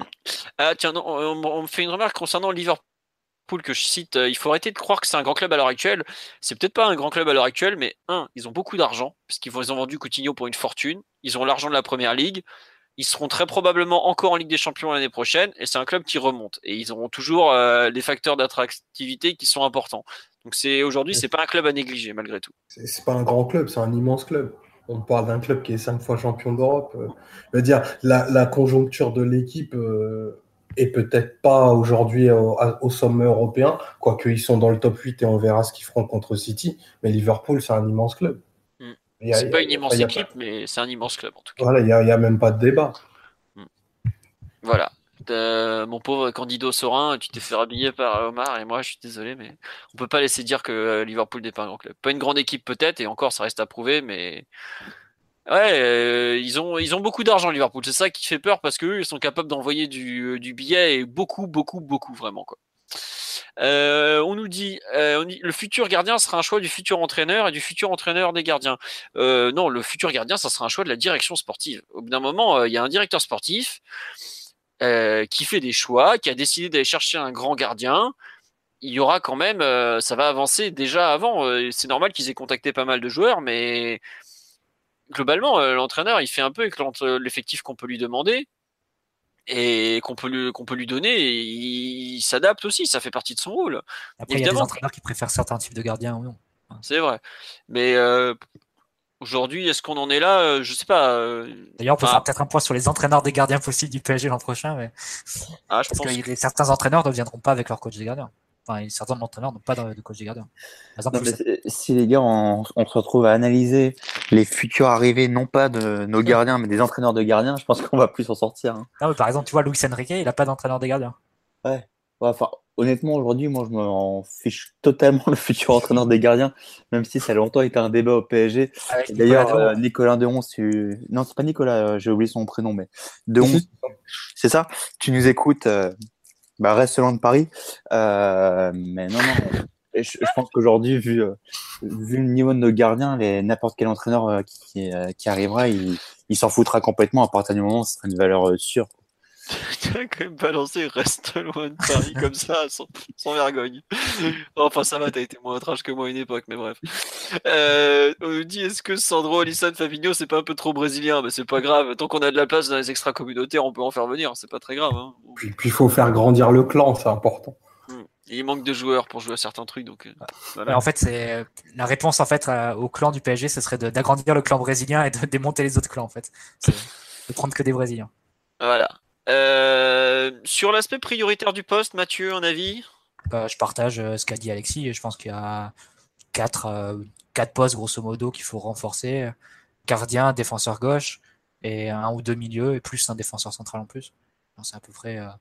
Ah tiens, non, on, on me fait une remarque concernant Liverpool que je cite. Euh, il faut arrêter de croire que c'est un grand club à l'heure actuelle. C'est peut-être pas un grand club à l'heure actuelle, mais un, ils ont beaucoup d'argent parce qu'ils ils ont vendu Coutinho pour une fortune. Ils ont l'argent de la Première Ligue. Ils seront très probablement encore en Ligue des Champions l'année prochaine et c'est un club qui remonte et ils auront toujours euh, des facteurs d'attractivité qui sont importants. Donc c'est aujourd'hui c'est pas un club à négliger malgré tout. C'est, c'est pas un grand club, c'est un immense club. On parle d'un club qui est cinq fois champion d'Europe. Euh, je veux dire la, la conjoncture de l'équipe euh, est peut-être pas aujourd'hui au, au sommet européen, quoique ils sont dans le top huit et on verra ce qu'ils feront contre City. Mais Liverpool c'est un immense club. A, c'est pas une immense équipe, pas... mais c'est un immense club en tout cas. Voilà, il n'y a, a même pas de débat. Mm. Voilà. Euh, mon pauvre Candido Sorin, tu t'es fait rhabiller par Omar et moi je suis désolé, mais on peut pas laisser dire que Liverpool n'est pas un grand club. Pas une grande équipe peut-être, et encore ça reste à prouver, mais ouais, euh, ils ont ils ont beaucoup d'argent Liverpool. C'est ça qui fait peur parce qu'eux ils sont capables d'envoyer du, du billet et beaucoup beaucoup beaucoup vraiment quoi. Euh, on nous dit, euh, on dit le futur gardien sera un choix du futur entraîneur et du futur entraîneur des gardiens. Euh, non, le futur gardien, ça sera un choix de la direction sportive. Au bout d'un moment, il euh, y a un directeur sportif euh, qui fait des choix, qui a décidé d'aller chercher un grand gardien. Il y aura quand même, euh, ça va avancer déjà avant. Euh, c'est normal qu'ils aient contacté pas mal de joueurs, mais globalement, euh, l'entraîneur, il fait un peu avec l'effectif qu'on peut lui demander. et qu'on peut lui, qu'on peut lui donner, et il, il s'adapte aussi, ça fait partie de son rôle. Après, il y a des entraîneurs qui préfèrent certains types de gardiens ou non. C'est vrai. Mais euh, aujourd'hui, est-ce qu'on en est là euh, Je sais pas. Euh... D'ailleurs, on peut enfin, faire peut-être un point sur les entraîneurs des gardiens possibles du P S G l'an prochain. Mais... Ah, je Parce pense que, que... certains entraîneurs ne viendront pas avec leur coach des gardiens. Enfin, certains entraîneurs n'ont pas de coach des gardiens. Par exemple, non, mais si les gars, on, on se retrouve à analyser les futurs arrivées, non pas de nos gardiens, mais des entraîneurs de gardiens, je pense qu'on va plus s'en sortir. Hein. Non, mais par exemple, tu vois, Luis Enrique, il n'a pas d'entraîneur des gardiens. Ouais. ouais enfin, honnêtement, aujourd'hui, moi, je m'en fiche totalement le futur entraîneur des gardiens, même si ça a longtemps été un débat au P S G. Avec D'ailleurs, Nicolas euh, Nicolas Deron, tu... non, c'est pas Nicolas, euh, j'ai oublié son prénom, mais Deron, c'est ça. Tu nous écoutes. Euh... Bah, reste loin de Paris. Euh, mais non, non. Je, je pense qu'aujourd'hui, vu, euh, vu le niveau de nos gardiens, les, n'importe quel entraîneur euh, qui, euh, qui arrivera, il, il s'en foutra complètement à partir du moment où ce sera une valeur euh, sûre. Tu as quand même balancé reste loin de Paris comme ça, sans, sans vergogne. Enfin, ça va, t'as été moins outrage que moi à une époque, mais bref. Euh, on nous dit, est-ce que Sandro, Alisson, Fabinho, c'est pas un peu trop brésilien? Mais c'est pas grave, tant qu'on a de la place dans les extra-communautaires, on peut en faire venir, c'est pas très grave. Hein. Puis il faut faire grandir le clan, c'est important. Hmm. Il manque de joueurs pour jouer à certains trucs, donc. Euh, voilà. En fait, c'est la réponse en fait au clan du P S G, ce serait de, d'agrandir le clan brésilien et de démonter les autres clans en fait. C'est de prendre que des Brésiliens. Voilà. Euh, sur l'aspect prioritaire du poste, Mathieu, un avis? Bah, je partage euh, ce qu'a dit Alexis. Et je pense qu'il y a quatre, euh, quatre postes grosso modo qu'il faut renforcer. Gardien, défenseur gauche et un ou deux milieux et plus un défenseur central en plus. Donc, c'est à peu près. Euh...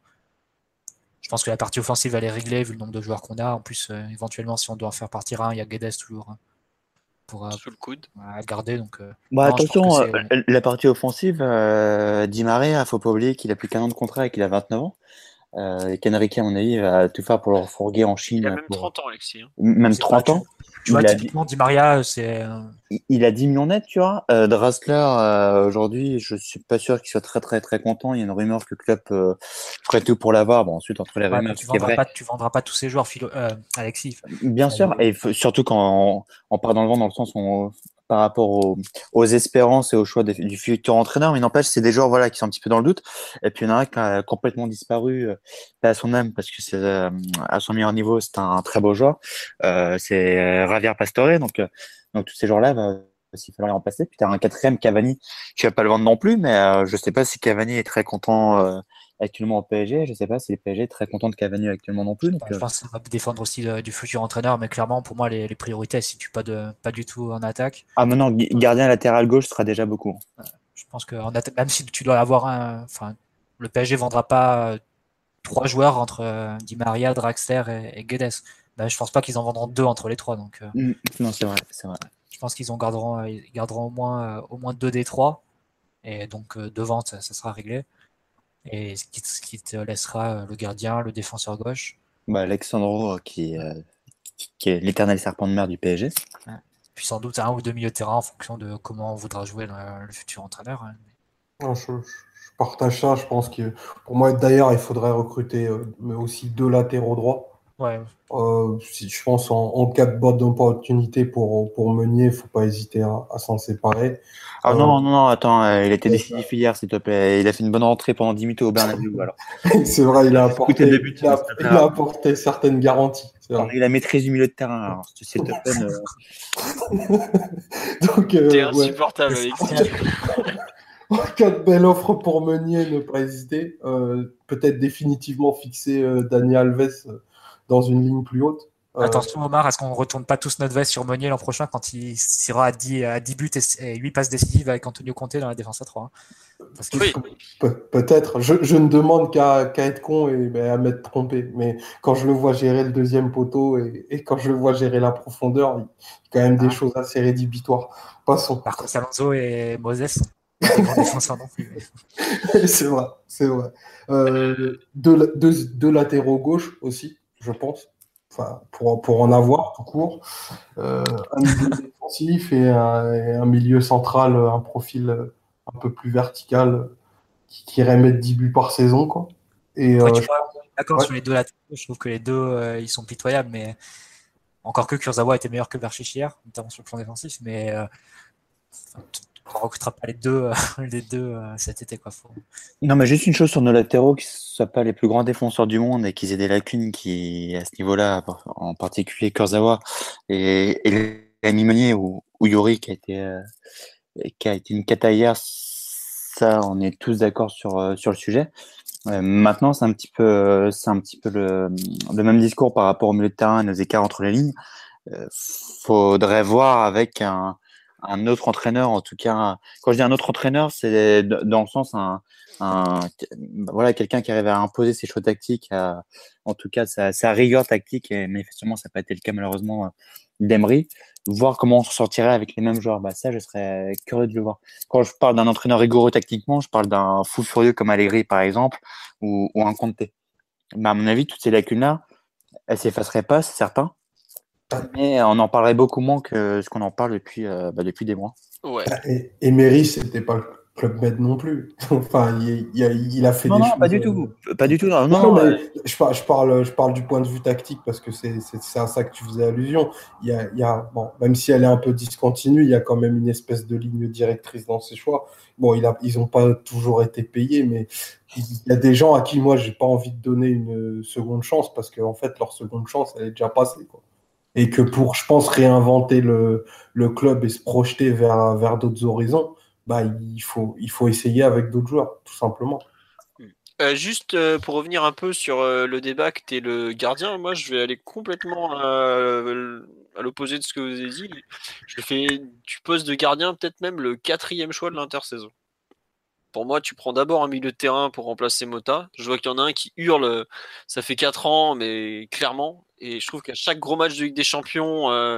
Je pense que la partie offensive elle est réglée vu le nombre de joueurs qu'on a. En plus, euh, éventuellement, si on doit en faire partir un, il y a Guedes toujours. Hein, pour, euh, sous le coude à garder. Donc, euh, bah, non, attention, euh, la partie offensive, euh, Di Maria, faut pas oublier qu'il a plus qu'un an de contrat et qu'il a vingt-neuf ans. Euh, et qu'Enrique, à mon avis, va tout faire pour le refourguer en Chine. Il a même pour... trente ans, Alexis. Hein. Même trente pas, ans. Tu, tu vois, typiquement, a... Di Maria, c'est. Il, il a dix millions net, tu vois. Euh, Draxler, euh, aujourd'hui, je suis pas sûr qu'il soit très, très, très content. Il y a une rumeur que le club euh, ferait tout pour l'avoir. Bon, ensuite, entre les ouais, rumeurs, tu vendras pas, tu vendras pas tous ces joueurs, Philo, euh, Alexis. Bien sûr, euh, et faut, surtout quand on, on part dans le vent, dans le sens où on, par rapport aux, aux espérances et au choix des, du futur entraîneur, mais n'empêche, c'est des joueurs voilà, qui sont un petit peu dans le doute. Et puis il y en a un qui a complètement disparu, euh, pas à son âme, parce que c'est euh, à son meilleur niveau, c'est un, un très beau joueur. Euh, c'est Javier Pastore, donc, euh, donc tous ces joueurs-là, va aussi falloir les remplacer. Puis tu as un quatrième, Cavani, qui va pas le vendre non plus, mais euh, je sais pas si Cavani est très content euh, actuellement au P S G. Je sais pas si le P S G est très content de Cavani actuellement non plus. Donc, bah, je pense que ça va défendre aussi le, du futur entraîneur, mais clairement, pour moi, les, les priorités, elles ne se situent pas, de, pas du tout en attaque. Ah, maintenant, gardien latéral gauche sera déjà beaucoup. Je pense que en atta- même si tu dois avoir un. Enfin, le P S G ne vendra pas euh, trois joueurs entre euh, Di Maria, Draxler et, et Guedes. Bah, je pense pas qu'ils en vendront deux entre les trois. Donc, euh, mmh, non, c'est vrai, c'est vrai. Je pense qu'ils en garderont, ils garderont au moins, euh, au moins deux des trois. Et donc, euh, devant, ça, ça sera réglé. Et ce qui, ce qui te laissera le gardien, le défenseur gauche. Bah, Alexandro, qui, euh, qui est l'éternel serpent de mer du P S G. Ouais. Puis sans doute un ou deux milieux de terrain en fonction de comment on voudra jouer le, le futur entraîneur. Hein. Non, je, je partage ça. Je pense que pour moi, d'ailleurs, il faudrait recruter euh, mais aussi deux latéraux droits. Ouais. Euh, si, je pense en, en cas de bonne opportunité pour, pour Meunier, il ne faut pas hésiter à, à s'en séparer. Ah euh, non, non, non, attends, euh, il était décisif euh, hier, s'il te plaît. Il a fait une bonne rentrée pendant dix minutes au Bernabéu. Alors. C'est vrai, il a apporté, buts, il a, il a apporté certaines garanties. On a eu la maîtrise du milieu de terrain, alors, s'il te plaît. Ne... Donc, euh, T'es insupportable, ouais. Alexis. En cas de belle offre pour Meunier, ne pas hésiter. Euh, peut-être définitivement fixer euh, Dani Alves dans une ligne plus haute. Euh... Attention Omar, est-ce qu'on ne retourne pas tous notre veste sur Meunier l'an prochain quand il sera à dix, à dix buts et huit passes décisives avec Antonio Conte dans la défense à trois hein. Parce que oui. Pe- peut-être. Je, je ne demande qu'à, qu'à être con et ben, à m'être trompé. Mais quand je le vois gérer le deuxième poteau et, et quand je le vois gérer la profondeur, il y a quand même ah. des choses assez rédhibitoires. Passons. Par contre, Alonso et Moses sont pas des grands défenseurs non plus. Mais... c'est vrai, c'est vrai. Euh, deux, deux, deux latéraux gauche aussi, je pense. Enfin, pour, pour en avoir tout court, euh, un milieu défensif et un, et un milieu central, un profil un peu plus vertical qui, qui irait mettre dix buts par saison. Quoi. Et, Après, euh, tu vois, d'accord, ouais. Sur les deux latéraux, je trouve que les deux, euh, ils sont pitoyables, mais encore que Kurzawa était meilleur que Verchichi hier, notamment sur le plan défensif, mais euh, On ne recrutera pas les deux, euh, les deux euh, cet été. Quoi. Faut... Non, mais juste une chose sur nos latéraux, qu'ils ne soient pas les plus grands défenseurs du monde et qu'ils aient des lacunes qui, à ce niveau-là, en particulier Kurzawa et, et Rémi Meunier ou, ou Yori qui a été, euh, qui a été une cata hier, ça, on est tous d'accord sur, euh, sur le sujet. Euh, maintenant, c'est un petit peu, c'est un petit peu le, le même discours par rapport au milieu de terrain et nos écarts entre les lignes. Euh, faudrait voir avec un, un autre entraîneur, en tout cas. Quand je dis un autre entraîneur, c'est dans le sens un, un voilà, quelqu'un qui arrive à imposer ses choix tactiques, à, en tout cas sa, sa rigueur tactique. Et manifestement, ça n'a pas été le cas malheureusement d'Emery. Voir comment on se sortirait avec les mêmes joueurs, bah ça, je serais curieux de le voir. Quand je parle d'un entraîneur rigoureux tactiquement, je parle d'un fou furieux comme Allegri par exemple, ou, ou un Conte. Mais à mon avis, toutes ces lacunes-là, elles s'effaceraient pas, c'est certain. Mais on en parlerait beaucoup moins que ce qu'on en parle depuis, euh, bah, depuis des mois. Ouais. Et Emery, c'était pas le Club Med non plus. Enfin, il, il, a, il a fait non, des non, choses. Pas du tout. Pas du tout. Non, non, non, non, euh... mais je, parle, je, parle, je parle du point de vue tactique parce que c'est, c'est, c'est à ça que tu faisais allusion. Il y a, il y a, bon, même si elle est un peu discontinue, il y a quand même une espèce de ligne directrice dans ses choix. Bon, il a, ils n'ont pas toujours été payés, mais il y a des gens à qui moi, j'ai pas envie de donner une seconde chance parce qu'en en fait, leur seconde chance, elle est déjà passée, quoi. Et que pour, je pense, réinventer le, le club et se projeter vers, vers d'autres horizons, bah, il faut, il faut essayer avec d'autres joueurs, tout simplement. Euh, juste euh, pour revenir un peu sur euh, le débat que tu es le gardien, moi je vais aller complètement euh, à l'opposé de ce que vous avez dit. Je fais du poste de gardien peut-être même le quatrième choix de l'intersaison. Pour moi, tu prends d'abord un milieu de terrain pour remplacer Mota. Je vois qu'il y en a un qui hurle, ça fait quatre ans, mais clairement. Et je trouve qu'à chaque gros match de Ligue des Champions, euh,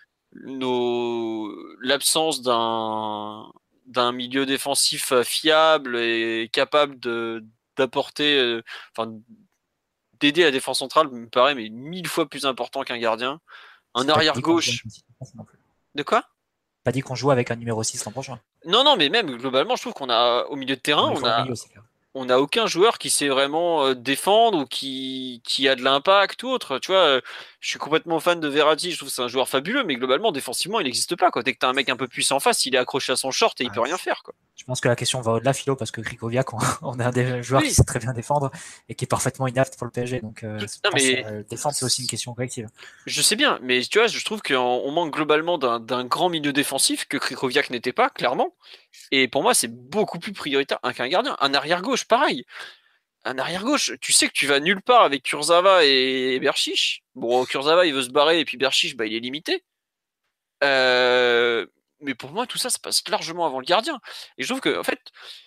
nos... l'absence d'un... d'un milieu défensif fiable et capable de... d'apporter, euh... enfin, d'aider la défense centrale me paraît mais mille fois plus important qu'un gardien. Un arrière gauche. De quoi ? Pas dit qu'on joue avec un numéro six l'an prochain. Non, non, mais même globalement, je trouve qu'on a au milieu de terrain, on a, on a aucun joueur qui sait vraiment euh, défendre ou qui, qui a de l'impact ou autre. Tu vois, euh, je suis complètement fan de Verratti, je trouve que c'est un joueur fabuleux, mais globalement, défensivement, il n'existe pas, quoi. Dès que t'as un mec un peu puissant en face, il est accroché à son short et il ah, peut rien faire, quoi. Je pense que la question va au-delà, Philo, parce que Krikoviak, on, on a des joueurs oui. qui sait très bien défendre et qui est parfaitement inapte pour le P S G. Donc, euh, non, mais... euh, défendre, c'est aussi une question collective. Je sais bien, mais tu vois, je trouve qu'on manque globalement d'un, d'un grand milieu défensif que Krikoviak n'était pas, clairement. Et pour moi, c'est beaucoup plus prioritaire qu'un gardien. Un arrière-gauche, pareil. Un arrière-gauche, tu sais que tu vas nulle part avec Kurzawa et Berchiche. Bon, Kurzawa, il veut se barrer, et puis Berchiche, bah, il est limité. Euh... Mais pour moi, tout ça, ça passe largement avant le gardien. Et je trouve que, en fait,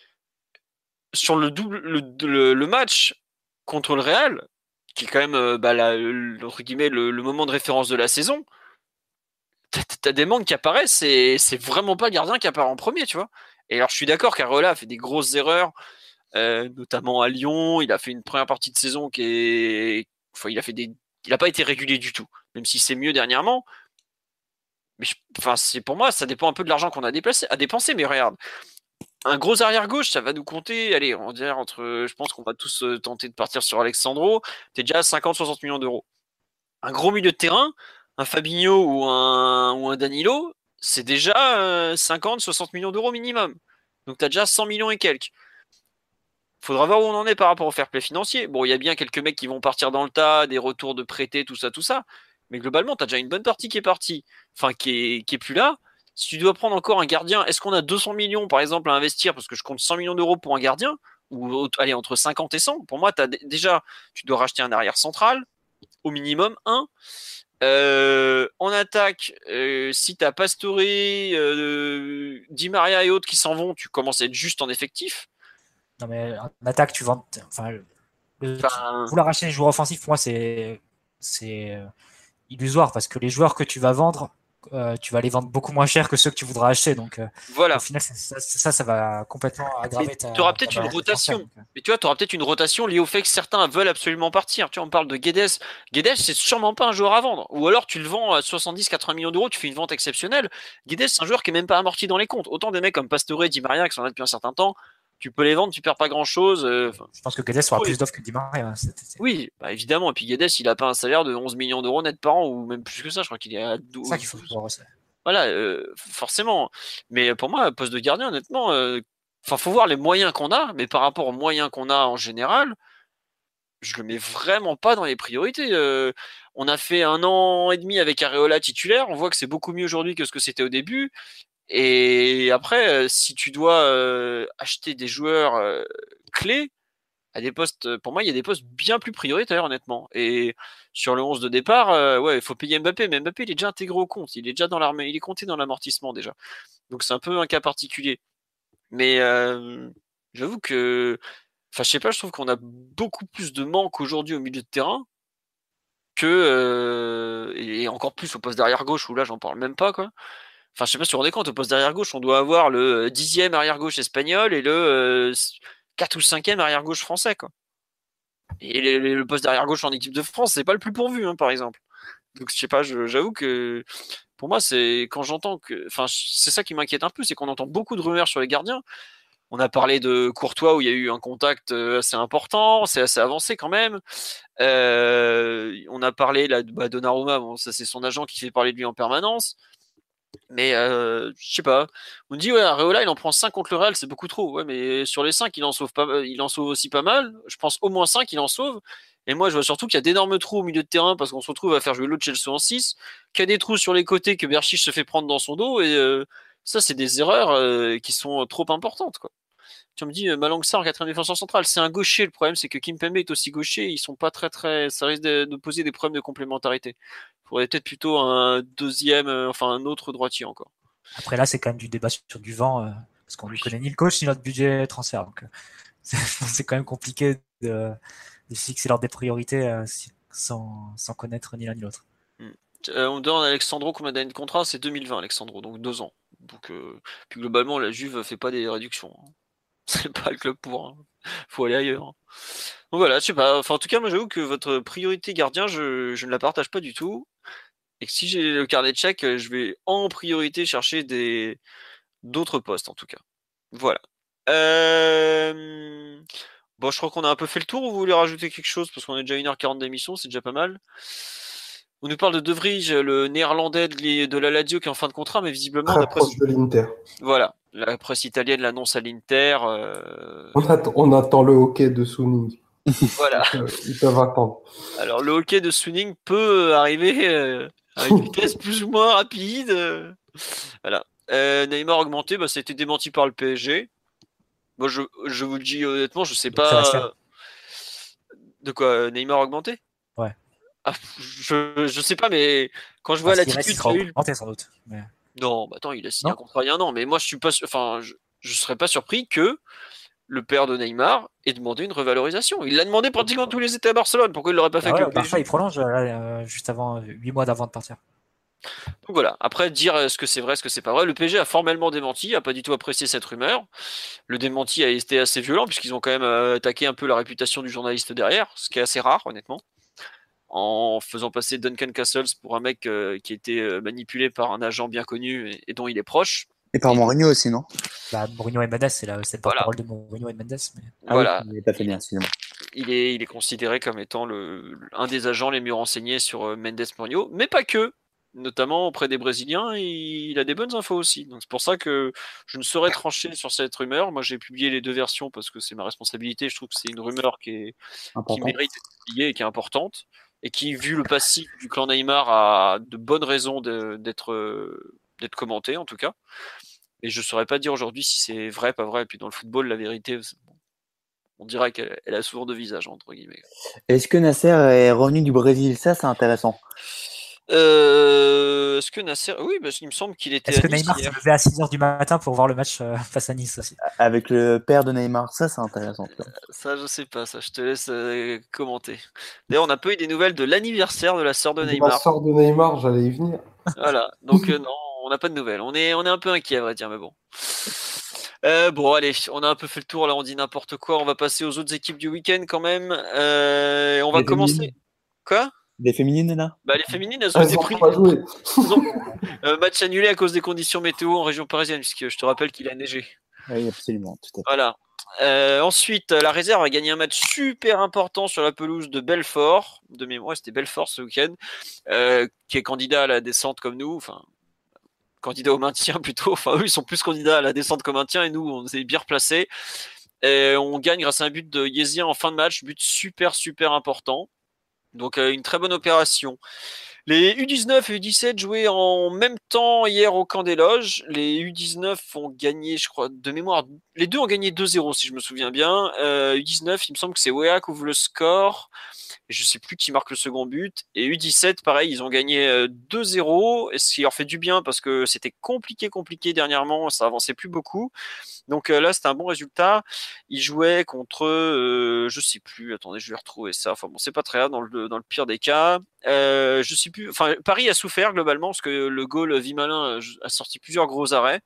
sur le, double, le, le, le match contre le Real, qui est quand même, bah, la, entre guillemets, le, le moment de référence de la saison, t'as, t'as des manques qui apparaissent, et c'est vraiment pas le gardien qui apparaît en premier, tu vois. Et alors, je suis d'accord qu'Areola a fait des grosses erreurs, Euh, notamment à Lyon, il a fait une première partie de saison qui est, enfin, il a fait des, il n'a pas été régulier du tout, même si c'est mieux dernièrement. Mais je... enfin, c'est pour moi, ça dépend un peu de l'argent qu'on a déplacé, à dépenser. Mais regarde, un gros arrière gauche, ça va nous compter. Allez, on va dire entre, je pense qu'on va tous tenter de partir sur Alexandro. T'es déjà à cinquante à soixante millions d'euros. Un gros milieu de terrain, un Fabinho ou un ou un Danilo, c'est déjà euh, cinquante à soixante millions d'euros minimum. Donc t'as déjà cent millions et quelques. Faudra voir où on en est par rapport au fair play financier. Bon, il y a bien quelques mecs qui vont partir dans le tas, des retours de prêtés, tout ça, tout ça. Mais globalement, tu as déjà une bonne partie qui est partie, enfin qui est, qui est plus là. Si tu dois prendre encore un gardien, est-ce qu'on a deux cents millions par exemple à investir, parce que je compte cent millions d'euros pour un gardien, ou allez, entre cinquante et cent. Pour moi, t'as déjà, tu dois racheter un arrière central, au minimum un. Euh, en attaque, euh, si tu as Pastore, euh, Di Maria et autres qui s'en vont, tu commences à être juste en effectif. Non, mais en attaque, tu vends. Enfin, le... enfin... vouloir acheter les joueurs offensifs, pour moi, c'est, c'est euh, illusoire parce que les joueurs que tu vas vendre, euh, tu vas les vendre beaucoup moins cher que ceux que tu voudras acheter. Donc, euh, voilà. Au final, ça, ça, ça va complètement aggraver mais ta. Tu auras peut-être ta une rotation. Donc, euh... Mais tu vois, tu auras peut-être une rotation liée au fait que certains veulent absolument partir. Tu vois, on parle de Guedes. Guedes, c'est sûrement pas un joueur à vendre. Ou alors, tu le vends à soixante-dix à quatre-vingts millions d'euros, tu fais une vente exceptionnelle. Guedes, c'est un joueur qui est même pas amorti dans les comptes. Autant des mecs comme Pastore et Di Maria qui sont là depuis un certain temps. Tu peux les vendre, tu perds pas grand chose. Euh, je pense que Guedes aura oui. plus d'offres que Di Maria. C'est, c'est... Oui, bah évidemment. Et puis Guedes, il a pas un salaire de onze millions d'euros net par an, ou même plus que ça. Je crois qu'il est à douze. C'est ça qu'il faut voir aussi. Voilà, euh, forcément. Mais pour moi, poste de gardien, honnêtement, euh, enfin, faut voir les moyens qu'on a, mais par rapport aux moyens qu'on a en général, je le mets vraiment pas dans les priorités. Euh, on a fait un an et demi avec Areola titulaire, on voit que c'est beaucoup mieux aujourd'hui que ce que c'était au début. Et après, euh, si tu dois euh, acheter des joueurs euh, clés à des postes, pour moi, il y a des postes bien plus prioritaires, honnêtement. Et sur le onze de départ, euh, ouais, il faut payer Mbappé, mais Mbappé, il est déjà intégré au compte, il est déjà dans l'armée, il est compté dans l'amortissement déjà. Donc c'est un peu un cas particulier. Mais euh, j'avoue que, enfin, je sais pas, je trouve qu'on a beaucoup plus de manque aujourd'hui au milieu de terrain que euh, et encore plus au poste d'arrière gauche où là, j'en parle même pas, quoi. Enfin, je sais pas si vous vous rendez compte, au poste d'arrière gauche, on doit avoir le dixième arrière gauche espagnol et le euh, quatre ou cinquième arrière gauche français, quoi. Et le, le poste d'arrière gauche en équipe de France, c'est pas le plus pourvu, hein, par exemple. Donc je sais pas, je, j'avoue que pour moi, c'est quand j'entends que, enfin, c'est ça qui m'inquiète un peu, c'est qu'on entend beaucoup de rumeurs sur les gardiens. On a parlé de Courtois où il y a eu un contact assez important, c'est assez avancé quand même. Euh, on a parlé là de bah, Donnarumma, bon, ça c'est son agent qui fait parler de lui en permanence. Mais euh, je sais pas. On dit ouais, Areola il en prend cinq contre le Real, c'est beaucoup trop. Ouais, mais sur les cinq, il en sauve pas, il en sauve aussi pas mal. Je pense au moins cinq, il en sauve. Et moi, je vois surtout qu'il y a d'énormes trous au milieu de terrain parce qu'on se retrouve à faire jouer l'autre Chelsea en six, qu'il y a des trous sur les côtés que Berchiche se fait prendre dans son dos. Et euh, ça, c'est des erreurs euh, qui sont trop importantes, quoi. Tu me dis, euh, Malang Sarr, quatrième défenseur central, c'est un gaucher. Le problème, c'est que Kimpembe est aussi gaucher. Ils sont pas très, très. Ça risque de, de poser des problèmes de complémentarité. Il faudrait peut-être plutôt un deuxième, euh, enfin un autre droitier encore. Après là, c'est quand même du débat sur du vent, euh, parce qu'on ne Oui. connaît ni le coach ni notre budget transfert. Donc euh, c'est, c'est quand même compliqué de, de fixer l'ordre des priorités euh, si- sans, sans connaître ni l'un ni l'autre. Euh, on donne à Alexandro combien d'années de contrat? C'est deux mille vingt, Alexandro, donc deux ans. Donc, euh, puis globalement, la Juve fait pas des réductions, hein. C'est pas le club pour, hein. Faut aller ailleurs, hein. Donc voilà, je sais pas. Enfin, en tout cas, moi, j'avoue que votre priorité gardien, je, je ne la partage pas du tout. Et que si j'ai le carnet de chèque, je vais en priorité chercher des d'autres postes, en tout cas. Voilà. Euh... Bon, je crois qu'on a un peu fait le tour. Ou vous voulez rajouter quelque chose? Parce qu'on est déjà à une heure quarante d'émission, c'est déjà pas mal. On nous parle de De Vrij, le néerlandais de, de la Lazio qui est en fin de contrat, mais visiblement, Très d'après proche de l'Inter. voilà, la presse italienne l'annonce à l'Inter. Euh... On attend, on attend le hockey de Suning. Voilà. Euh, ils peuvent attendre. Alors, le hockey de Suning peut arriver euh, à une vitesse plus ou moins rapide. euh. Voilà. Euh, Neymar augmenté, bah, ça a été démenti par le P S G. Moi, je, je vous le dis honnêtement, je sais Donc, ça va se pas. faire. De quoi, Neymar augmenté? Ouais. Ah, je, je sais pas, mais quand je vois Enfin, s'il reste, l'attitude il sera qu'a eu. augmenté sans doute. Mais... Non, bah attends, il a signé Non un contrat il y a un an, mais moi je suis pas, su- enfin, je, je serais pas surpris que le père de Neymar ait demandé une revalorisation. Il l'a demandé pratiquement tous les étés à Barcelone. Pourquoi il l'aurait pas fait Ah avec ouais, le au Barça, P S G? il prolonge euh, là, euh, juste avant, huit mois d'avant de partir. Donc voilà. Après, dire est-ce que c'est vrai, est-ce que c'est pas vrai. Le P S G a formellement démenti, a pas du tout apprécié cette rumeur. Le démenti a été assez violent puisqu'ils ont quand même euh, attaqué un peu la réputation du journaliste derrière, ce qui est assez rare, honnêtement, en faisant passer Duncan Castles pour un mec euh, qui était euh, manipulé par un agent bien connu et, et dont il est proche. Et par Et Mourinho aussi, non? Bah, Mourinho et Mendes, c'est, la, c'est le voilà. porte-parole de Mourinho et de Mendes. Mais... Ah Voilà. oui, il n'est pas fait bien, excusez-moi. Il est, il est considéré comme étant le, un des agents les mieux renseignés sur euh, Mendes Mourinho, mais pas que. Notamment auprès des Brésiliens, il a des bonnes infos aussi. Donc c'est pour ça que je ne saurais trancher sur cette rumeur. Moi, j'ai publié les deux versions parce que c'est ma responsabilité. Je trouve que c'est une rumeur qui, est, qui mérite d'être publiée et qui est importante. Et qui, vu le passif du clan Neymar, a de bonnes raisons de, d'être, euh, d'être commentée, en tout cas. Et je ne saurais pas dire aujourd'hui si c'est vrai, pas vrai. Et puis dans le football, la vérité, on dirait qu'elle elle a souvent deux visages, entre guillemets. Est-ce que Nasser est revenu du Brésil? Ça, c'est intéressant. Euh, est-ce que Nasser... Oui, parce qu'il me semble qu'il était Est-ce à que Nice Neymar hier. s'est levé à six heures du matin pour voir le match euh, face à Nice aussi? Avec le père de Neymar, ça, c'est intéressant. Tu vois. Ça, je sais pas, ça, je te laisse euh, commenter. D'ailleurs, on n'a pas eu des nouvelles de l'anniversaire de la sœur de De la Neymar. sœur de Neymar, j'allais y venir. Voilà, donc euh, non, on n'a pas de nouvelles. On est, on est un peu inquiet, à vrai dire, mais bon. Euh, bon, allez, on a un peu fait le tour, là, on dit n'importe quoi. On va passer aux autres équipes du week-end quand même. Euh, on va Les commencer. féminines. Quoi? Des féminines, là? Bah, les féminines, elles ont Elles été ont prises. pas joué. Elles ont- euh, match annulé à cause des conditions météo en région parisienne, puisque je te rappelle qu'il a neigé. Oui, absolument, tout à fait. Voilà. Euh, ensuite, la réserve a gagné un match super important sur la pelouse de Belfort. De mémoire, c'était Belfort ce week-end, euh, qui est candidat à la descente comme nous. Enfin, candidats au maintien plutôt. Enfin, eux, ils sont plus candidats à la descente qu'au maintien et nous, on s'est bien replacés. Et on gagne grâce à un but de Yezia en fin de match, but super, super important. Donc, euh, une très bonne opération. Les U dix-neuf et U dix-sept jouaient en même temps hier au camp des loges. Les U dix-neuf ont gagné, je crois, de mémoire, les deux ont gagné deux zéro si je me souviens bien. Euh, U dix-neuf, il me semble que c'est Wea qui ouvre le score. Je sais plus qui marque le second but. Et U dix-sept, pareil, ils ont gagné deux zéro, ce qui leur fait du bien parce que c'était compliqué, compliqué dernièrement, ça avançait plus beaucoup. Donc euh, là, c'était un bon résultat. Ils jouaient contre, euh, je sais plus, attendez, je vais retrouver ça. Enfin bon, c'est pas très grave dans le, dans le pire des cas. Euh, je sais plus, enfin, Paris a souffert globalement parce que le goal Vimalin a sorti plusieurs gros arrêts.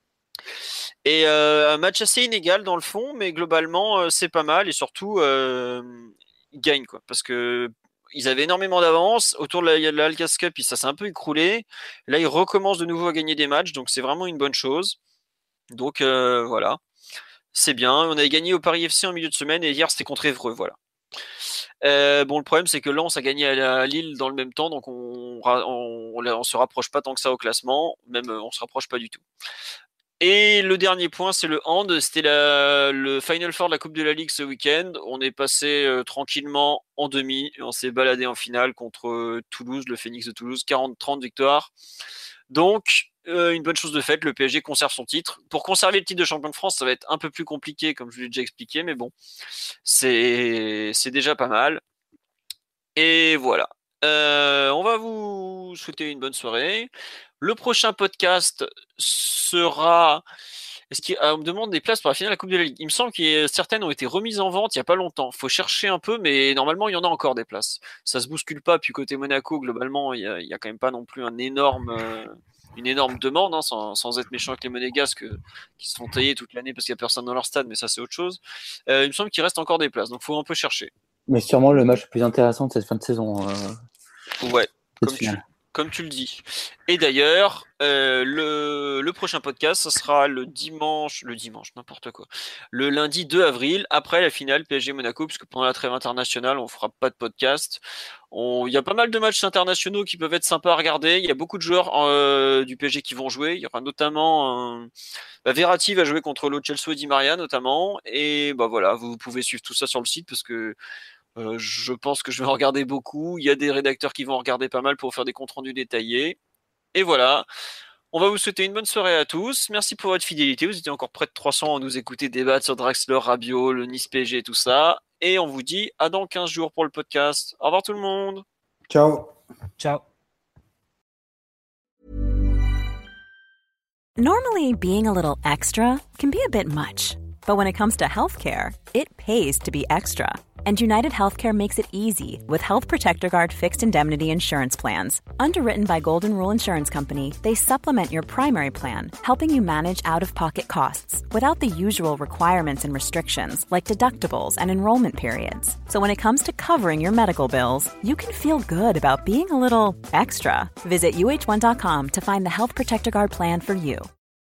Et euh, un match assez inégal dans le fond, mais globalement, euh, c'est pas mal et surtout... Euh, gagnent quoi, parce que ils avaient énormément d'avance autour de la, de la Alcas Cup, puis ça s'est un peu écroulé. Là, ils recommencent de nouveau à gagner des matchs, donc c'est vraiment une bonne chose. Donc euh, voilà, c'est bien. On avait gagné au Paris F C en milieu de semaine et hier c'était contre Évreux, voilà. Euh, bon, le problème c'est que Lens a gagné à Lille dans le même temps, donc on, on, on, on se rapproche pas tant que ça au classement, même on se rapproche pas du tout. Et le dernier point, c'est le hand. C'était la, le Final Four de la Coupe de la Ligue ce week-end. On est passé euh, tranquillement en demi et on s'est baladé en finale contre euh, Toulouse, le Phoenix de Toulouse, quarante trente victoire. Donc, euh, une bonne chose de faite, le P S G conserve son titre. Pour conserver le titre de champion de France, ça va être un peu plus compliqué, comme je l'ai déjà expliqué, mais bon, c'est, c'est déjà pas mal. Et voilà. Euh, on va vous souhaiter une bonne soirée. Le prochain podcast sera... Est-ce qu'il... Ah, on me demande des places pour la finale de la Coupe de la Ligue. Il me semble que certaines ont été remises en vente il n'y a pas longtemps. Il faut chercher un peu, mais normalement, il y en a encore des places. Ça se bouscule pas. Puis côté Monaco, globalement, il n'y a, il y a quand même pas non plus un énorme, euh, une énorme demande, hein, sans, sans être méchant avec les Monégasques euh, qui se font tailler toute l'année parce qu'il n'y a personne dans leur stade, mais ça, c'est autre chose. Euh, il me semble qu'il reste encore des places, donc il faut un peu chercher. Mais sûrement le match le plus intéressant de cette fin de saison. Euh... Ouais, comme tu, comme tu le dis. Et d'ailleurs, euh, le, le prochain podcast, ça sera le dimanche, le dimanche, n'importe quoi, le lundi deux avril, après la finale P S G Monaco, puisque pendant la trêve internationale, on fera pas de podcast. Il y a pas mal de matchs internationaux qui peuvent être sympas à regarder. Il y a beaucoup de joueurs euh, du P S G qui vont jouer. Il y aura notamment un... bah, Verratti va jouer contre Lo Celso et Di Maria notamment. Et bah voilà, vous pouvez suivre tout ça sur le site parce que Euh, je pense que je vais en regarder beaucoup. Il y a des rédacteurs qui vont en regarder pas mal pour faire des comptes rendus détaillés. Et voilà. On va vous souhaiter une bonne soirée à tous. Merci pour votre fidélité. Vous étiez encore près de trois cents à nous écouter débattre sur Draxler, Rabiot, le Nice P S G et tout ça. Et on vous dit à dans quinze jours pour le podcast. Au revoir tout le monde. Ciao. Ciao. Normally, being a little extra can be a bit much. But when it comes to healthcare, it pays to be extra. And United Healthcare makes it easy with Health Protector Guard fixed indemnity insurance plans. Underwritten by Golden Rule Insurance Company, they supplement your primary plan, helping you manage out-of-pocket costs without the usual requirements and restrictions like deductibles and enrollment periods. So when it comes to covering your medical bills, you can feel good about being a little extra. Visit U H one dot com to find the Health Protector Guard plan for you.